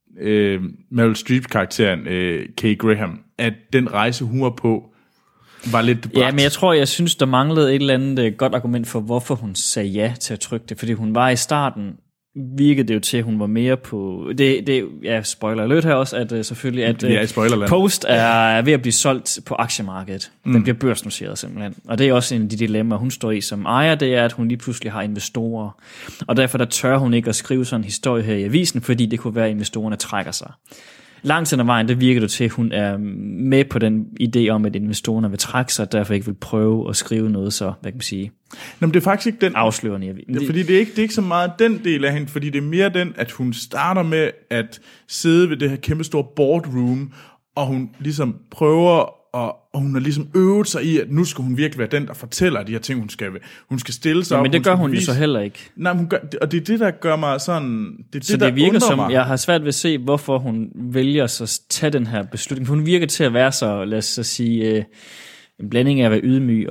Meryl Streep-karakteren, Kay Graham, at den rejse, hun var på, var lidt bræt? Ja, men jeg synes, der manglede et eller andet godt argument for, hvorfor hun sagde ja til at trykke det. Fordi hun var i starten, virkede det jo til, at hun var mere på... spoiler alert her også, at selvfølgelig, at Post er ved at blive solgt på aktiemarkedet. Den bliver børsnoteret simpelthen. Og det er også en af de dilemmaer, hun står i som ejer, det er, at hun lige pludselig har investorer. Og derfor der tør hun ikke at skrive sådan en historie her i avisen, fordi det kunne være, at investorerne trækker sig. Langt hen ad vejen, det virker det til, at hun er med på den idé om, at investorerne vil trække sig, og derfor ikke vil prøve at skrive noget så, hvad kan man sige, men det er faktisk ikke den afslørende. Fordi det er ikke så meget den del af hende, fordi det er mere den, at hun starter med at sidde ved det her kæmpe store boardroom, og hun ligesom prøver, og hun har ligesom øvet sig i, at nu skal hun virkelig være den, der fortæller de her ting, hun skal stille sig op. Men det gør hun jo så heller ikke. Nej, hun gør, og det er det, der gør mig sådan... Det virker som, jeg har svært ved at se, hvorfor hun vælger så at tage den her beslutning. Hun virker til at være så, lad os så sige, en blanding af at være ydmyg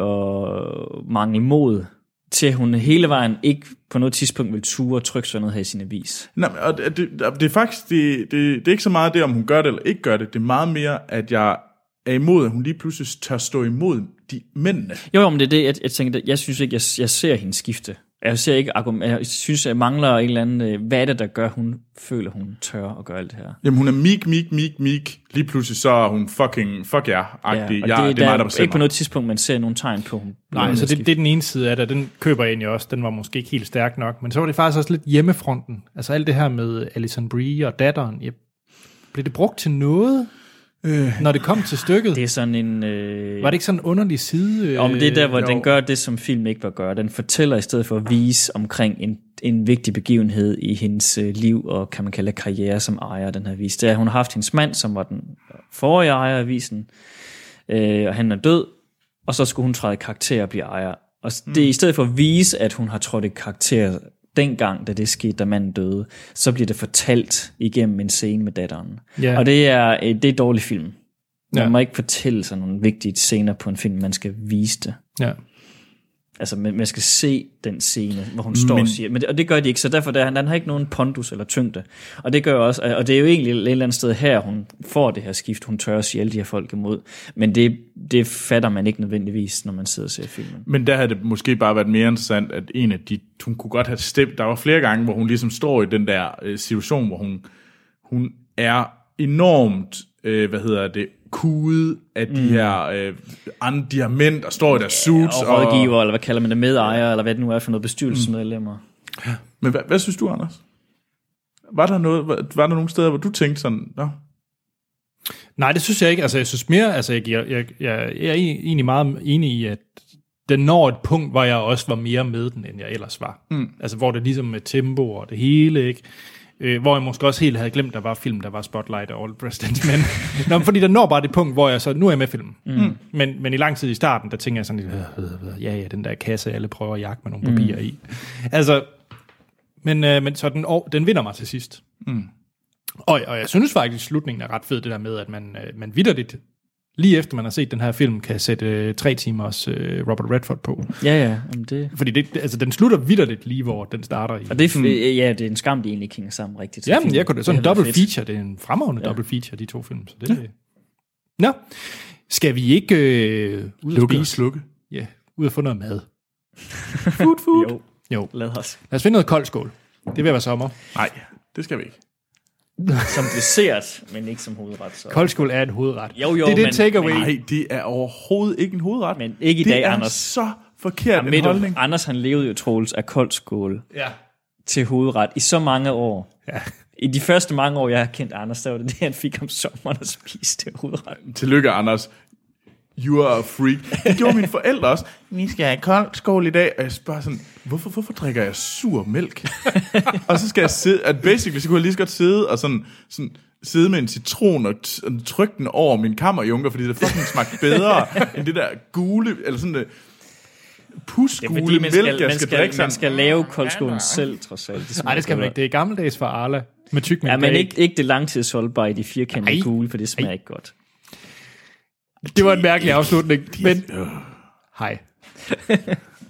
og mangle mod, til hun hele vejen ikke på noget tidspunkt vil ture og trykke sådan noget her i sin avis. Nej, og det er faktisk, det er ikke så meget det, om hun gør det eller ikke gør det. Det er meget mere, at jeg er imod, at hun lige pludselig tør stå imod de mændene. Jo, men det er det, jeg tænker, jeg synes ikke, jeg ser hende skifte. Jeg ser ikke argument. Jeg synes, jeg mangler en eller anden, hvad er det, der gør, hun føler, hun tør at gøre alt det her. Jamen, hun er meek. Lige pludselig så er hun fuck jer-agtig. Ja, det er mig, der bestemmer. Ikke på noget tidspunkt, man ser nogle tegn på, hun... Nej, så det er den ene side af det, den køber jeg egentlig også. Den var måske ikke helt stærk nok, men så var det faktisk også lidt hjemmefronten. Altså alt det her med Alison Brie og datteren. Blev det brugt til noget? Når det kom til stykket. Det er sådan en... Var det ikke sådan en underlig side? Om det er der, hvor den gør det, som film ikke var gøre. Den fortæller i stedet for at vise omkring en vigtig begivenhed i hendes liv, og kan man kalde karriere som ejer den her vis. Det er, at hun har haft hendes mand, som var den forrige ejer af avisen, og han er død, og så skulle hun træde i karakter og blive ejer. Og det er i stedet for at vise, at hun har trådt i karakter dengang, da det skete, da manden døde, så bliver det fortalt igennem en scene med datteren. Yeah. Og det er dårlig film. Man må ikke fortælle sig nogle vigtige scener på en film, man skal vise det. Ja. Altså, man skal se den scene, hvor hun står og siger, og det gør de ikke, så derfor den har ikke nogen pondus eller tyngde. Og det gør også, og det er jo egentlig et eller andet sted her, hun får det her skift, hun tør at sige alle de her folk imod, men det fatter man ikke nødvendigvis, når man sidder og ser filmen. Men der havde det måske bare været mere interessant, at en af de, hun kunne godt have stemt, der var flere gange, hvor hun ligesom står i den der situation, hvor hun er enormt, kude af de her mænd, der står i deres suits. Og rådgiver, eller hvad kalder man det, medejer, eller hvad det nu er for noget, bestyrelsesmedlemmer. Ja. Men hvad synes du, Anders? Var der nogle steder, hvor du tænkte sådan, nå? Nej, det synes jeg ikke. Altså, jeg synes mere, altså, jeg er egentlig meget enig i, at den når et punkt, hvor jeg også var mere med den, end jeg ellers var. Altså, hvor det ligesom med tempo og det hele, ikke? Hvor jeg måske også helt havde glemt, der var film, der var Spotlight og All President's Men. Nå, fordi der når bare det punkt, hvor jeg så, nu er jeg med filmen. Men i lang tid i starten, der tænker jeg sådan lidt, ja, den der kasse, alle prøver at jagte med nogle papirer i. Altså, men så den vinder mig til sidst. Og jeg synes faktisk, slutningen er ret fed, det der med, at man vitterligt, lige efter man har set den her film, kan sætte 3 timers Robert Redford på. Ja. Fordi den slutter vitterligt lige, hvor den starter i. Og det er en skam, de egentlig hænger sammen rigtigt. Jamen, jeg kunne sådan en double feature. Det er en fremragende double feature, de 2 film. Så det. Nå, skal vi ikke ud og spise? Slukke. Ja, ud og få noget mad. Food. Jo, lad os finde noget koldskål. Det vil være sommer. Nej, det skal vi ikke. Som dessert, men ikke som hovedret. Så. Koldskål er en hovedret. Jo, det er det takeaway. Nej, det er overhovedet ikke en hovedret. Men ikke i dag, Anders. Det er så forkert en holdning. Anders, han levede jo, Troels, af koldskål til hovedret i så mange år. Ja. I de første mange år, jeg har kendt Anders, der var det, han fik om sommeren at spise til hovedret. Tillykke, Anders. You are a freak. Det gjorde mine forældre også. Vi skal have koldskål i dag. Og jeg spørger sådan, hvorfor drikker jeg sur mælk? Og så skal jeg sidde, basically, så kunne jeg lige så godt sidde og sådan sidde med en citron og trykke den over min kammerjunker, fordi det fucking smagte bedre end det der gule, eller sådan det pusgule mælk, jeg skal drikke man skal lave koldskålen selv, trods alt. Nej, det skal man ikke. Det er gammeldags for Arla. Med tyk mælk. Ja, men ikke det langtidsholdbare i de firkantede gule, for det smager ikke godt. Det var en mærkelig afslutning, men... Hej.